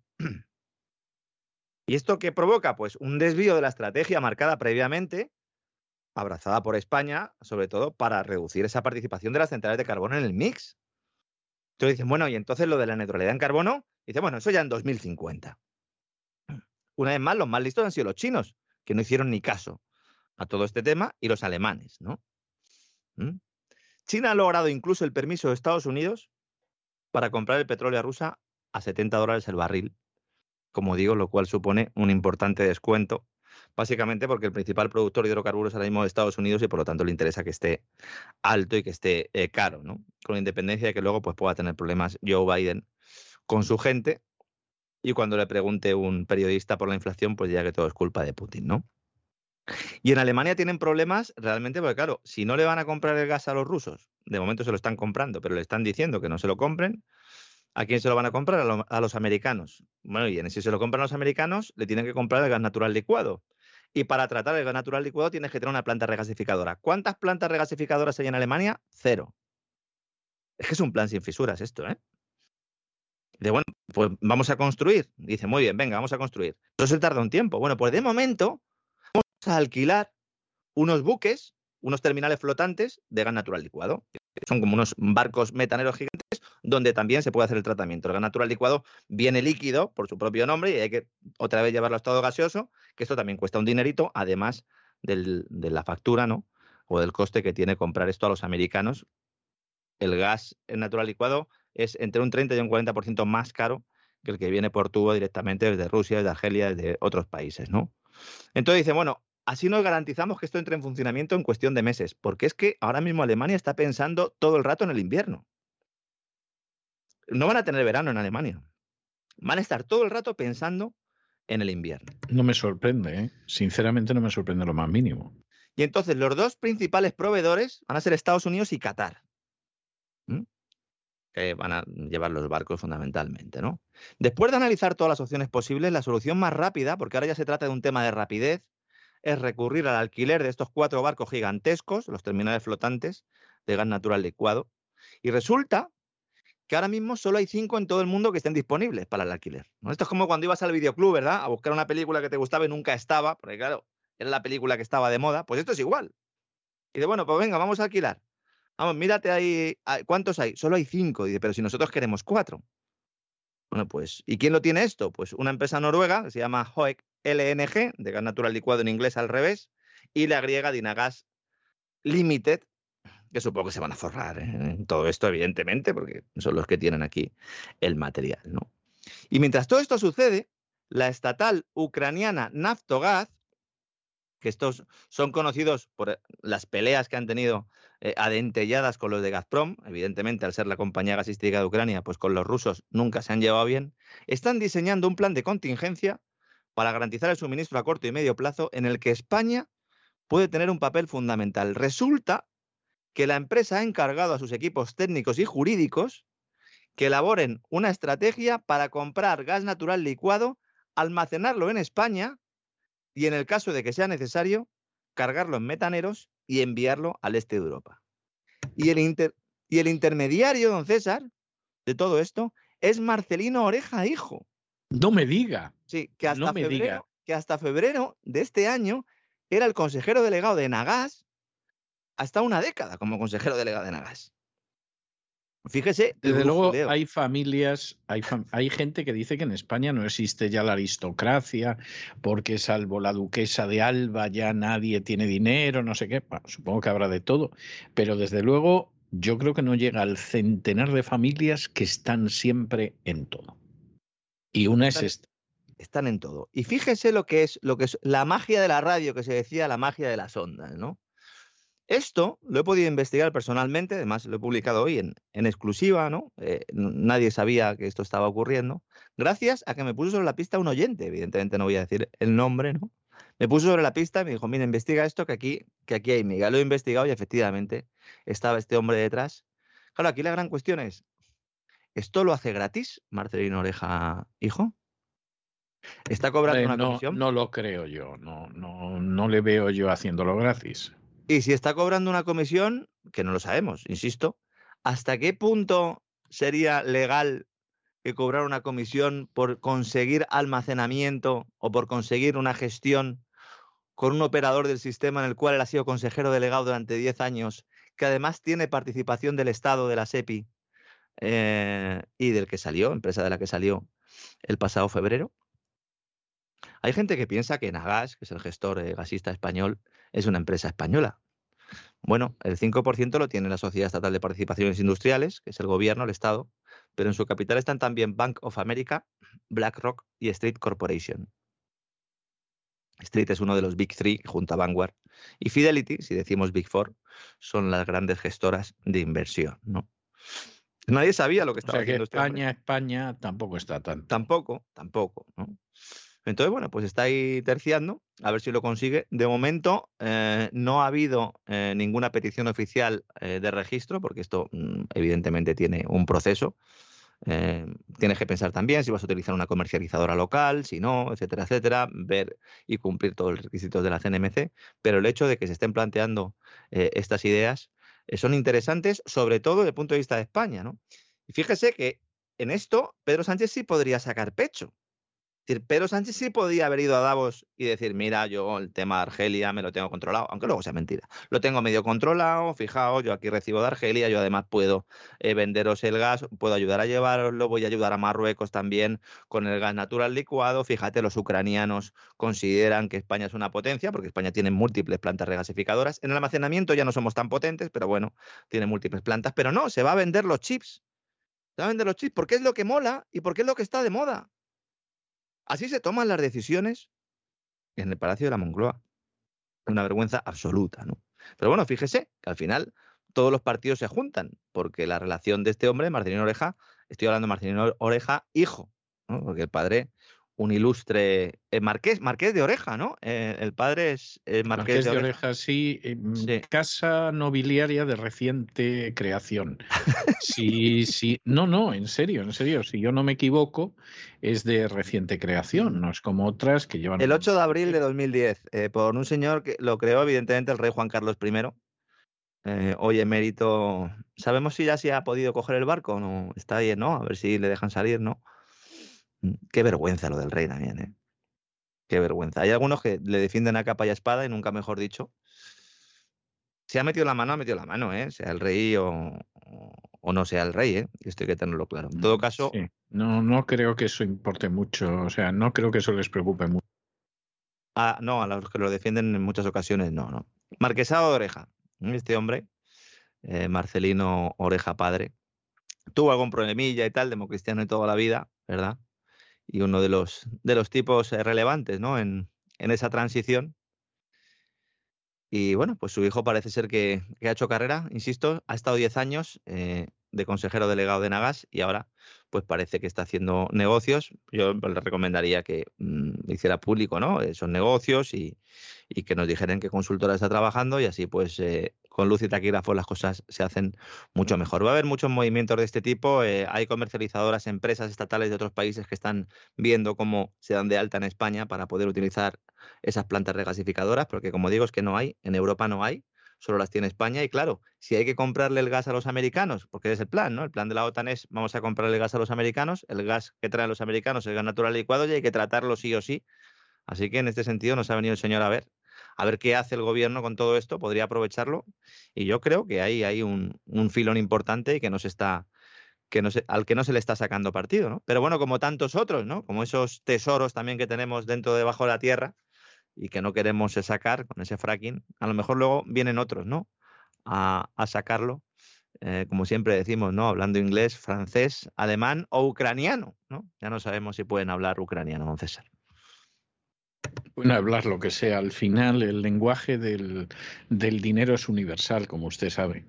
¿Y esto qué provoca? Pues un desvío de la estrategia marcada previamente, abrazada por España, sobre todo para reducir esa participación de las centrales de carbón en el mix. Entonces dicen, bueno, y entonces lo de la neutralidad en carbono, dice, bueno, eso ya en 2050. Una vez más, los más listos han sido los chinos, que no hicieron ni caso a todo este tema, y los alemanes, ¿no? China ha logrado incluso el permiso de Estados Unidos para comprar el petróleo a Rusia a $70 el barril, como digo, lo cual supone un importante descuento, básicamente porque el principal productor de hidrocarburos ahora mismo es Estados Unidos y por lo tanto le interesa que esté alto y que esté caro, ¿no? Con independencia de que luego pues, pueda tener problemas Joe Biden con su gente. Y cuando le pregunte un periodista por la inflación, pues ya que todo es culpa de Putin, ¿no? Y en Alemania tienen problemas realmente porque, claro, si no le van a comprar el gas a los rusos, de momento se lo están comprando, pero le están diciendo que no se lo compren, ¿a quién se lo van a comprar? A los americanos. Bueno, y si se lo compran a los americanos, le tienen que comprar el gas natural licuado. Y para tratar el gas natural licuado tienes que tener una planta regasificadora. ¿Cuántas plantas regasificadoras hay en Alemania? 0. Es que es un plan sin fisuras esto, ¿eh? De bueno, pues vamos a construir. Dice, muy bien, venga, vamos a construir. Eso se tarda un tiempo. Bueno, pues de momento vamos a alquilar unos buques, unos terminales flotantes de gas natural licuado. Son como unos barcos metaneros gigantes donde también se puede hacer el tratamiento. El gas natural licuado viene líquido por su propio nombre y hay que otra vez llevarlo a estado gaseoso, que esto también cuesta un dinerito, además de la factura, ¿no? O del coste que tiene comprar esto a los americanos. El gas natural licuado es entre un 30 y un 40% más caro que el que viene por tubo directamente desde Rusia, desde Argelia, desde otros países, ¿no? Entonces dice, bueno, así nos garantizamos que esto entre en funcionamiento en cuestión de meses, porque es que ahora mismo Alemania está pensando todo el rato en el invierno. No van a tener verano en Alemania. Van a estar todo el rato pensando en el invierno. No me sorprende, ¿eh? Sinceramente no me sorprende lo más mínimo. Y entonces los dos principales proveedores van a ser Estados Unidos y Qatar. Que van a llevar los barcos fundamentalmente, ¿no? Después de analizar todas las opciones posibles, la solución más rápida, porque ahora ya se trata de un tema de rapidez, es recurrir al alquiler de estos 4 barcos gigantescos, los terminales flotantes de gas natural licuado. Y resulta que ahora mismo solo hay 5 en todo el mundo que estén disponibles para el alquiler, ¿no? Esto es como cuando ibas al videoclub, ¿verdad? A buscar una película que te gustaba y nunca estaba, porque claro, era la película que estaba de moda. Pues esto es igual. Y de bueno, pues venga, vamos a alquilar. Vamos, mírate ahí, ¿cuántos hay? Solo hay 5. Dice, pero si nosotros queremos 4. Bueno, pues, ¿y quién lo tiene esto? Pues una empresa noruega que se llama Hoek LNG, de gas natural licuado en inglés al revés, y la griega Dynagas Limited, que supongo que se van a forrar en todo esto, evidentemente, porque son los que tienen aquí el material, ¿no? Y mientras todo esto sucede, la estatal ucraniana Naftogaz, que estos son conocidos por las peleas que han tenido adentelladas con los de Gazprom, evidentemente al ser la compañía gasística de Ucrania, pues con los rusos nunca se han llevado bien, están diseñando un plan de contingencia para garantizar el suministro a corto y medio plazo en el que España puede tener un papel fundamental. Resulta que la empresa ha encargado a sus equipos técnicos y jurídicos que elaboren una estrategia para comprar gas natural licuado, almacenarlo en España y en el caso de que sea necesario, cargarlo en metaneros y enviarlo al este de Europa. Y el intermediario, don César, de todo esto, es Marcelino Oreja, hijo. No me diga. Sí, que hasta febrero de este año era el consejero delegado de Nagas hasta una década como consejero delegado de Nagas. Fíjese. Desde luego hay familias, hay gente que dice que en España no existe ya la aristocracia porque salvo la duquesa de Alba ya nadie tiene dinero, no sé qué. Bueno, supongo que habrá de todo, pero desde luego yo creo que no llega al centenar de familias que están siempre en todo. Y una es esta. Están en todo. Y fíjese lo que es la magia de la radio, que se decía la magia de las ondas, ¿no? Esto lo he podido investigar personalmente, además lo he publicado hoy en exclusiva, ¿no? Nadie sabía que esto estaba ocurriendo, gracias a que me puso sobre la pista un oyente, evidentemente no voy a decir el nombre, ¿no? Me puso sobre la pista y me dijo, mira, investiga esto, que aquí hay miga. Lo he investigado y efectivamente estaba este hombre detrás. Claro, aquí la gran cuestión es, ¿esto lo hace gratis Marcelino Oreja, hijo? ¿Está cobrando una No, comisión? no lo creo yo, no le veo yo haciéndolo gratis. Y si está cobrando una comisión, que no lo sabemos, insisto, ¿hasta qué punto sería legal que cobrar una comisión por conseguir almacenamiento o por conseguir una gestión con un operador del sistema en el cual él ha sido consejero delegado durante 10 años, que además tiene participación del Estado, de la SEPI, y del que salió, empresa de la que salió el pasado febrero? Hay gente que piensa que Nagas, que es el gestor gasista español, es una empresa española. Bueno, el 5% lo tiene la Sociedad Estatal de Participaciones Industriales, que es el gobierno, el Estado, pero en su capital están también Bank of America, BlackRock y Street Corporation. Street es uno de los Big Three junto a Vanguard. Y Fidelity, si decimos Big Four, son las grandes gestoras de inversión, ¿no? Nadie sabía lo que estaba haciendo este hombre. España tampoco está tanto. Tampoco, ¿no? Entonces, bueno, pues está ahí terciando, a ver si lo consigue. De momento no ha habido ninguna petición oficial de registro, porque esto evidentemente tiene un proceso. Tienes que pensar también si vas a utilizar una comercializadora local, si no, etcétera, etcétera, ver y cumplir todos los requisitos de la CNMC, pero el hecho de que se estén planteando estas ideas son interesantes, sobre todo desde el punto de vista de España, ¿no? Y fíjese que en esto Pedro Sánchez sí podría sacar pecho. Es decir, Pedro Sánchez sí podía haber ido a Davos y decir, mira, yo el tema de Argelia me lo tengo controlado, aunque luego sea mentira. Lo tengo medio controlado, fijaos, yo aquí recibo de Argelia, yo además puedo venderos el gas, puedo ayudar a llevaroslo, voy a ayudar a Marruecos también con el gas natural licuado. Fíjate, los ucranianos consideran que España es una potencia, porque España tiene múltiples plantas regasificadoras. En el almacenamiento ya no somos tan potentes, pero bueno, tiene múltiples plantas. Pero no, se va a vender los chips. Se va a vender los chips porque es lo que mola y porque es lo que está de moda. Así se toman las decisiones en el Palacio de la Moncloa. Una vergüenza absoluta, ¿no? Pero bueno, fíjese que al final todos los partidos se juntan, porque la relación de este hombre, Marcelino Oreja, estoy hablando de Marcelino Oreja, hijo, ¿no? Porque el padre, un ilustre marqués de Oreja, ¿no? El padre es marqués de Oreja. Sí, sí. Casa nobiliaria de reciente creación. Sí, no, en serio, si yo no me equivoco, es de reciente creación, no es como otras que llevan... El 8 de abril de 2010, por un señor que lo creó, evidentemente, el rey Juan Carlos I, hoy emérito. ¿Sabemos si ya se ha podido coger el barco? No, está ahí, ¿no? A ver si le dejan salir, ¿no? Qué vergüenza lo del rey también, ¿eh? Qué vergüenza. Hay algunos que le defienden a capa y a espada, y nunca mejor dicho. Si ha metido la mano, ha metido la mano, ¿eh? Sea el rey o no sea el rey, ¿eh? Esto hay que tenerlo claro. En todo caso... Sí. No creo que eso importe mucho, o sea, no creo que eso les preocupe mucho. No, a los que lo defienden en muchas ocasiones, no. Marquesado de Oreja. Este hombre, Marcelino Oreja padre, tuvo algún problemilla y tal, democristiano y toda la vida, ¿verdad? Y uno de los tipos relevantes, ¿no? En esa transición. Y bueno, pues su hijo parece ser que ha hecho carrera, insisto, ha estado 10 años de consejero delegado de Nagas y ahora pues parece que está haciendo negocios. Yo le recomendaría que hiciera público, ¿no? Esos negocios y que nos dijeran qué consultora está trabajando, y así pues con luz y taquígrafo las cosas se hacen mucho mejor. Va a haber muchos movimientos de este tipo. Hay comercializadoras, empresas estatales de otros países que están viendo cómo se dan de alta en España para poder utilizar esas plantas regasificadoras, porque como digo, es que no hay, en Europa no hay, solo las tiene España. Y claro, si hay que comprarle el gas a los americanos, porque es el plan, ¿no? El plan de la OTAN es, vamos a comprarle el gas a los americanos, el gas que traen los americanos es el gas natural licuado y hay que tratarlo sí o sí. Así que en este sentido nos ha venido el señor a ver qué hace el gobierno con todo esto, podría aprovecharlo, y yo creo que ahí hay un filón importante y que al que no se le está sacando partido, ¿no? Pero bueno, como tantos otros, ¿no? Como esos tesoros también que tenemos dentro debajo de la tierra y que no queremos sacar con ese fracking, a lo mejor luego vienen otros, ¿no? A sacarlo, como siempre decimos, ¿no? Hablando inglés, francés, alemán o ucraniano, ¿no? Ya no sabemos si pueden hablar ucraniano, don César. Pueden hablar lo que sea. Al final, el lenguaje del dinero es universal, como usted sabe.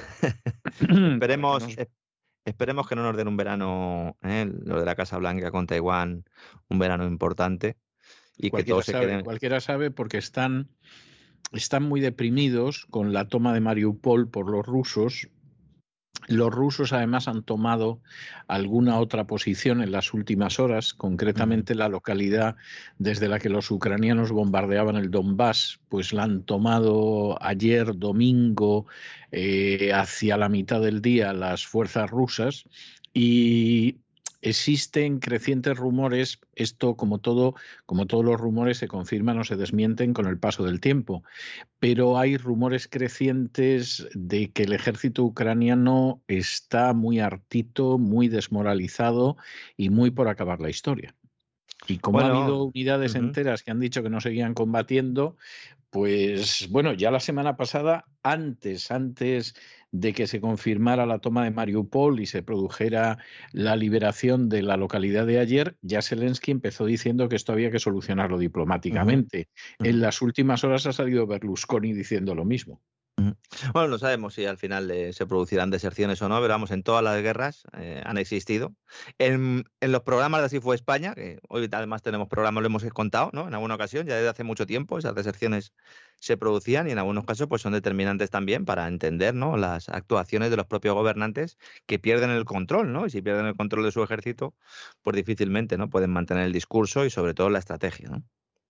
Esperemos que no nos den un verano, lo de la Casa Blanca con Taiwán, un verano importante. Y que todos se queden... Cualquiera sabe, porque están muy deprimidos con la toma de Mariupol por los rusos, Los rusos además han tomado alguna otra posición en las últimas horas, concretamente la localidad desde la que los ucranianos bombardeaban el Donbass, pues la han tomado ayer domingo hacia la mitad del día las fuerzas rusas y existen crecientes rumores, esto como todos los rumores se confirman o se desmienten con el paso del tiempo, pero hay rumores crecientes de que el ejército ucraniano está muy hartito, muy desmoralizado y muy por acabar la historia. Y como ha habido unidades enteras que han dicho que no seguían combatiendo, pues bueno, ya la semana pasada, antes de que se confirmara la toma de Mariupol y se produjera la liberación de la localidad de ayer, ya Zelensky empezó diciendo que esto había que solucionarlo diplomáticamente. En las últimas horas ha salido Berlusconi diciendo lo mismo. Bueno, no sabemos si al final se producirán deserciones o no, pero vamos, en todas las guerras han existido. En los programas de Así fue España, que hoy además tenemos programas, lo hemos contado, ¿no? En alguna ocasión, ya desde hace mucho tiempo, esas deserciones se producían y en algunos casos pues son determinantes también para entender, ¿no?, las actuaciones de los propios gobernantes que pierden el control, ¿no? Y si pierden el control de su ejército, pues difícilmente, ¿no?, pueden mantener el discurso y sobre todo la estrategia, ¿no?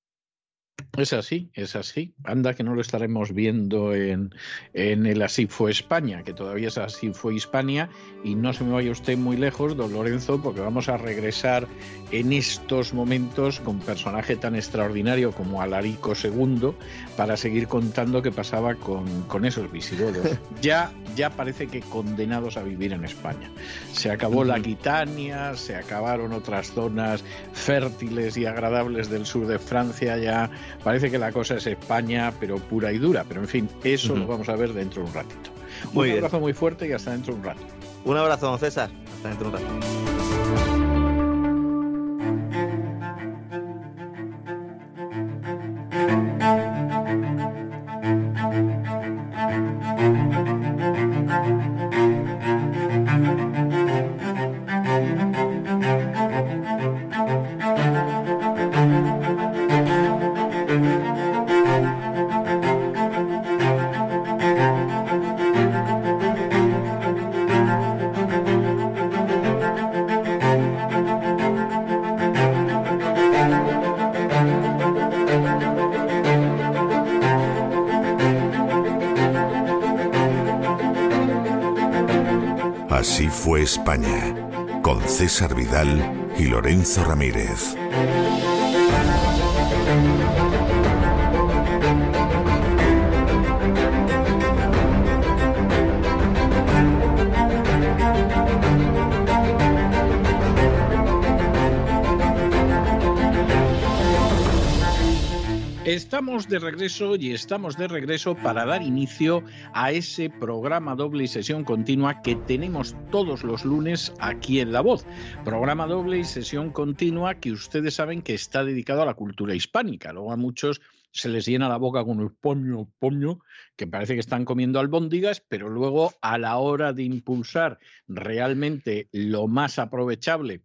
Es así, es así. Anda que no lo estaremos viendo en el Así fue España, que todavía es Así fue Hispania, y no se me vaya usted muy lejos, don Lorenzo, porque vamos a regresar en estos momentos con un personaje tan extraordinario como Alarico II para seguir contando qué pasaba con esos visigodos. Ya parece que condenados a vivir en España. Se acabó la Aquitania, se acabaron otras zonas fértiles y agradables del sur de Francia, ya parece que la cosa es España, pero pura y dura. Pero en fin, eso lo vamos a ver dentro de un ratito. Un abrazo muy fuerte y hasta dentro de un rato. Un abrazo, don César. Hasta dentro de un rato. Así fue España, con César Vidal y Lorenzo Ramírez. Estamos de regreso para dar inicio a ese programa doble y sesión continua que tenemos todos los lunes aquí en La Voz. Programa doble y sesión continua que ustedes saben que está dedicado a la cultura hispánica. Luego a muchos se les llena la boca con el poño, que parece que están comiendo albóndigas, pero luego a la hora de impulsar realmente lo más aprovechable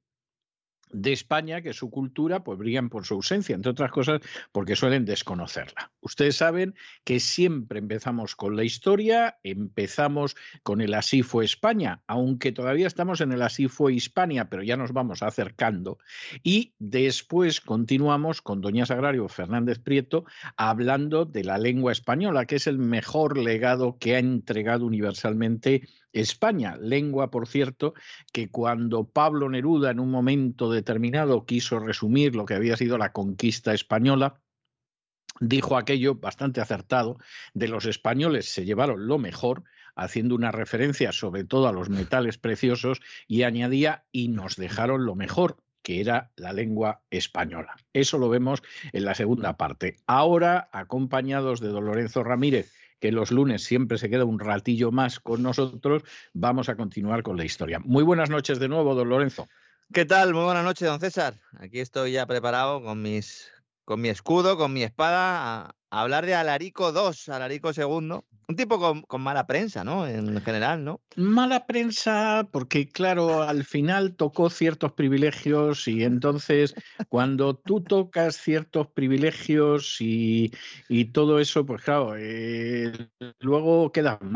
de España, que su cultura, pues brillan por su ausencia, entre otras cosas porque suelen desconocerla. Ustedes saben que siempre empezamos con la historia, empezamos con el Así fue España, aunque todavía estamos en el Así fue Hispania, pero ya nos vamos acercando, y después continuamos con doña Sagrario Fernández Prieto hablando de la lengua española, que es el mejor legado que ha entregado universalmente España, lengua, por cierto, que cuando Pablo Neruda en un momento determinado quiso resumir lo que había sido la conquista española, dijo aquello bastante acertado: de los españoles se llevaron lo mejor, haciendo una referencia sobre todo a los metales preciosos, y añadía: y nos dejaron lo mejor, que era la lengua española. Eso lo vemos en la segunda parte. Ahora, acompañados de don Lorenzo Ramírez, que los lunes siempre se queda un ratillo más con nosotros, vamos a continuar con la historia. Muy buenas noches de nuevo, don Lorenzo. ¿Qué tal? Muy buenas noches, don César. Aquí estoy ya preparado con mi escudo, con mi espada, a hablar de Alarico II, Alarico II. Un tipo con mala prensa, ¿no? En general, ¿no? Mala prensa porque, claro, al final tocó ciertos privilegios y entonces cuando tú tocas ciertos privilegios y todo eso, pues claro, luego queda mal.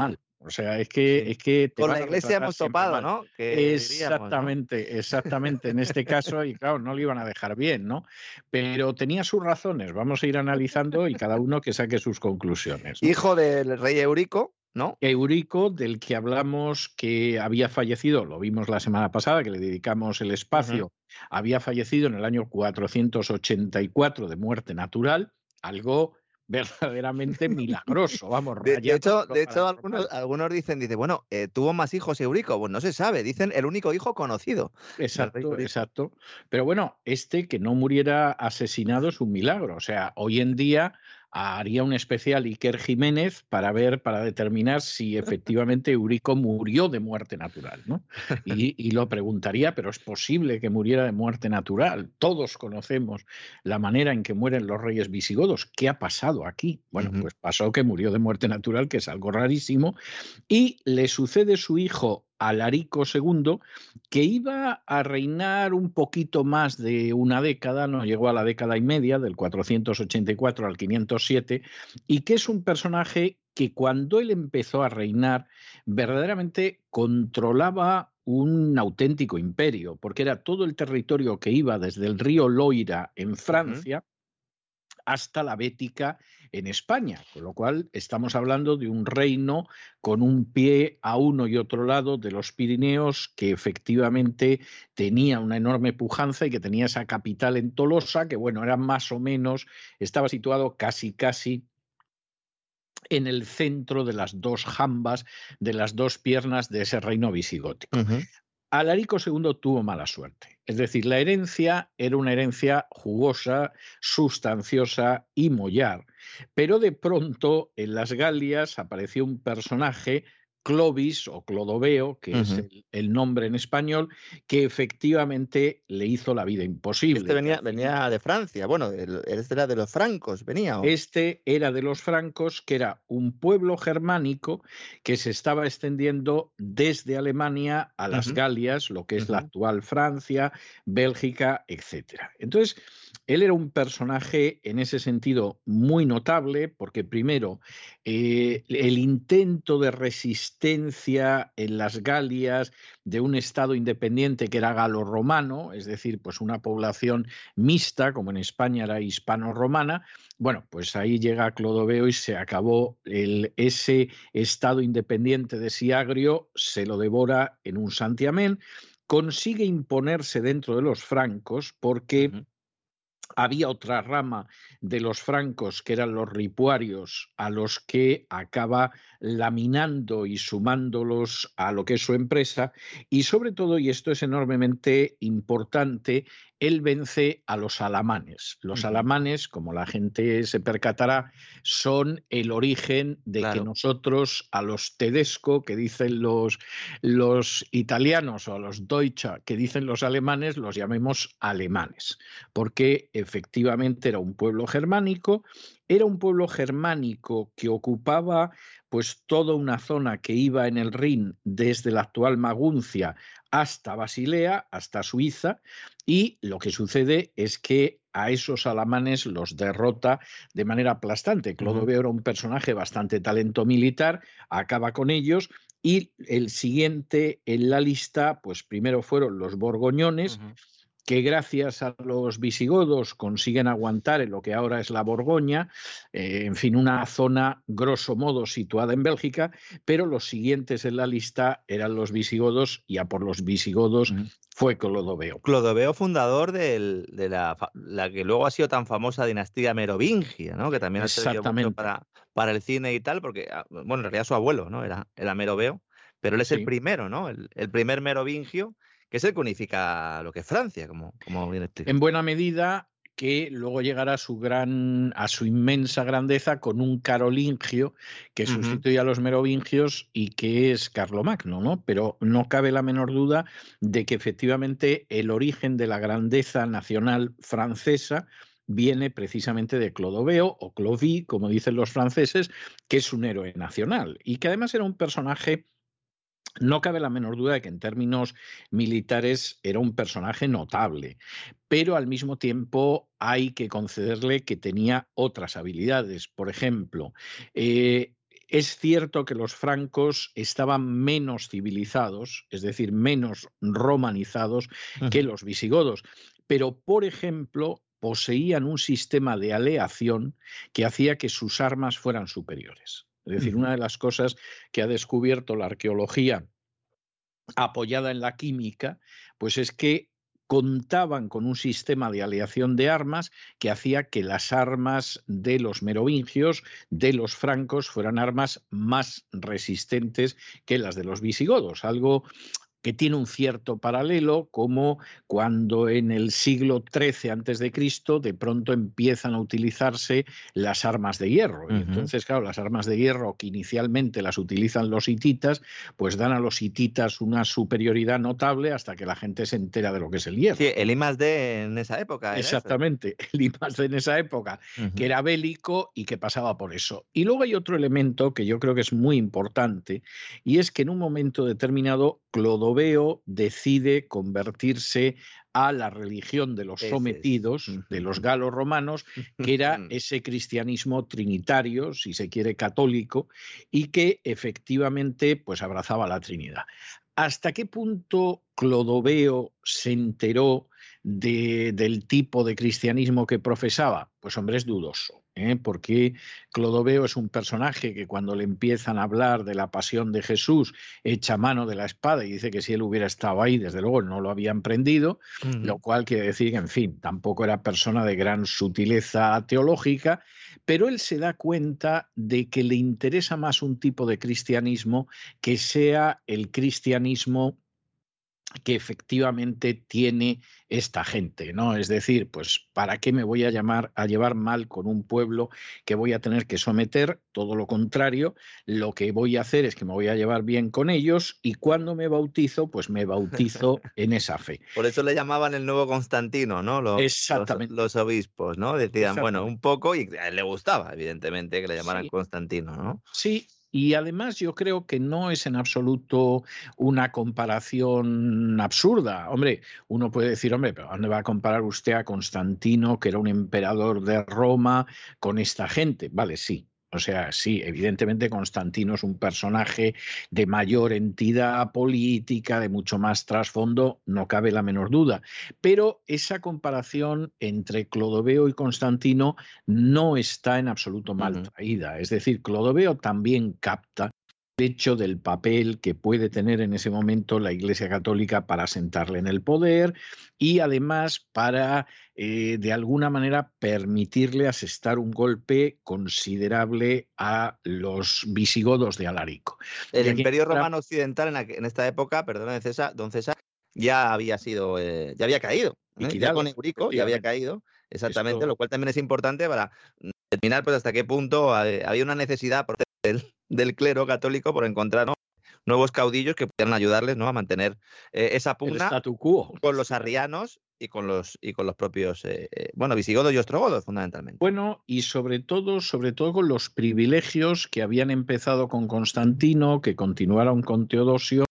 O sea, es que te Con van la a iglesia retratar hemos siempre topado, mal. ¿no? Que diríamos, ¿no? Exactamente, en este caso, y claro, no le iban a dejar bien, ¿no? Pero tenía sus razones, vamos a ir analizando y cada uno que saque sus conclusiones, ¿no? Hijo del rey Eurico, ¿no? Eurico, del que hablamos que había fallecido, lo vimos la semana pasada, que le dedicamos el espacio, había fallecido en el año 484 de muerte natural, algo verdaderamente milagroso, vamos, De rayando hecho, lo de hecho paranormal. algunos dicen, bueno, ¿tuvo más hijos Eurico? Pues no se sabe, dicen el único hijo conocido del rey Eurico. Exacto. Pero bueno, que no muriera asesinado es un milagro. O sea, hoy en día haría un especial Iker Jiménez para determinar si efectivamente Eurico murió de muerte natural, ¿no? Y lo preguntaría, pero ¿es posible que muriera de muerte natural? Todos conocemos la manera en que mueren los reyes visigodos. ¿Qué ha pasado aquí? Bueno, pues pasó que murió de muerte natural, que es algo rarísimo, y le sucede su hijo Alarico II, que iba a reinar un poquito más de una década, no llegó a la década y media, del 484 al 507, y que es un personaje que cuando él empezó a reinar verdaderamente controlaba un auténtico imperio, porque era todo el territorio que iba desde el río Loira en Francia hasta la Bética en España, con lo cual estamos hablando de un reino con un pie a uno y otro lado de los Pirineos, que efectivamente tenía una enorme pujanza y que tenía esa capital en Tolosa, que bueno, era más o menos, estaba situado casi en el centro de las dos jambas, de las dos piernas de ese reino visigótico. Alarico II tuvo mala suerte. Es decir, la herencia era una herencia jugosa, sustanciosa y mollar. Pero de pronto en las Galias apareció un personaje, Clovis o Clodoveo, que es el nombre en español, que efectivamente le hizo la vida imposible. Venía de Francia, bueno, este era de los francos, venía. Este era de los francos, que era un pueblo germánico que se estaba extendiendo desde Alemania a las Galias, lo que es la actual Francia, Bélgica, etc. Entonces, él era un personaje en ese sentido muy notable, porque primero, el intento de resistencia en las Galias de un estado independiente que era galo-romano, es decir, pues una población mixta, como en España era hispano-romana, bueno, pues ahí llega Clodoveo y se acabó ese estado independiente de Siagrio, se lo devora en un santiamén, consigue imponerse dentro de los francos porque había otra rama de los francos que eran los ripuarios, a los que acaba laminando y sumándolos a lo que es su empresa, y sobre todo, y esto es enormemente importante, él vence a los alamanes. Los alamanes, como la gente se percatará, son el origen de que nosotros a los tedesco, que dicen los italianos, o a los Deutsche, que dicen los alemanes, los llamemos alemanes, porque efectivamente era un pueblo germánico que ocupaba pues toda una zona que iba en el Rin desde la actual Maguncia hasta Basilea, hasta Suiza, y lo que sucede es que a esos alamanes los derrota de manera aplastante. Clodoveo era un personaje bastante talento militar, acaba con ellos, y el siguiente en la lista, pues primero fueron los borgoñones, que gracias a los visigodos consiguen aguantar en lo que ahora es la Borgoña, en fin, una zona grosso modo situada en Bélgica, pero los siguientes en la lista eran los visigodos, y a por los visigodos fue Clodoveo. Clodoveo, fundador de la que luego ha sido tan famosa dinastía merovingia, ¿no? Que también ha servido mucho para el cine y tal, porque, bueno, en realidad su abuelo, ¿no? Era Meroveo, pero él es el primero, ¿no? El primer merovingio, que es el que unifica lo que es Francia, como bien explicado. En buena medida, que luego llegará a su inmensa grandeza con un carolingio que sustituye a los merovingios y que es Carlomagno, ¿no? Pero no cabe la menor duda de que efectivamente el origen de la grandeza nacional francesa viene precisamente de Clodoveo, o Clovis, como dicen los franceses, que es un héroe nacional y que además era un personaje. No cabe la menor duda de que en términos militares era un personaje notable, pero al mismo tiempo hay que concederle que tenía otras habilidades. Por ejemplo, Es cierto que los francos estaban menos civilizados, es decir, menos romanizados que los visigodos, pero, por ejemplo, poseían un sistema de aleación que hacía que sus armas fueran superiores. Es decir, una de las cosas que ha descubierto la arqueología apoyada en la química, pues es que contaban con un sistema de aleación de armas que hacía que las armas de los merovingios, de los francos, fueran armas más resistentes que las de los visigodos, algo que tiene un cierto paralelo, como cuando en el siglo XIII a.C. de pronto empiezan a utilizarse las armas de hierro. Y entonces, claro, las armas de hierro que inicialmente las utilizan los hititas, pues dan a los hititas una superioridad notable hasta que la gente se entera de lo que es el hierro. Sí, el I+D en esa época. Exactamente, el I+D en esa época, que era bélico y que pasaba por eso. Y luego hay otro elemento que yo creo que es muy importante, y es que en un momento determinado Clodoveo decide convertirse a la religión de los sometidos, de los galos-romanos, que era ese cristianismo trinitario, si se quiere católico, y que efectivamente pues abrazaba la Trinidad. ¿Hasta qué punto Clodoveo se enteró del tipo de cristianismo que profesaba? Pues hombre, es dudoso, porque Clodoveo es un personaje que cuando le empiezan a hablar de la pasión de Jesús echa mano de la espada y dice que si él hubiera estado ahí, desde luego no lo habían prendido, lo cual quiere decir que, en fin, tampoco era persona de gran sutileza teológica, pero él se da cuenta de que le interesa más un tipo de cristianismo que sea el cristianismo que efectivamente tiene esta gente, ¿no? Es decir, pues ¿para qué me voy a llevar mal con un pueblo que voy a tener que someter? Todo lo contrario, lo que voy a hacer es que me voy a llevar bien con ellos y cuando me bautizo, pues me bautizo en esa fe. Por eso le llamaban el nuevo Constantino, ¿no? Exactamente. Los obispos, ¿no? Decían, bueno, un poco, y a él le gustaba, evidentemente, que le llamaran Constantino, ¿no? Sí. Y además yo creo que no es en absoluto una comparación absurda. Hombre, uno puede decir, hombre, pero ¿dónde va a comparar usted a Constantino, que era un emperador de Roma, con esta gente? Vale, sí. O sea, sí, evidentemente Constantino es un personaje de mayor entidad política, de mucho más trasfondo, no cabe la menor duda. Pero esa comparación entre Clodoveo y Constantino no está en absoluto mal traída. Es decir, Clodoveo también capta el hecho del papel que puede tener en ese momento la Iglesia Católica para sentarle en el poder y además para, de alguna manera, permitirle asestar un golpe considerable a los visigodos de Alarico. El Imperio Romano Occidental en esta época, perdona, don César, ya había sido, ya había caído. Ya con Eurico ya había caído, exactamente, lo cual también es importante para determinar pues, hasta qué punto había una necesidad del clero católico por encontrar nuevos caudillos que pudieran ayudarles, ¿no?, a mantener esa pugna con los arrianos y con los propios visigodos y ostrogodos, fundamentalmente. Bueno, y sobre todo con los privilegios que habían empezado con Constantino, que continuaron con Teodosio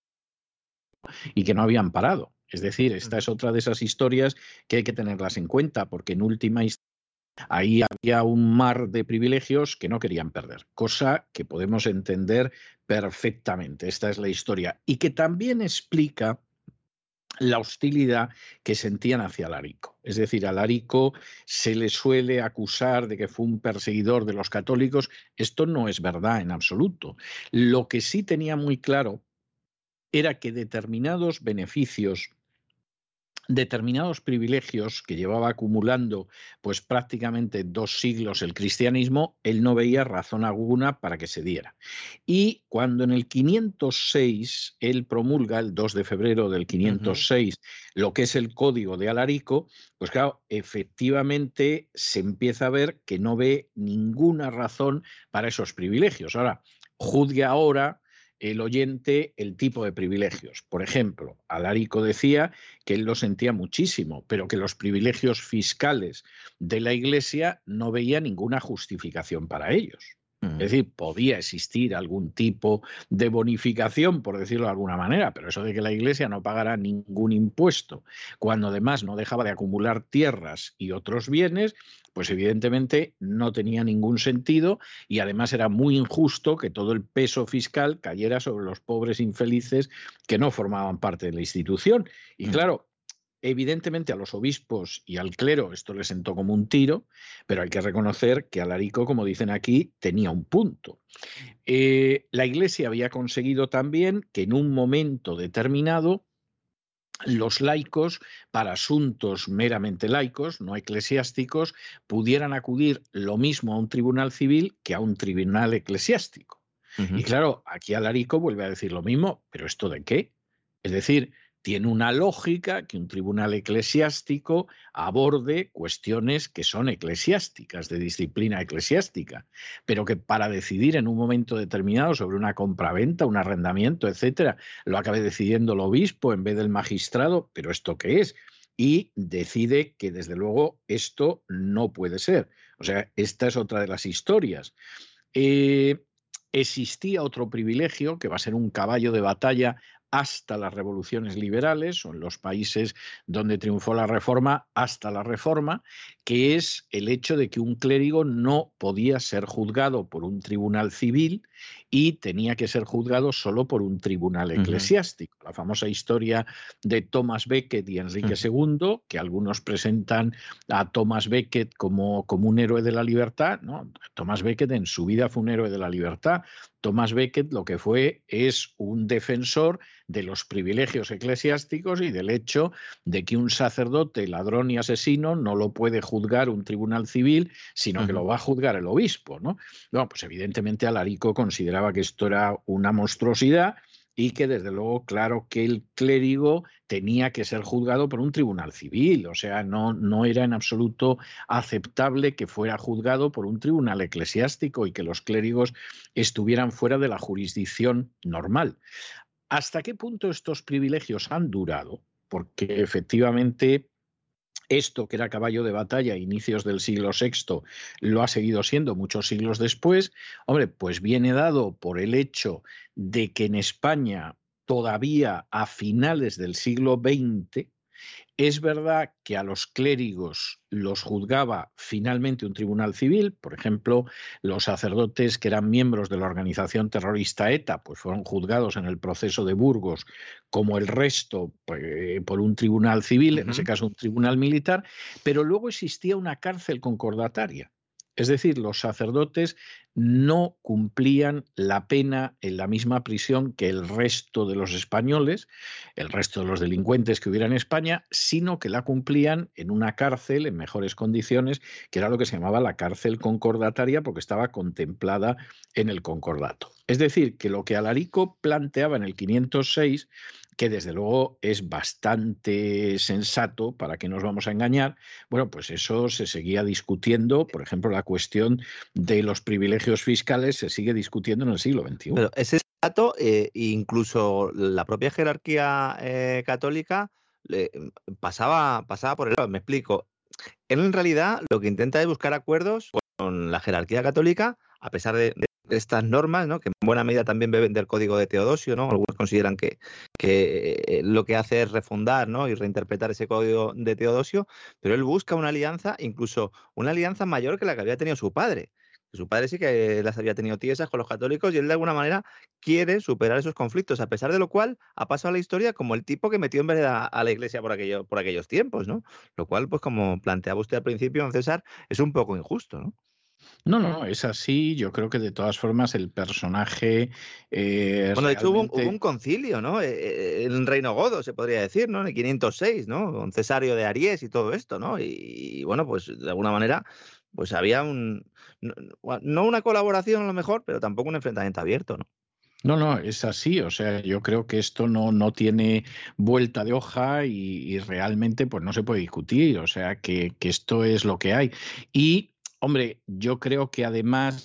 y que no habían parado. Es decir, esta es otra de esas historias que hay que tenerlas en cuenta, porque en última instancia ahí había un mar de privilegios que no querían perder, cosa que podemos entender perfectamente. Esta es la historia y que también explica la hostilidad que sentían hacia Alarico. Es decir, a Alarico se le suele acusar de que fue un perseguidor de los católicos. Esto no es verdad en absoluto. Lo que sí tenía muy claro era que determinados beneficios, determinados privilegios que llevaba acumulando pues prácticamente 2 siglos el cristianismo, él no veía razón alguna para que se diera. Y cuando en el 506 él promulga, el 2 de febrero del 506, lo que es el Código de Alarico, pues claro, efectivamente se empieza a ver que no ve ninguna razón para esos privilegios. Ahora, juzgue ahora el oyente el tipo de privilegios. Por ejemplo, Alarico decía que él lo sentía muchísimo, pero que los privilegios fiscales de la Iglesia no veía ninguna justificación para ellos. Es decir, podía existir algún tipo de bonificación, por decirlo de alguna manera, pero eso de que la Iglesia no pagara ningún impuesto, cuando además no dejaba de acumular tierras y otros bienes, pues evidentemente no tenía ningún sentido y además era muy injusto que todo el peso fiscal cayera sobre los pobres infelices que no formaban parte de la institución. Y claro, evidentemente a los obispos y al clero esto les sentó como un tiro, pero hay que reconocer que Alarico, como dicen aquí, tenía un punto. La Iglesia había conseguido también que en un momento determinado los laicos, para asuntos meramente laicos, no eclesiásticos, pudieran acudir lo mismo a un tribunal civil que a un tribunal eclesiástico. Y claro, aquí Alarico vuelve a decir lo mismo, pero ¿esto de qué? Es decir, tiene una lógica que un tribunal eclesiástico aborde cuestiones que son eclesiásticas, de disciplina eclesiástica, pero que para decidir en un momento determinado sobre una compraventa, un arrendamiento, etcétera, lo acabe decidiendo el obispo en vez del magistrado. ¿Pero esto qué es? Y decide que desde luego esto no puede ser. O sea, esta es otra de las historias. Existía otro privilegio que va a ser un caballo de batalla hasta las revoluciones liberales, o en los países donde triunfó la Reforma, hasta la Reforma, que es el hecho de que un clérigo no podía ser juzgado por un tribunal civil y tenía que ser juzgado solo por un tribunal eclesiástico. La famosa historia de Thomas Becket y Enrique II, que algunos presentan a Thomas Becket como un héroe de la libertad. No, Thomas Becket en su vida fue un héroe de la libertad. Thomas Becket lo que fue es un defensor de los privilegios eclesiásticos y del hecho de que un sacerdote ladrón y asesino no lo puede juzgar un tribunal civil, sino que lo va a juzgar el obispo, ¿no? Bueno, pues evidentemente Alarico consideraba que esto era una monstruosidad y que desde luego, claro, que el clérigo tenía que ser juzgado por un tribunal civil. O sea, no era en absoluto aceptable que fuera juzgado por un tribunal eclesiástico y que los clérigos estuvieran fuera de la jurisdicción normal. ¿Hasta qué punto estos privilegios han durado? Porque efectivamente esto, que era caballo de batalla a inicios del siglo VI, lo ha seguido siendo muchos siglos después. Hombre, pues viene dado por el hecho de que en España todavía a finales del siglo XX es verdad que a los clérigos los juzgaba finalmente un tribunal civil. Por ejemplo, los sacerdotes que eran miembros de la organización terrorista ETA pues fueron juzgados en el proceso de Burgos como el resto por un tribunal civil, en ese caso un tribunal militar, pero luego existía una cárcel concordataria. Es decir, los sacerdotes no cumplían la pena en la misma prisión que el resto de los españoles, el resto de los delincuentes que hubiera en España, sino que la cumplían en una cárcel en mejores condiciones, que era lo que se llamaba la cárcel concordataria, porque estaba contemplada en el concordato. Es decir, que lo que Alarico planteaba en el 506, que desde luego es bastante sensato, para que nos vamos a engañar, bueno, pues eso se seguía discutiendo. Por ejemplo, la cuestión de los privilegios fiscales se sigue discutiendo en el siglo XXI. Pero ese dato, incluso la propia jerarquía católica pasaba por el lado. Me explico. Él en realidad lo que intenta es buscar acuerdos con la jerarquía católica, a pesar de estas normas, ¿no? Que en buena medida también beben del Código de Teodosio, ¿no? Algunos consideran que lo que hace es refundar, ¿no? Y reinterpretar ese Código de Teodosio, pero él busca una alianza, incluso una alianza mayor que la que había tenido su padre. Su padre sí que las había tenido tiesas con los católicos y él de alguna manera quiere superar esos conflictos, a pesar de lo cual ha pasado a la historia como el tipo que metió en vereda a la Iglesia por aquellos tiempos, ¿no? Lo cual, pues como planteaba usted al principio, don César, es un poco injusto, ¿no? No, es así. Yo creo que de todas formas el personaje... Bueno, de hecho hubo un concilio, ¿no? En Reino Godo, se podría decir, ¿no? En el 506, ¿no? Con Cesario de Aries y todo esto, ¿no? Y bueno, pues de alguna manera pues había no una colaboración a lo mejor, pero tampoco un enfrentamiento abierto, ¿no? No, es así. O sea, yo creo que esto no tiene vuelta de hoja y realmente pues no se puede discutir. O sea, que esto es lo que hay. Y hombre, yo creo que además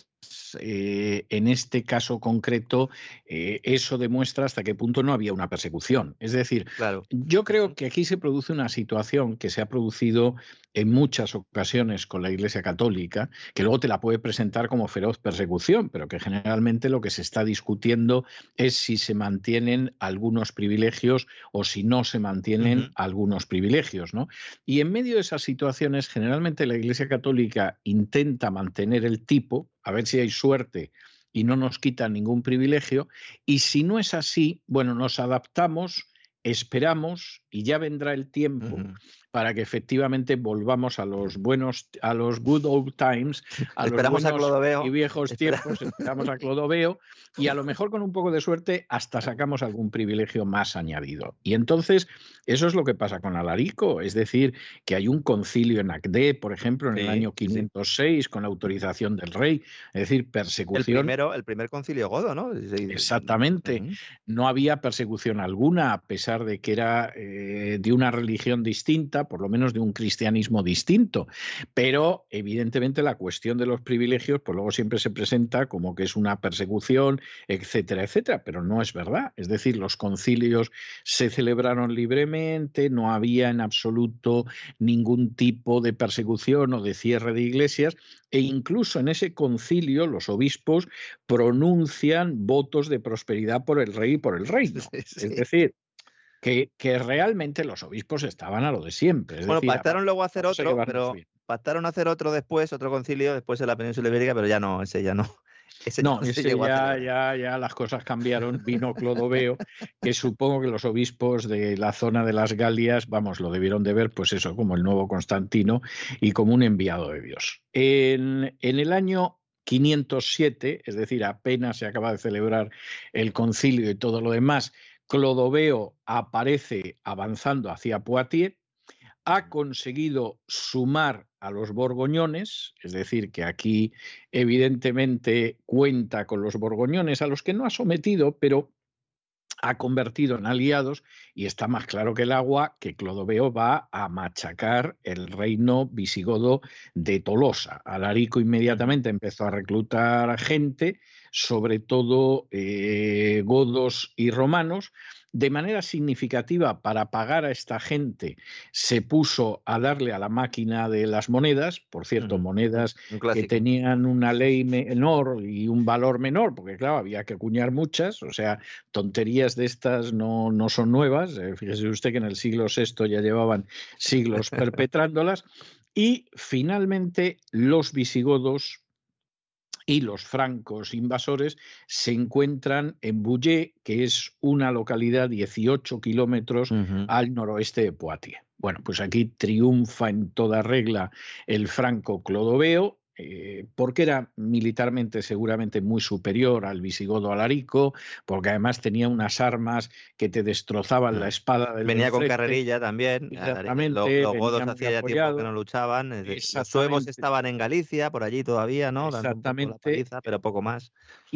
en este caso concreto eso demuestra hasta qué punto no había una persecución. Es decir, claro, yo creo que aquí se produce una situación que se ha producido en muchas ocasiones con la Iglesia Católica, que luego te la puede presentar como feroz persecución, pero que generalmente lo que se está discutiendo es si se mantienen algunos privilegios o si no se mantienen algunos privilegios, ¿no? Y en medio de esas situaciones, generalmente la Iglesia Católica intenta mantener el tipo, a ver si hay suerte y no nos quitan ningún privilegio, y si no es así, bueno, nos adaptamos, esperamos y ya vendrá el tiempo para que efectivamente volvamos a los good old times, a esperamos los a buenos Clodoveo. y viejos tiempos, esperamos a Clodoveo y a lo mejor con un poco de suerte hasta sacamos algún privilegio más añadido. Y entonces eso es lo que pasa con Alarico, es decir, que hay un concilio en Agde, por ejemplo, en el año 506, con autorización del rey, es decir, persecución. El primer concilio godo, ¿no? Exactamente. No había persecución alguna, a pesar de que era de una religión distinta, por lo menos de un cristianismo distinto. Pero, evidentemente, la cuestión de los privilegios, pues luego siempre se presenta como que es una persecución, etcétera, etcétera. Pero no es verdad. Es decir, los concilios se celebraron libremente, no había en absoluto ningún tipo de persecución o de cierre de iglesias, e incluso en ese concilio los obispos pronuncian votos de prosperidad por el rey y por el reino. Es decir, que realmente los obispos estaban a lo de siempre. Es decir, pactaron luego hacer otro, pero pactaron hacer otro después, otro concilio después en la península ibérica, pero ya no, ese ya no. Ese ya las cosas cambiaron, vino Clodoveo, que supongo que los obispos de la zona de las Galias, vamos, lo debieron de ver, pues eso, como el nuevo Constantino y como un enviado de Dios. En el año 507, es decir, apenas se acaba de celebrar el concilio y todo lo demás, Clodoveo aparece avanzando hacia Poitiers, ha conseguido sumar a los borgoñones, es decir, que aquí evidentemente cuenta con los borgoñones, a los que no ha sometido, pero ha convertido en aliados, y está más claro que el agua que Clodoveo va a machacar el reino visigodo de Tolosa. Alarico inmediatamente empezó a reclutar gente, sobre todo godos y romanos. De manera significativa, para pagar a esta gente, se puso a darle a la máquina de las monedas, por cierto, monedas que tenían una ley menor y un valor menor, porque claro, había que acuñar muchas, o sea, tonterías de estas no son nuevas, fíjese usted que en el siglo VI ya llevaban siglos perpetrándolas, y finalmente los visigodos y los francos invasores se encuentran en Bouillé, que es una localidad 18 kilómetros al noroeste de Poitiers. Bueno, pues aquí triunfa en toda regla el franco Clodoveo, porque era militarmente seguramente muy superior al visigodo Alarico, porque además tenía unas armas que te destrozaban la espada del Venía con carrerilla también. Exactamente. Los godos hacía ya tiempo que no luchaban. Los suevos estaban en Galicia, por allí todavía, ¿no? Exactamente. La paliza, pero poco más.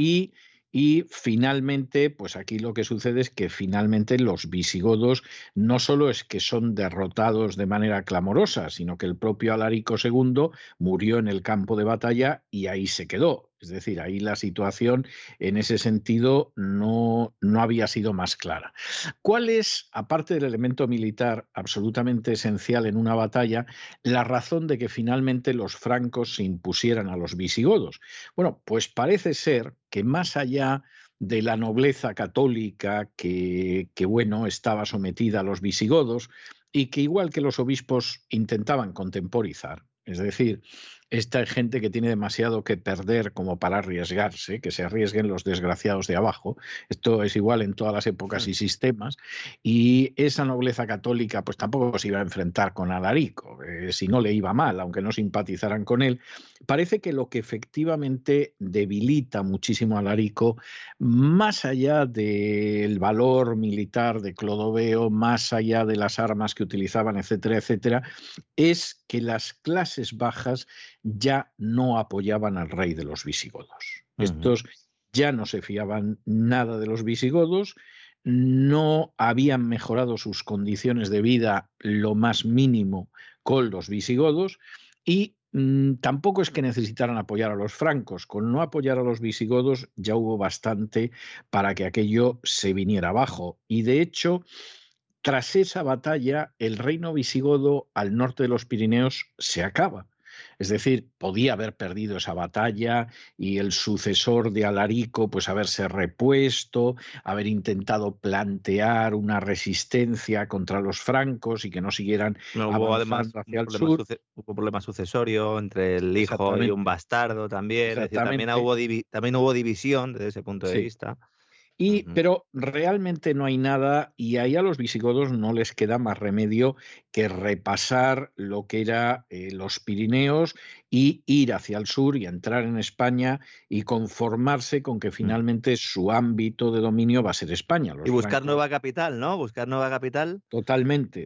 Y finalmente, pues aquí lo que sucede es que finalmente los visigodos no solo es que son derrotados de manera clamorosa, sino que el propio Alarico II murió en el campo de batalla y ahí se quedó. Es decir, ahí la situación en ese sentido no había sido más clara. ¿Cuál es, aparte del elemento militar absolutamente esencial en una batalla, la razón de que finalmente los francos se impusieran a los visigodos? Bueno, pues parece ser que más allá de la nobleza católica que bueno, estaba sometida a los visigodos y que igual que los obispos intentaban contemporizar, es decir, esta gente que tiene demasiado que perder como para arriesgarse, que se arriesguen los desgraciados de abajo. Esto es igual en todas las épocas y sistemas. Y esa nobleza católica pues tampoco se iba a enfrentar con Alarico, si no le iba mal, aunque no simpatizaran con él. Parece que lo que efectivamente debilita muchísimo a Alarico, más allá del valor militar de Clodoveo, más allá de las armas que utilizaban, etcétera, etcétera, es que las clases bajas ya no apoyaban al rey de los visigodos. Estos ya no se fiaban nada de los visigodos, no habían mejorado sus condiciones de vida lo más mínimo con los visigodos y tampoco es que necesitaran apoyar a los francos. Con no apoyar a los visigodos ya hubo bastante para que aquello se viniera abajo. Y de hecho, tras esa batalla, el reino visigodo al norte de los Pirineos se acaba. Es decir, podía haber perdido esa batalla y el sucesor de Alarico pues haberse repuesto, haber intentado plantear una resistencia contra los francos y que no siguieran hubo además hacia el sur. Hubo problema sucesorio entre el hijo y un bastardo también. Es decir, también hubo división desde ese punto de vista. Pero realmente no hay nada, y ahí a los visigodos no les queda más remedio que repasar lo que era los Pirineos y ir hacia el sur y entrar en España y conformarse con que finalmente su ámbito de dominio va a ser España. Y buscar nueva capital, ¿no? Buscar nueva capital. Totalmente,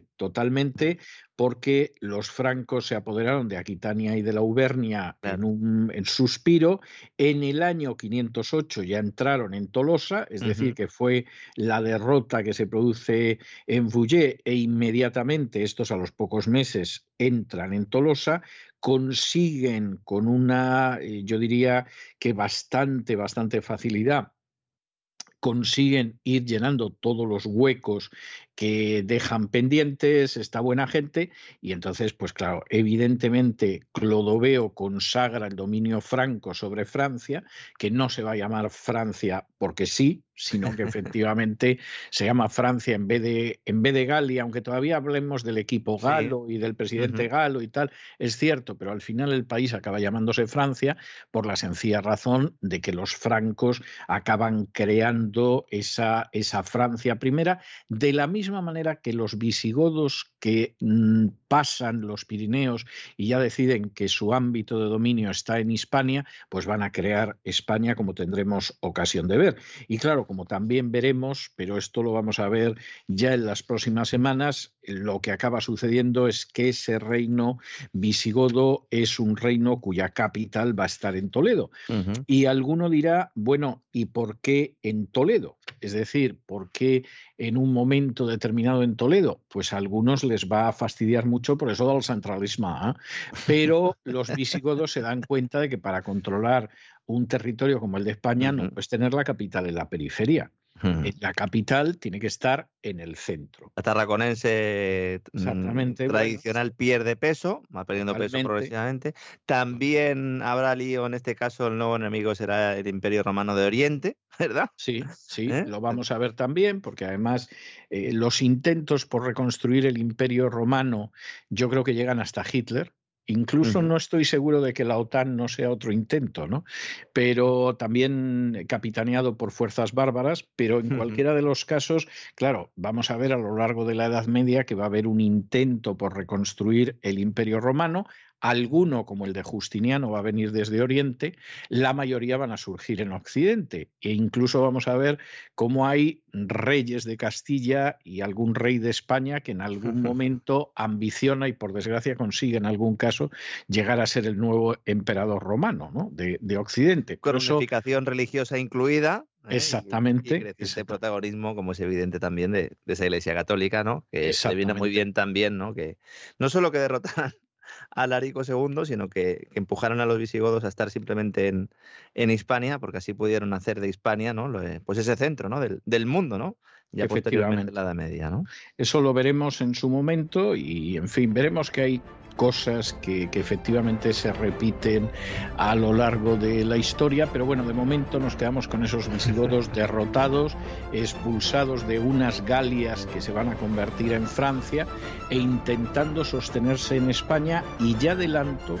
porque los francos se apoderaron de Aquitania y de la Auvernia en un suspiro. En el año 508 ya entraron en Tolosa, es decir, que fue la derrota que se produce en Vouillé, e inmediatamente estos a los pocos meses entran en Tolosa, consiguen con una, yo diría que bastante facilidad, consiguen ir llenando todos los huecos que dejan pendientes esta buena gente, y entonces, pues claro, evidentemente Clodoveo consagra el dominio franco sobre Francia, que no se va a llamar Francia porque sí, sino que efectivamente se llama Francia en vez de Galia, aunque todavía hablemos del equipo galo y del presidente galo y tal, es cierto, pero al final el país acaba llamándose Francia por la sencilla razón de que los francos acaban creando esa Francia primera, de la misma manera que los visigodos que pasan los Pirineos y ya deciden que su ámbito de dominio está en Hispania, pues van a crear España, como tendremos ocasión de ver. Y claro, como también veremos, pero esto lo vamos a ver ya en las próximas semanas, lo que acaba sucediendo es que ese reino visigodo es un reino cuya capital va a estar en Toledo. Y alguno dirá, bueno, ¿y por qué en Toledo? Es decir, ¿por qué en un momento determinado en Toledo? Pues a algunos les va a fastidiar mucho por eso del centralismo, ¿eh? Pero los visigodos se dan cuenta de que para controlar un territorio como el de España no puedes tener la capital en la periferia. La capital tiene que estar en el centro. La tarraconense tradicional pierde peso, va perdiendo peso progresivamente. También habrá lío, en este caso el nuevo enemigo será el Imperio Romano de Oriente, ¿verdad? Sí, lo vamos a ver también, porque además los intentos por reconstruir el Imperio Romano yo creo que llegan hasta Hitler. Incluso no estoy seguro de que la OTAN no sea otro intento, ¿no? Pero también capitaneado por fuerzas bárbaras, pero en cualquiera de los casos, claro, vamos a ver a lo largo de la Edad Media que va a haber un intento por reconstruir el Imperio Romano. Alguno, como el de Justiniano, va a venir desde Oriente, la mayoría van a surgir en Occidente, e incluso vamos a ver cómo hay reyes de Castilla y algún rey de España que en algún momento ambiciona y por desgracia consigue en algún caso llegar a ser el nuevo emperador romano, ¿no? de Occidente. Con unificación religiosa incluida. Exactamente. Y creciente protagonismo, como es evidente también, de esa Iglesia Católica, ¿no? Que le viene muy bien también, ¿no? Que no solo que derrotaran a Alarico II, sino que empujaron a los visigodos a estar simplemente en Hispania, porque así pudieron hacer de Hispania, ¿no? Pues ese centro, ¿no? del mundo, ¿no? Ya posteriormente en la Edad Media, ¿no? Eso lo veremos en su momento y, en fin, veremos que hay cosas que efectivamente se repiten a lo largo de la historia, pero bueno, de momento nos quedamos con esos visigodos derrotados, expulsados de unas Galias que se van a convertir en Francia e intentando sostenerse en España, y ya adelanto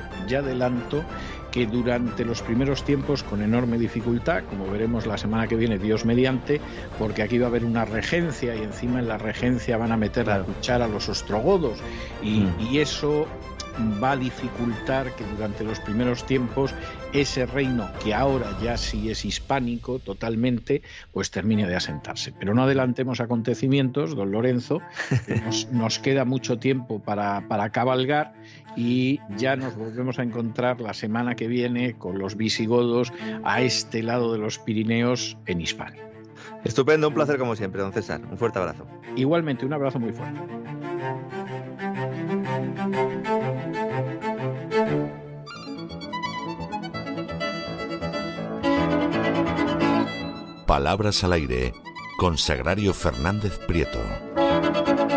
que durante los primeros tiempos con enorme dificultad, como veremos la semana que viene, Dios mediante, porque aquí va a haber una regencia y encima en la regencia van a meter la cuchara a los ostrogodos y eso va a dificultar que durante los primeros tiempos ese reino, que ahora ya sí es hispánico totalmente, pues termine de asentarse. Pero no adelantemos acontecimientos, don Lorenzo, nos queda mucho tiempo para cabalgar y ya nos volvemos a encontrar la semana que viene con los visigodos a este lado de los Pirineos en Hispania. Estupendo, un placer como siempre, don César. Un fuerte abrazo. Igualmente, un abrazo muy fuerte. Palabras al aire con Sagrario Fernández Prieto.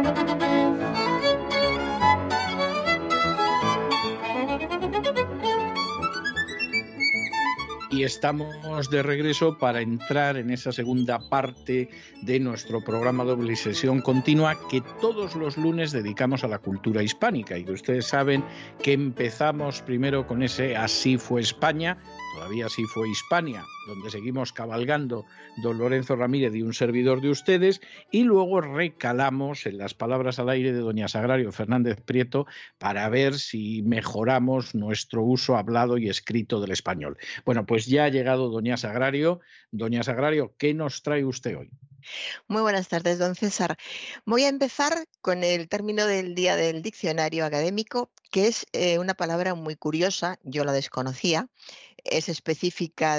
Y estamos de regreso para entrar en esa segunda parte de nuestro programa Doble Sesión Continua que todos los lunes dedicamos a la cultura hispánica. Y que ustedes saben que empezamos primero con ese Así fue España, todavía así fue Hispania, donde seguimos cabalgando don Lorenzo Ramírez y un servidor de ustedes, y luego recalamos en las palabras al aire de doña Sagrario Fernández Prieto para ver si mejoramos nuestro uso hablado y escrito del español. Bueno, pues ya ha llegado doña Sagrario. Doña Sagrario, ¿qué nos trae usted hoy? Muy buenas tardes, don César. Voy a empezar con el término del día del diccionario académico, que es una palabra muy curiosa, yo la desconocía, es específica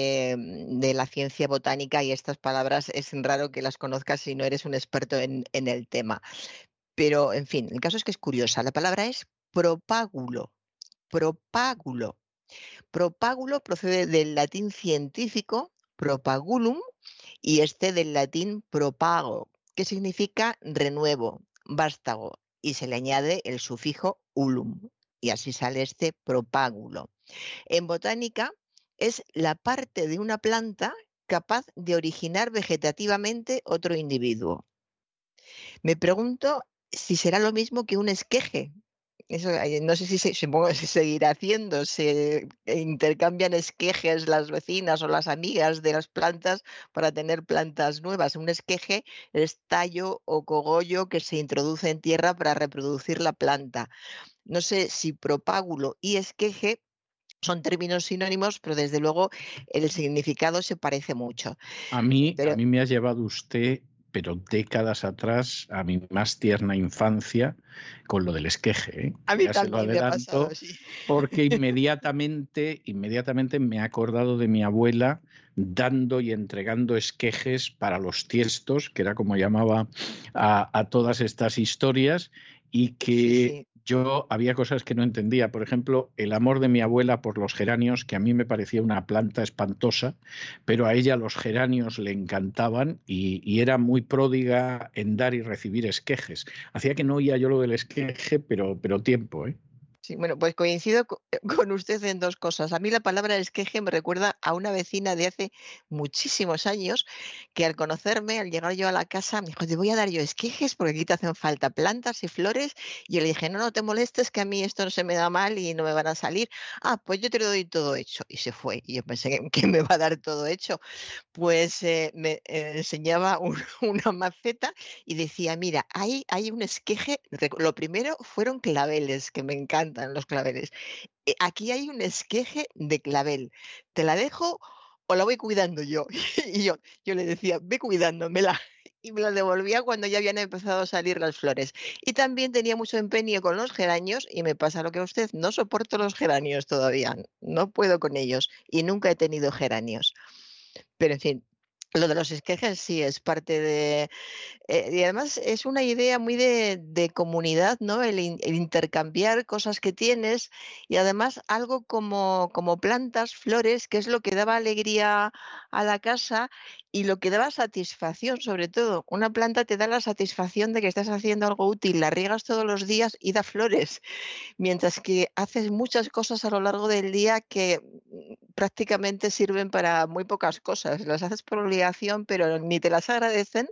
de la ciencia botánica y estas palabras es raro que las conozcas si no eres un experto en el tema. Pero, en fin, el caso es que es curiosa. La palabra es propágulo. Propágulo. Propágulo procede del latín científico propagulum y del latín propago, que significa renuevo, vástago, y se le añade el sufijo ulum, y así sale este propágulo. En botánica es la parte de una planta capaz de originar vegetativamente otro individuo. Me pregunto si será lo mismo que un esqueje. Eso, no sé si supongo que se seguirá haciendo, se intercambian esquejes las vecinas o las amigas de las plantas para tener plantas nuevas. Un esqueje es tallo o cogollo que se introduce en tierra para reproducir la planta. No sé si propágulo y esqueje son términos sinónimos, pero desde luego el significado se parece mucho. A mí me ha llevado usted, pero décadas atrás, a mi más tierna infancia, con lo del esqueje. A mí ya también me ha pasado, sí. Porque inmediatamente me he acordado de mi abuela dando y entregando esquejes para los tiestos, que era como llamaba a todas estas historias, y que... Sí. Yo había cosas que no entendía. Por ejemplo, el amor de mi abuela por los geranios, que a mí me parecía una planta espantosa, pero a ella los geranios le encantaban y era muy pródiga en dar y recibir esquejes. Hacía que no oía yo lo del esqueje, pero tiempo, ¿eh? Sí, bueno, pues coincido con usted en dos cosas. A mí la palabra esqueje me recuerda a una vecina de hace muchísimos años que al conocerme, al llegar yo a la casa, me dijo, te voy a dar yo esquejes porque aquí te hacen falta plantas y flores. Y yo le dije, no te molestes que a mí esto no se me da mal y no me van a salir. Ah, pues yo te lo doy todo hecho. Y se fue. Y yo pensé que me va a dar todo hecho. Pues me enseñaba una maceta y decía, mira, hay un esqueje. Lo primero fueron claveles, que me encantan los claveles. Aquí hay un esqueje de clavel. ¿Te la dejo o la voy cuidando yo? Y yo le decía, ve cuidándomela. Y me la devolvía cuando ya habían empezado a salir las flores. Y también tenía mucho empeño con los geranios y me pasa lo que a usted, no soporto los geranios todavía. No puedo con ellos y nunca he tenido geranios. Pero en fin, lo de los esquejes sí es parte de... y además es una idea muy de comunidad, ¿no? El intercambiar cosas que tienes y además algo como plantas, flores, que es lo que daba alegría a la casa y lo que daba satisfacción, sobre todo. Una planta te da la satisfacción de que estás haciendo algo útil, la riegas todos los días y da flores, mientras que haces muchas cosas a lo largo del día que prácticamente sirven para muy pocas cosas. Las haces por obligación, pero ni te las agradecen,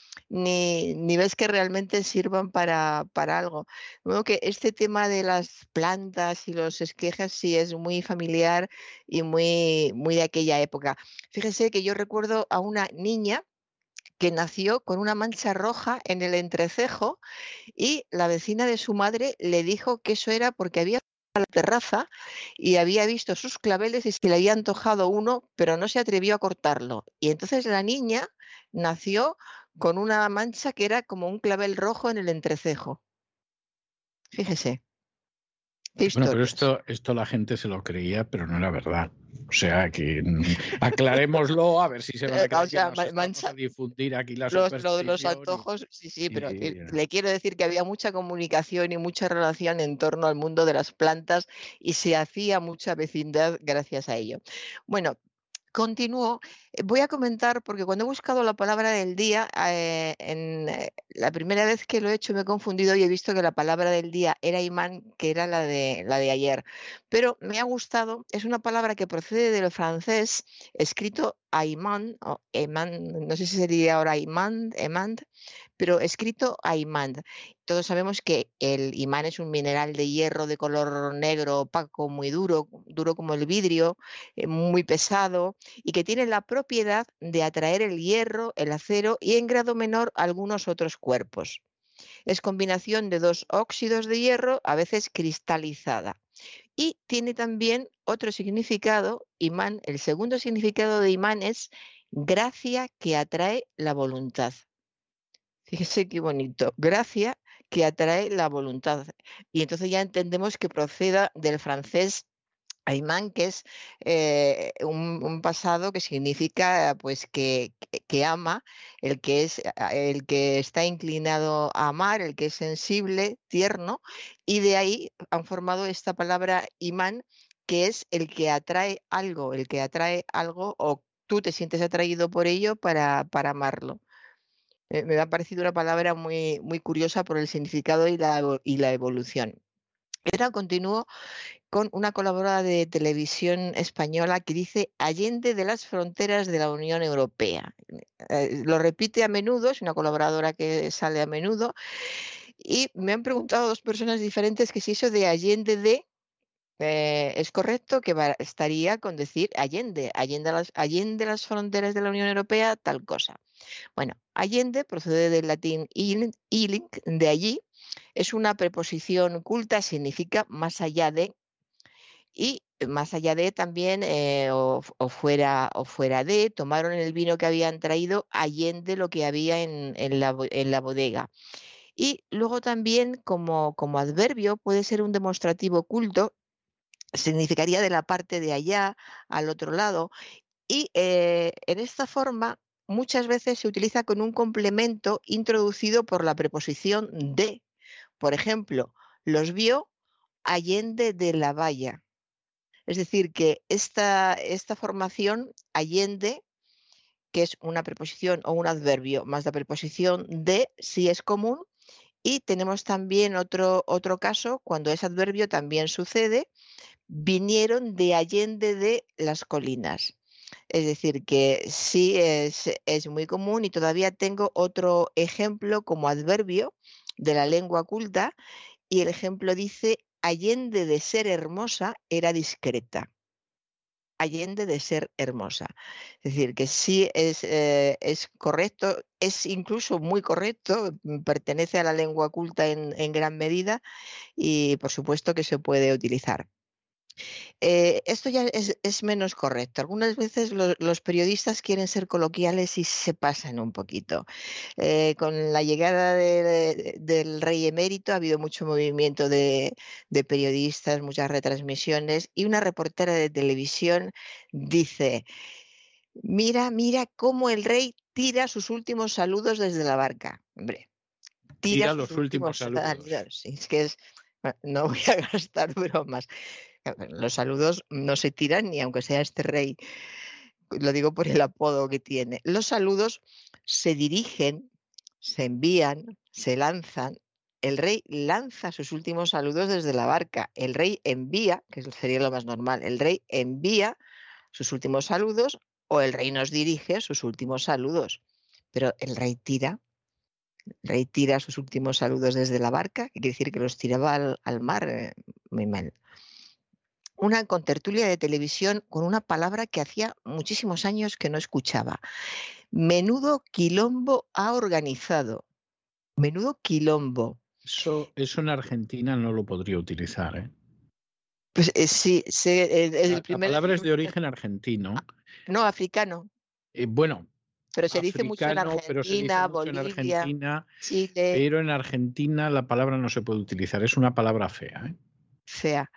ni ves que realmente sirvan para algo. Bueno, que este tema de las plantas y los esquejes sí es muy familiar y muy de aquella época. Fíjese que yo recuerdo a una niña que nació con una mancha roja en el entrecejo y la vecina de su madre le dijo que eso era porque había a la terraza y había visto sus claveles y se le había antojado uno, pero no se atrevió a cortarlo. Y entonces la niña nació con una mancha que era como un clavel rojo en el entrecejo. Fíjese. Bueno, pero esto la gente se lo creía, pero no era verdad. O sea, que aclarémoslo, a ver si se van a creer vamos a difundir aquí la superstición. Lo de los antojos, sí, pero le quiero decir que había mucha comunicación y mucha relación en torno al mundo de las plantas y se hacía mucha vecindad gracias a ello. Bueno, Continúo. Voy a comentar, porque cuando he buscado la palabra del día, la primera vez que lo he hecho me he confundido y he visto que la palabra del día era imán, que era la de ayer. Pero me ha gustado, es una palabra que procede del francés, escrito aimán, o emán, no sé si sería ahora imán, pero escrito aimán. Todos sabemos que el imán es un mineral de hierro de color negro, opaco, muy duro como el vidrio, muy pesado, y que tiene la propiedad de atraer el hierro, el acero y en grado menor algunos otros cuerpos. Es combinación de dos óxidos de hierro, a veces cristalizada. Y tiene también otro significado, imán. El segundo significado de imán es gracia que atrae la voluntad. Fíjese qué bonito. Gracia que atrae la voluntad. Y entonces ya entendemos que proceda del francés aimán, que es un pasado que significa pues que ama, el que está inclinado a amar, el que es sensible, tierno, y de ahí han formado esta palabra imán, que es el que atrae algo o tú te sientes atraído por ello para amarlo. Me ha parecido una palabra muy, muy curiosa por el significado y la evolución. Ahora continúo con una colaboradora de televisión española que dice allende de las fronteras de la Unión Europea. Lo repite a menudo, es una colaboradora que sale a menudo, y me han preguntado dos personas diferentes que si eso de allende de es correcto, que estaría con decir allende las fronteras de la Unión Europea, tal cosa. Bueno, allende procede del latín ilinc, de allí, es una preposición culta, significa más allá de, y más allá de también o fuera de, tomaron el vino que habían traído allende lo que había en la bodega. Y luego también como adverbio puede ser un demostrativo culto, significaría de la parte de allá, al otro lado, y en esta forma muchas veces se utiliza con un complemento introducido por la preposición de. Por ejemplo, los vio allende de la valla. Es decir, que esta formación allende, que es una preposición o un adverbio más la preposición de, sí es común. Y tenemos también otro caso, cuando ese adverbio también sucede, vinieron de allende de las colinas. Es decir, que sí es muy común, y todavía tengo otro ejemplo como adverbio de la lengua culta, y el ejemplo dice allende de ser hermosa era discreta. Allende de ser hermosa. Es decir, que sí es correcto, es incluso muy correcto, pertenece a la lengua culta en gran medida, y por supuesto que se puede utilizar. Esto ya es menos correcto. Algunas veces los periodistas quieren ser coloquiales y se pasan un poquito. Con la llegada del rey emérito ha habido mucho movimiento de periodistas, muchas retransmisiones, y una reportera de televisión dice: mira cómo el rey tira sus últimos saludos desde la barca. Hombre, tira los últimos saludos. Es que no voy a gastar bromas. Los saludos no se tiran ni aunque sea este rey. Lo digo por el apodo que tiene. Los saludos se dirigen, se envían, se lanzan. El rey lanza sus últimos saludos desde la barca. El rey envía, que sería lo más normal, el rey envía sus últimos saludos, o el rey nos dirige sus últimos saludos. Pero el rey tira sus últimos saludos desde la barca, que quiere decir que los tiraba al mar. Muy mal. Una contertulia de televisión con una palabra que hacía muchísimos años que no escuchaba. Menudo quilombo ha organizado. Menudo quilombo. Eso en Argentina no lo podría utilizar, ¿eh? Pues sí, la palabra es de origen argentino. No, africano. Bueno, pero se dice mucho en Argentina, Bolivia, Chile. Pero en Argentina la palabra no se puede utilizar, es una palabra fea, ¿eh? Fea.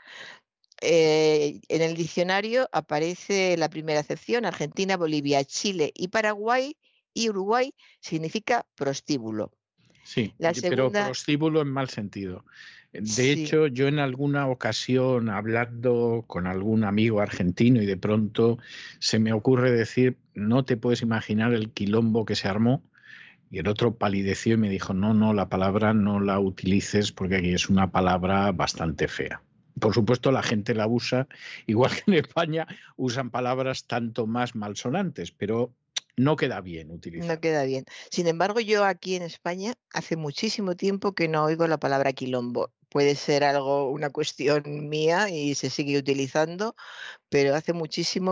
En el diccionario aparece la primera acepción: Argentina, Bolivia, Chile y Paraguay y Uruguay significa prostíbulo. Sí, La pero segunda, prostíbulo en mal sentido. De sí, hecho, yo en alguna ocasión, hablando con algún amigo argentino, y de pronto se me ocurre decir, no te puedes imaginar el quilombo que se armó, y el otro palideció y me dijo, no, no, la palabra no la utilices porque aquí es una palabra bastante fea. Por supuesto, la gente la usa, igual que en España usan palabras tanto más malsonantes, pero no queda bien no utilizar. queda bien. Sin embargo, yo aquí en España hace muchísimo tiempo que no oigo la palabra quilombo. Puede ser algo, una cuestión mía y se sigue utilizando, pero hace muchísimo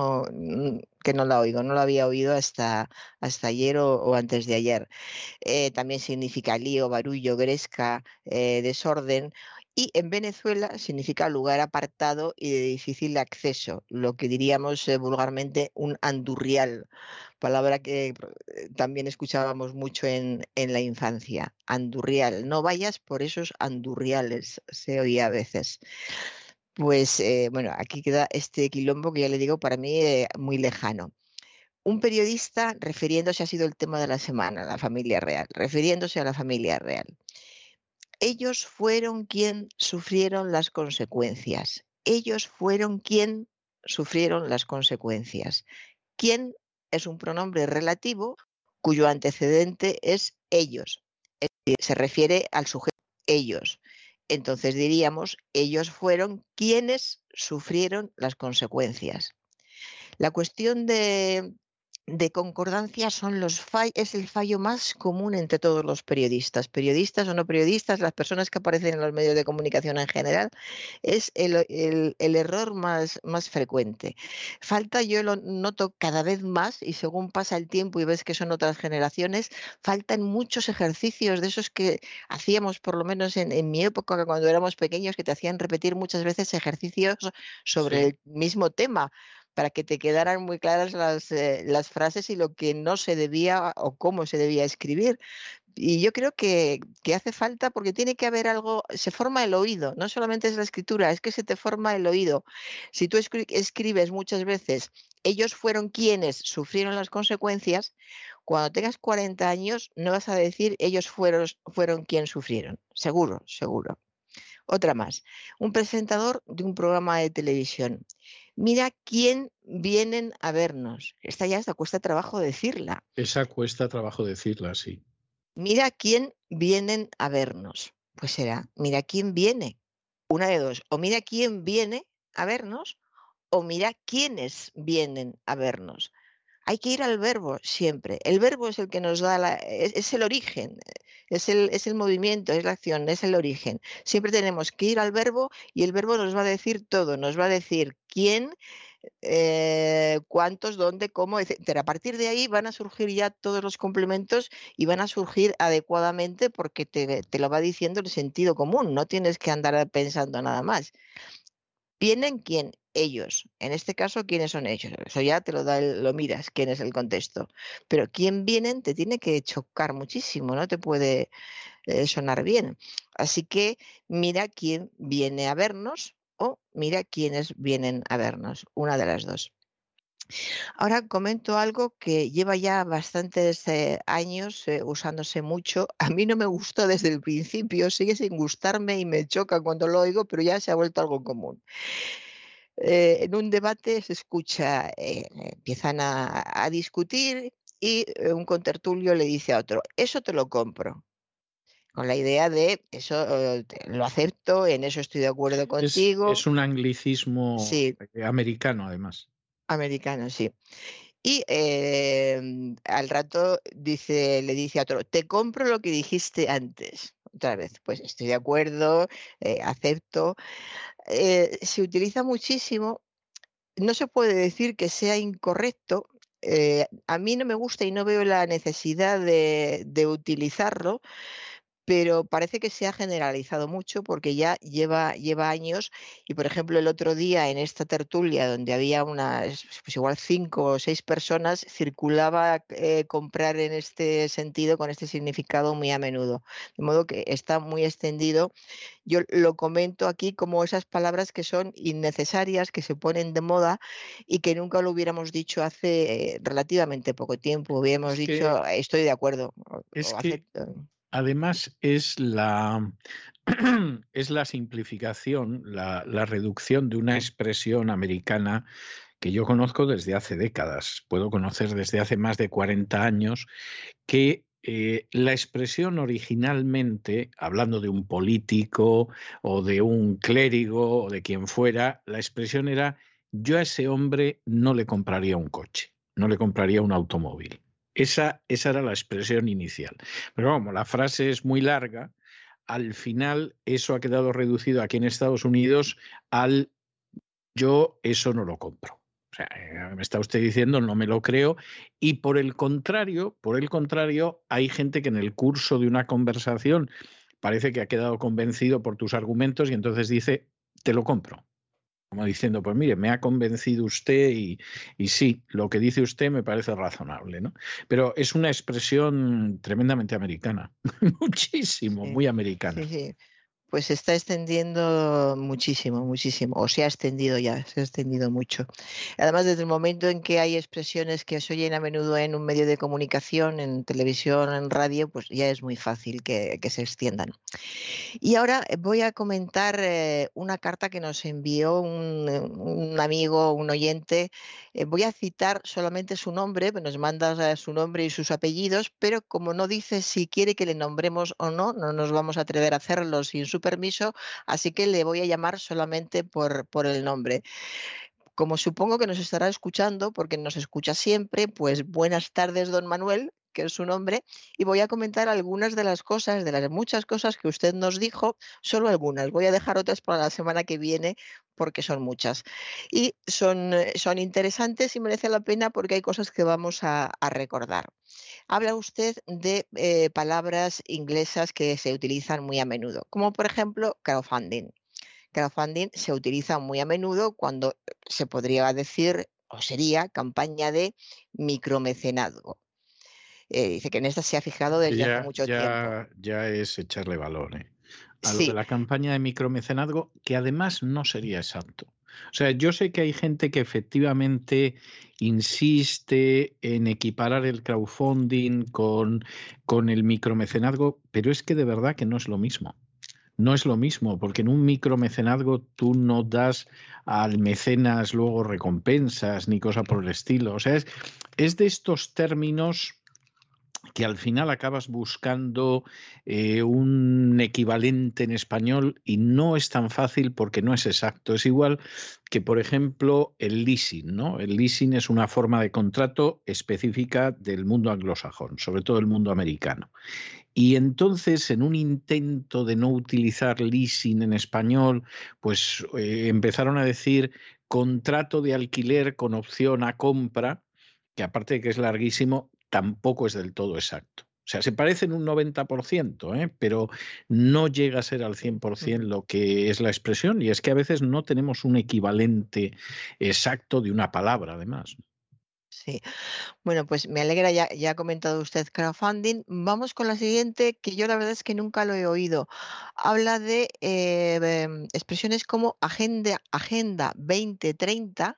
que no la oigo, no la había oído hasta ayer o antes de ayer. También significa lío, barullo, gresca, desorden. Y en Venezuela significa lugar apartado y de difícil acceso, lo que diríamos vulgarmente un andurrial, palabra que también escuchábamos mucho en la infancia. Andurrial, no vayas por esos andurriales, se oía a veces. Pues bueno, aquí queda este quilombo que ya le digo para mí muy lejano. Un periodista refiriéndose, ha sido el tema de la semana, la familia real, refiriéndose a la familia real. Ellos fueron quien sufrieron las consecuencias. Ellos fueron quien sufrieron las consecuencias. ¿Quién? Es un pronombre relativo cuyo antecedente es ellos. Es decir, se refiere al sujeto ellos. Entonces diríamos, ellos fueron quienes sufrieron las consecuencias. La cuestión de concordancia es el fallo más común entre todos los periodistas o no periodistas, las personas que aparecen en los medios de comunicación en general, es el error más frecuente. Falta, yo lo noto cada vez más y según pasa el tiempo y ves que son otras generaciones, faltan muchos ejercicios de esos que hacíamos por lo menos en mi época cuando éramos pequeños, que te hacían repetir muchas veces ejercicios sobre Sí. el mismo tema, para que te quedaran muy claras las frases y lo que no se debía o cómo se debía escribir. Y yo creo que hace falta porque tiene que haber algo, se forma el oído, no solamente es la escritura, es que se te forma el oído. Si tú escribes muchas veces, ellos fueron quienes sufrieron las consecuencias, cuando tengas 40 años no vas a decir ellos fueron quienes sufrieron, seguro, seguro. Otra más, un presentador de un programa de televisión. Mira quién vienen a vernos. Esta ya hasta cuesta trabajo decirla. Esa cuesta trabajo decirla, sí. Mira quién vienen a vernos. Pues será, mira quién viene. Una de dos. O mira quién viene a vernos o mira quiénes vienen a vernos. Hay que ir al verbo siempre. El verbo es el que nos da es el origen, es el movimiento, es la acción, es el origen. Siempre tenemos que ir al verbo y el verbo nos va a decir todo, nos va a decir quién, cuántos, dónde, cómo, etcétera. A partir de ahí van a surgir ya todos los complementos y van a surgir adecuadamente porque te lo va diciendo el sentido común, no tienes que andar pensando nada más. ¿Vienen quién? Ellos. En este caso, ¿quiénes son ellos? Eso ya te lo miras, quién es el contexto. Pero quién vienen te tiene que chocar muchísimo, no te puede sonar bien. Así que mira quién viene a vernos o mira quiénes vienen a vernos. Una de las dos. Ahora comento algo que lleva ya bastantes años usándose mucho. A mí no me gustó desde el principio, sigue sin gustarme y me choca cuando lo oigo, pero ya se ha vuelto algo común. En un debate se escucha, empiezan a discutir y un contertulio le dice a otro, eso te lo compro. Con la idea de eso lo acepto, en eso estoy de acuerdo contigo. Es un anglicismo Sí, americano, además. americano, sí. Y al rato le dice a otro, te compro lo que dijiste antes. Otra vez, pues estoy de acuerdo, acepto. Se utiliza muchísimo. No se puede decir que sea incorrecto. A mí no me gusta y no veo la necesidad de utilizarlo, pero parece que se ha generalizado mucho porque ya lleva años y, por ejemplo, el otro día en esta tertulia donde había unas, pues igual 5 o 6 personas, circulaba comprar en este sentido, con este significado muy a menudo. De modo que está muy extendido. Yo lo comento aquí como esas palabras que son innecesarias, que se ponen de moda y que nunca lo hubiéramos dicho hace relativamente poco tiempo. Hubiéramos Es dicho, que, estoy de acuerdo es o que acepto. además es la simplificación, la reducción de una expresión americana que yo conozco desde hace décadas, puedo conocer desde hace más de 40 años, que la expresión originalmente, hablando de un político o de un clérigo o de quien fuera, la expresión era: yo a ese hombre no le compraría un coche, no le compraría un automóvil. Esa era la expresión inicial. Pero como la frase es muy larga, al final eso ha quedado reducido aquí en Estados Unidos al: yo eso no lo compro. O sea, me está usted diciendo no me lo creo, y por el contrario, hay gente que en el curso de una conversación parece que ha quedado convencido por tus argumentos y entonces dice: te lo compro. Como diciendo, pues mire, me ha convencido usted y sí, lo que dice usted me parece razonable, ¿no? Pero es una expresión tremendamente americana, muchísimo, Sí, muy americana. sí. Pues se está extendiendo muchísimo, o se ha extendido ya, se ha extendido mucho. Además, desde el momento en que hay expresiones que se oyen a menudo en un medio de comunicación, en televisión, en radio, pues ya es muy fácil que se extiendan. Y ahora voy a comentar una carta que nos envió un amigo, un oyente. Voy a citar solamente su nombre, nos manda su nombre y sus apellidos, pero como no dice si quiere que le nombremos o no, no nos vamos a atrever a hacerlo sin su permiso, así que le voy a llamar solamente por el nombre. Como supongo que nos estará escuchando, porque nos escucha siempre, pues buenas tardes, don Manuel, que es su nombre, y voy a comentar algunas de las cosas, de las muchas cosas que usted nos dijo, solo algunas. Voy a dejar otras para la semana que viene porque son muchas. Y son interesantes y merece la pena porque hay cosas que vamos a recordar. Habla usted de palabras inglesas que se utilizan muy a menudo, como por ejemplo crowdfunding. Crowdfunding se utiliza muy a menudo cuando se podría decir o sería campaña de micromecenazgo. Dice que en esta se ha fijado desde hace mucho tiempo. Ya es echarle valor a lo de Sí, la campaña de micromecenazgo, que además no sería exacto. O sea, yo sé que hay gente que efectivamente insiste en equiparar el crowdfunding con el micromecenazgo, pero es que de verdad que no es lo mismo. No es lo mismo, porque en un micromecenazgo tú no das al mecenas luego recompensas ni cosa por el estilo. O sea, es de estos términos que al final acabas buscando un equivalente en español y no es tan fácil porque no es exacto. Es igual que, por ejemplo, el leasing, ¿no? El leasing es una forma de contrato específica del mundo anglosajón, sobre todo el mundo americano. Y entonces, en un intento de no utilizar leasing en español, pues empezaron a decir contrato de alquiler con opción a compra, que aparte de que es larguísimo, tampoco es del todo exacto. O sea, se parecen un 90%, pero no llega a ser al 100% lo que es la expresión, y es que a veces no tenemos un equivalente exacto de una palabra, además. sí. Bueno, pues me alegra, ya ha comentado usted crowdfunding. Vamos con la siguiente, que yo la verdad es que nunca lo he oído. Habla de expresiones como Agenda 2030.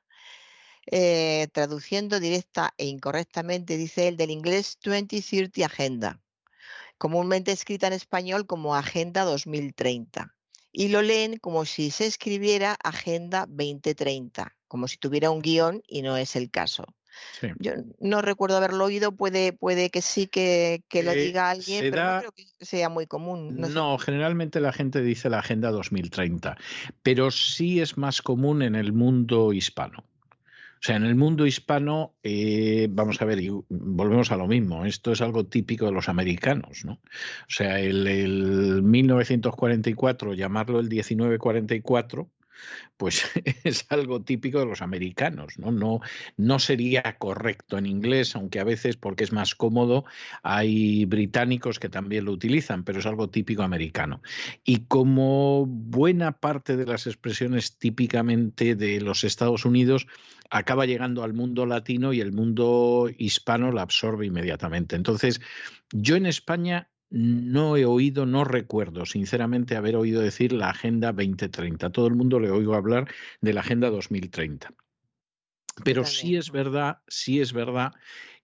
Traduciendo directa e incorrectamente, dice él, del inglés 2030 Agenda, comúnmente escrita en español como Agenda 2030. Y lo leen como si se escribiera Agenda 2030, como si tuviera un guión y no es el caso. Sí. Yo no recuerdo haberlo oído, puede que sí que lo diga alguien, pero no creo que sea muy común. No, generalmente la gente dice la Agenda 2030, pero sí es más común en el mundo hispano. O sea, en el mundo hispano, vamos a ver, y volvemos a lo mismo, esto es algo típico de los americanos, ¿no? O sea, el 1944, llamarlo el 1944, pues es algo típico de los americanos, ¿no? No sería correcto en inglés, aunque a veces, porque es más cómodo, hay británicos que también lo utilizan, pero es algo típico americano. Y como buena parte de las expresiones típicamente de los Estados Unidos acaba llegando al mundo latino y el mundo hispano la absorbe inmediatamente. Entonces, yo en España no he oído, no recuerdo sinceramente haber oído decir la Agenda 2030. Todo el mundo le oigo hablar de la Agenda 2030. Pero sí es verdad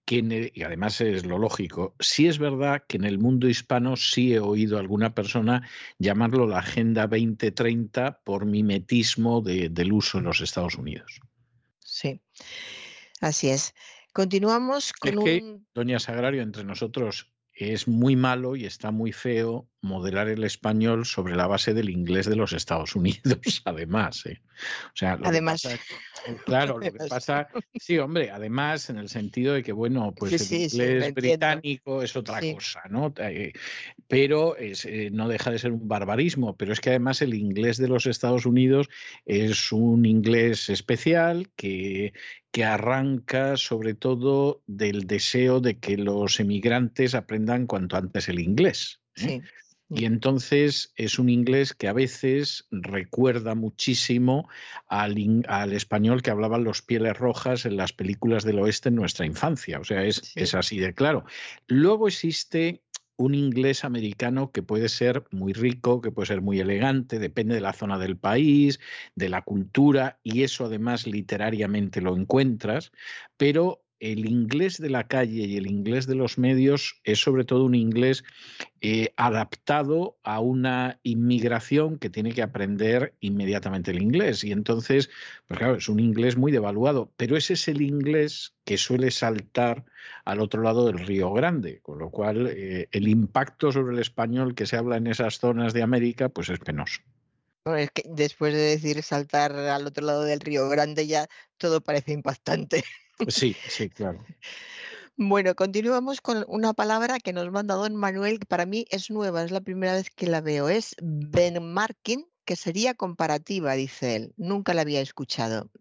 y además es lo lógico, sí es verdad que en el mundo hispano sí he oído a alguna persona llamarlo la Agenda 2030 por mimetismo del uso en los Estados Unidos. Sí, así es. Continuamos Es con que, un... doña Sagrario, entre nosotros es muy malo y está muy feo modelar el español sobre la base del inglés de los Estados Unidos, además. O sea, lo que Además, pasa, claro, lo que además. pasa, sí, hombre, además en el sentido de que, bueno, pues Sí, el sí, sí, lo inglés entiendo. británico es otra Sí. cosa, ¿no? Pero no deja de ser un barbarismo, pero es que además el inglés de los Estados Unidos es un inglés especial que arranca sobre todo del deseo de que los emigrantes aprendan cuanto antes el inglés. Sí. Y entonces es un inglés que a veces recuerda muchísimo al español que hablaban los Pieles Rojas en las películas del oeste en nuestra infancia. O sea, es así de claro. Luego existe un inglés americano que puede ser muy rico, que puede ser muy elegante, depende de la zona del país, de la cultura, y eso además literariamente lo encuentras, pero el inglés de la calle y el inglés de los medios es sobre todo un inglés adaptado a una inmigración que tiene que aprender inmediatamente el inglés. Y entonces, pues claro, es un inglés muy devaluado, pero ese es el inglés que suele saltar al otro lado del Río Grande, con lo cual el impacto sobre el español que se habla en esas zonas de América, pues es penoso. Bueno, es que después de decir saltar al otro lado del Río Grande ya todo parece impactante. Sí, sí, claro. Bueno, continuamos con una palabra que nos manda don Manuel, que para mí es nueva, es la primera vez que la veo. Es benchmarking, que sería comparativa, dice él. Nunca la había escuchado.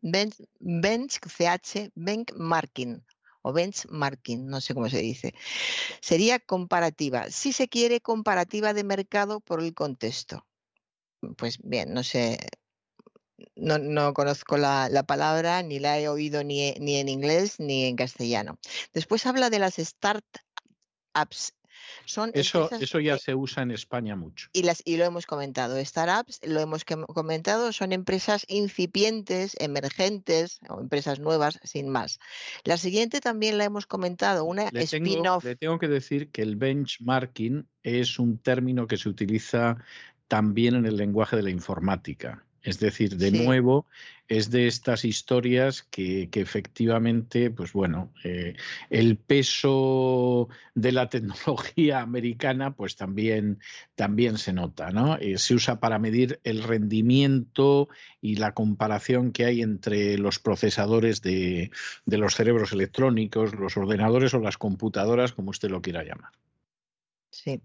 Benchmarking o benchmarking, no sé cómo se dice. Sería comparativa. Si se quiere, comparativa de mercado por el contexto. Pues bien, no sé. No conozco la palabra, ni la he oído ni en inglés ni en castellano. Después habla de las startups. Son Eso empresas, ya se usa en España mucho. y lo hemos comentado. Startups, lo hemos comentado, son empresas incipientes, emergentes o empresas nuevas, sin más. La siguiente también la hemos comentado, una spin-off. Le tengo que decir que el benchmarking es un término que se utiliza también en el lenguaje de la informática. Es decir, de Sí. nuevo, es de estas historias que efectivamente, pues bueno, el peso de la tecnología americana, pues también se nota, ¿no? Se usa para medir el rendimiento y la comparación que hay entre los procesadores de los cerebros electrónicos, los ordenadores o las computadoras, como usted lo quiera llamar. Sí.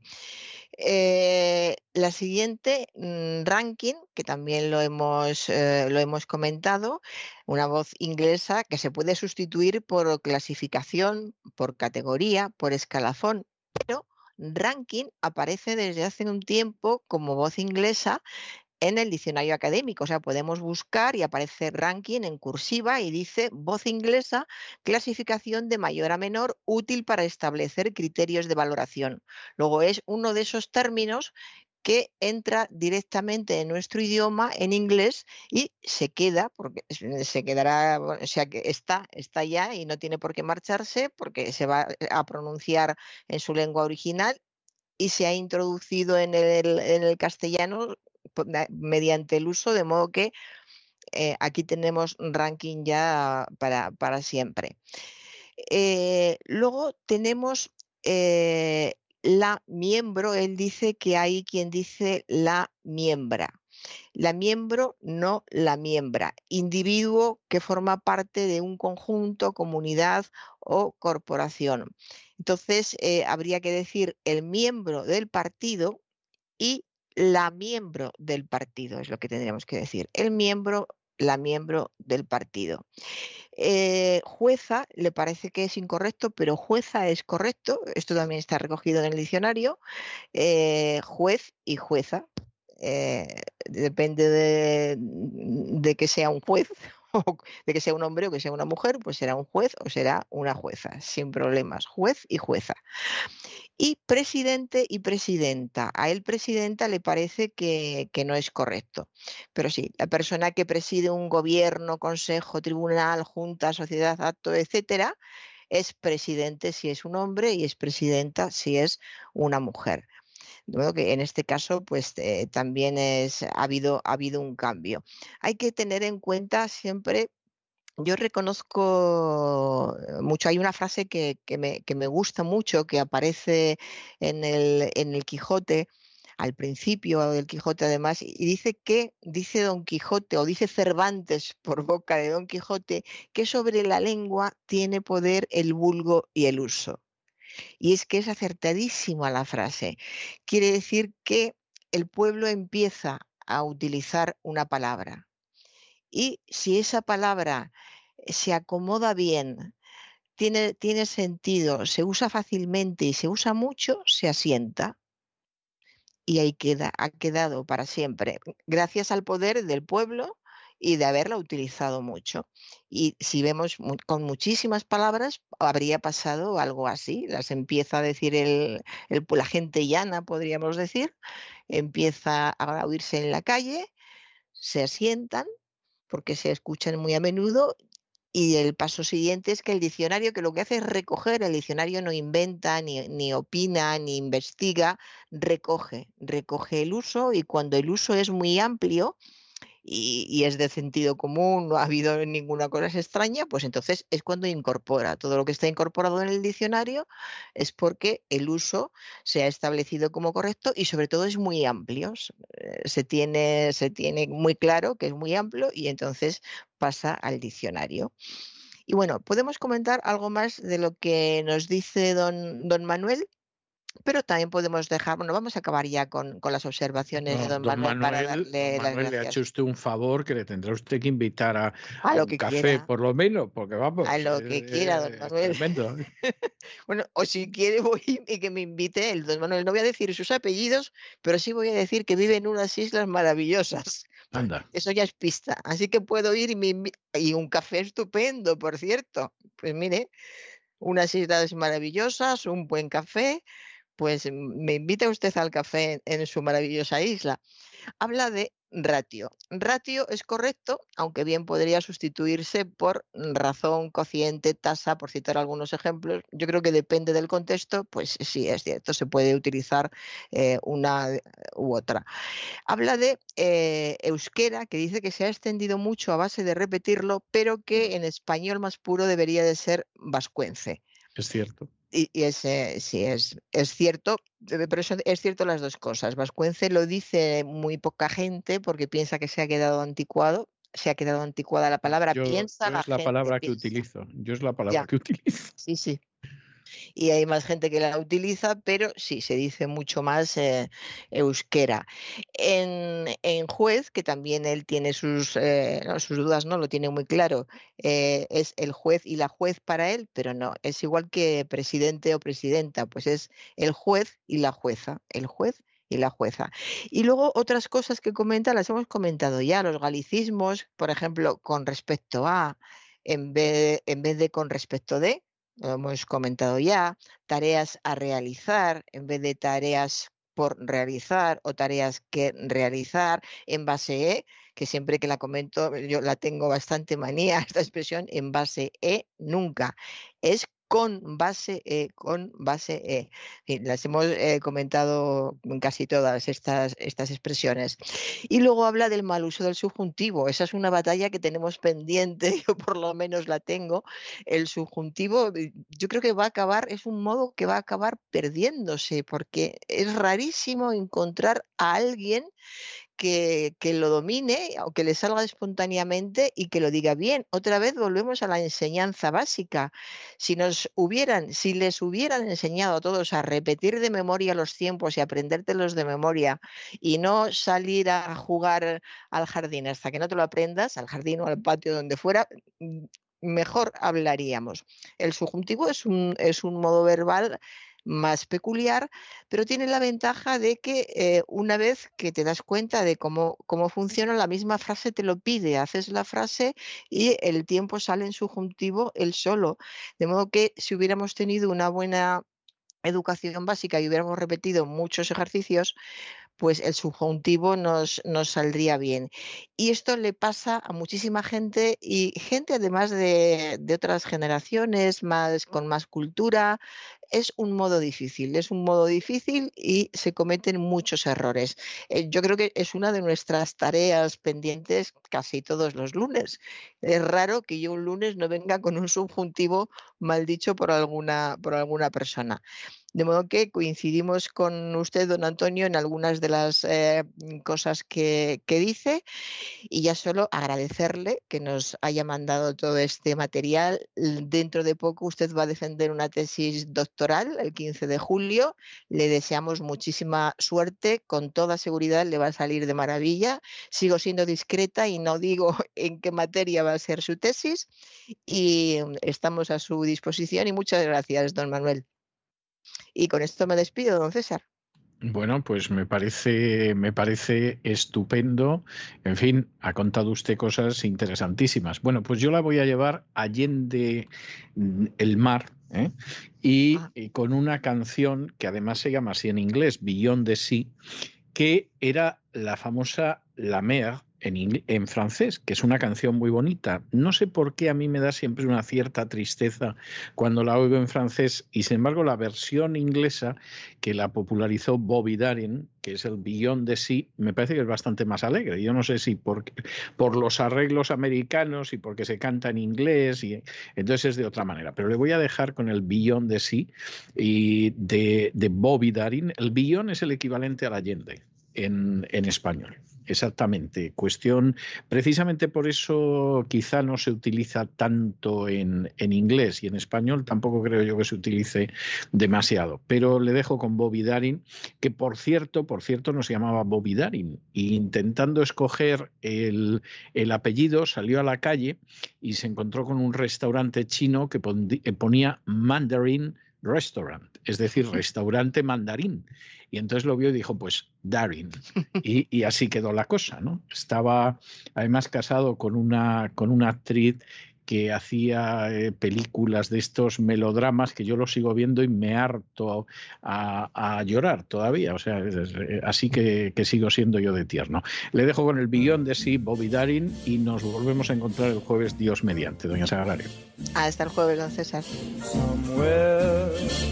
La siguiente, ranking, que también lo hemos comentado, una voz inglesa que se puede sustituir por clasificación, por categoría, por escalafón, pero ranking aparece desde hace un tiempo como voz inglesa en el diccionario académico. O sea, podemos buscar y aparece ranking en cursiva y dice voz inglesa, clasificación de mayor a menor, útil para establecer criterios de valoración. Luego es uno de esos términos que entra directamente en nuestro idioma, en inglés, y se queda, porque se quedará, o sea, que está ya y no tiene por qué marcharse, porque se va a pronunciar en su lengua original y se ha introducido en el castellano mediante el uso, de modo que aquí tenemos ranking ya para siempre. Luego tenemos la miembro. Él dice que hay quien dice la miembra. La miembro, no la miembra. Individuo que forma parte de un conjunto, comunidad o corporación. Entonces, habría que decir el miembro del partido y la miembro del partido, es lo que tendríamos que decir. El miembro, la miembro del partido. Jueza le parece que es incorrecto, pero jueza es correcto. Esto también está recogido en el diccionario. Juez y jueza. Depende de que sea un juez, o de que sea un hombre o que sea una mujer, pues será un juez o será una jueza, sin problemas. Juez y jueza. Y presidente y presidenta. A él presidenta le parece que no es correcto. Pero sí, la persona que preside un gobierno, consejo, tribunal, junta, sociedad, acto, etcétera, es presidente si es un hombre y es presidenta si es una mujer. De modo que en este caso, pues también ha habido un cambio. Hay que tener en cuenta siempre. Yo reconozco mucho, hay una frase que me gusta mucho, que aparece en el Quijote, al principio del Quijote además, y dice Don Quijote, o dice Cervantes por boca de Don Quijote, que sobre la lengua tiene poder el vulgo y el uso. Y es que es acertadísima la frase. Quiere decir que el pueblo empieza a utilizar una palabra. Y si esa palabra se acomoda bien, tiene sentido, se usa fácilmente y se usa mucho, se asienta. Y ahí ha quedado para siempre, gracias al poder del pueblo y de haberla utilizado mucho. Y si vemos con muchísimas palabras, habría pasado algo así. Las empieza a decir la gente llana, podríamos decir, empieza a oírse en la calle, se asientan, porque se escuchan muy a menudo, y el paso siguiente es que el diccionario, que lo que hace es recoger, el diccionario no inventa, ni opina, ni investiga, recoge el uso, y cuando el uso es muy amplio y es de sentido común, no ha habido ninguna cosa extraña, pues entonces es cuando incorpora. Todo lo que está incorporado en el diccionario es porque el uso se ha establecido como correcto y sobre todo es muy amplio. Se tiene muy claro que es muy amplio y entonces pasa al diccionario. Y bueno, podemos comentar algo más de lo que nos dice don Manuel. Pero también podemos dejar, bueno, vamos a acabar ya con las observaciones de don Manuel para darle las Le ha hecho gracias. usted un favor que le tendrá usted que invitar a A lo un que café, quiera, por lo menos, porque vamos, a lo que quiera, don es Manuel. tremendo. Bueno, o si quiere voy y que me invite él, don Manuel. No voy a decir sus apellidos, pero sí voy a decir que vive en unas islas maravillosas. Anda. Eso ya es pista. Así que puedo ir y un café estupendo, por cierto. Pues mire, unas islas maravillosas, un buen café. Pues me invita usted al café en su maravillosa isla. Habla de ratio. Ratio es correcto, aunque bien podría sustituirse por razón, cociente, tasa, por citar algunos ejemplos. Yo creo que depende del contexto, pues sí, es cierto, se puede utilizar una u otra. Habla de euskera, que dice que se ha extendido mucho a base de repetirlo, pero que en español más puro debería de ser vascuence. Es cierto. Sí, es cierto, pero eso es cierto las dos cosas. Vascuence lo dice muy poca gente porque piensa que se ha quedado anticuado. Se ha quedado anticuada la palabra, Yo piensa la es la gente, palabra que piensa. utilizo. Yo es la palabra Ya, que utilizo. sí. Y hay más gente que la utiliza, pero sí, se dice mucho más euskera. En juez, que también él tiene sus dudas, no lo tiene muy claro, es el juez y la juez para él, pero no, es igual que presidente o presidenta, pues es el juez y la jueza, el juez y la jueza. Y luego otras cosas que comenta, las hemos comentado ya, los galicismos, por ejemplo, con respecto a, en vez de con respecto de, lo hemos comentado ya, tareas a realizar en vez de tareas por realizar o tareas que realizar, en base que siempre que la comento yo la tengo bastante manía, esta expresión, en base nunca, es con base las hemos comentado casi todas estas expresiones. Y luego habla del mal uso del subjuntivo. Esa es una batalla que tenemos pendiente, yo por lo menos la tengo. El subjuntivo, yo creo que va a acabar, es un modo que va a acabar perdiéndose, porque es rarísimo encontrar a alguien que lo domine o que le salga espontáneamente y que lo diga bien. Otra vez volvemos a la enseñanza básica. Si les hubieran enseñado a todos a repetir de memoria los tiempos y aprendértelos de memoria y no salir a jugar al jardín hasta que no te lo aprendas, al jardín o al patio donde fuera, mejor hablaríamos. El subjuntivo es un modo verbal más peculiar, pero tiene la ventaja de que una vez que te das cuenta de cómo funciona, la misma frase te lo pide, haces la frase y el tiempo sale en subjuntivo él solo. De modo que si hubiéramos tenido una buena educación básica y hubiéramos repetido muchos ejercicios, pues el subjuntivo nos saldría bien. Y esto le pasa a muchísima gente, y gente además de otras generaciones, con más cultura. Es un modo difícil y se cometen muchos errores. Yo creo que es una de nuestras tareas pendientes casi todos los lunes. Es raro que yo un lunes no venga con un subjuntivo mal dicho por alguna persona. De modo que coincidimos con usted, don Antonio, en algunas de las cosas que dice, y ya solo agradecerle que nos haya mandado todo este material. Dentro de poco usted va a defender una tesis doctoral el 15 de julio. Le deseamos muchísima suerte, con toda seguridad le va a salir de maravilla. Sigo siendo discreta y no digo en qué materia va a ser su tesis, y estamos a su disposición, y muchas gracias, don Manuel. Y con esto me despido, don César. Bueno, pues me parece estupendo. En fin, ha contado usted cosas interesantísimas. Bueno, pues yo la voy a llevar allende el mar, y con una canción que además se llama así en inglés, Beyond the Sea, que era la famosa La Mer en francés, que es una canción muy bonita. No sé por qué a mí me da siempre una cierta tristeza cuando la oigo en francés, y sin embargo la versión inglesa, que la popularizó Bobby Darin, que es el Beyond the Sea, me parece que es bastante más alegre. Yo no sé si por los arreglos americanos y porque se canta en inglés, y entonces es de otra manera. Pero le voy a dejar con el Beyond the Sea y de Bobby Darin. El Beyond es el equivalente al Allende en español. Exactamente. Cuestión, precisamente por eso quizá no se utiliza tanto en inglés, y en español tampoco creo yo que se utilice demasiado. Pero le dejo con Bobby Darin, que por cierto no se llamaba Bobby Darin, y intentando escoger el apellido salió a la calle y se encontró con un restaurante chino que ponía Mandarin Restaurant, es decir, restaurante mandarín. Y entonces lo vio y dijo, pues Darin. Y así quedó la cosa, ¿no? Estaba además casado con una actriz que hacía películas de estos melodramas que yo los sigo viendo y me harto a llorar todavía. O sea, así que sigo siendo yo de tierno. Le dejo con el Beyond the Sea, Bobby Darin, y nos volvemos a encontrar el jueves, Dios mediante. Doña Sagrario. Hasta el jueves, don César. Somewhere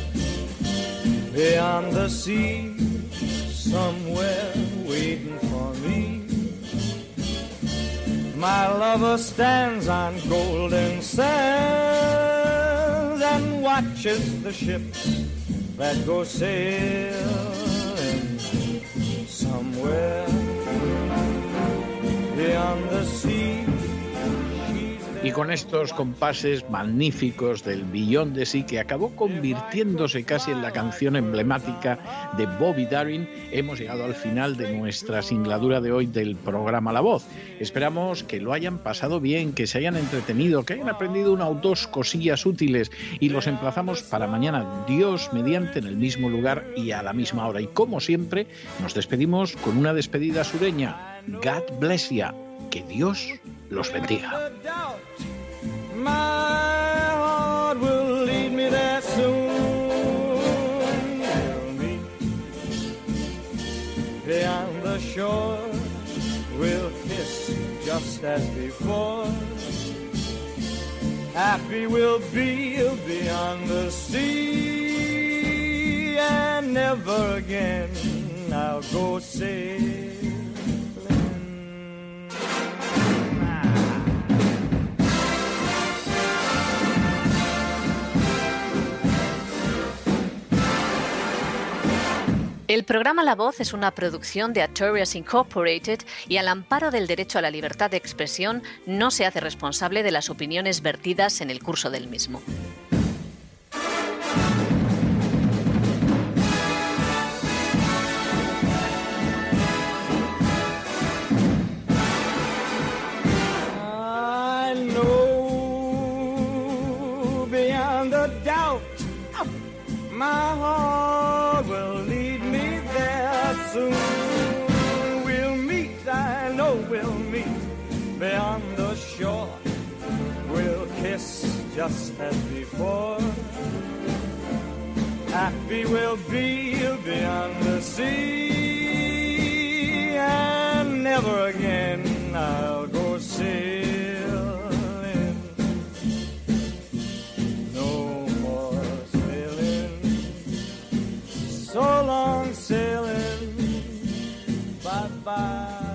beyond the sea, somewhere waiting for me, my lover stands on golden sands and watches the ships that go sailing. Somewhere beyond the sea. Y con estos compases magníficos del Beyond the Sea, que acabó convirtiéndose casi en la canción emblemática de Bobby Darin, hemos llegado al final de nuestra singladura de hoy del programa La Voz. Esperamos que lo hayan pasado bien, que se hayan entretenido, que hayan aprendido una o dos cosillas útiles, y los emplazamos para mañana, Dios mediante, en el mismo lugar y a la misma hora. Y como siempre, nos despedimos con una despedida sureña. God bless ya. Que Dios los bendiga. My heart will lead me there soon. We'll meet beyond the shore. We'll kiss just as before. Happy we'll be beyond the sea, and never again I'll go sailing. El programa La Voz es una producción de Artorias Incorporated y, al amparo del derecho a la libertad de expresión, no se hace responsable de las opiniones vertidas en el curso del mismo. I know beyond a doubt my heart will lead me there soon. We'll meet, I know we'll meet beyond the shore. We'll kiss just as before. Happy we'll be beyond the sea, side.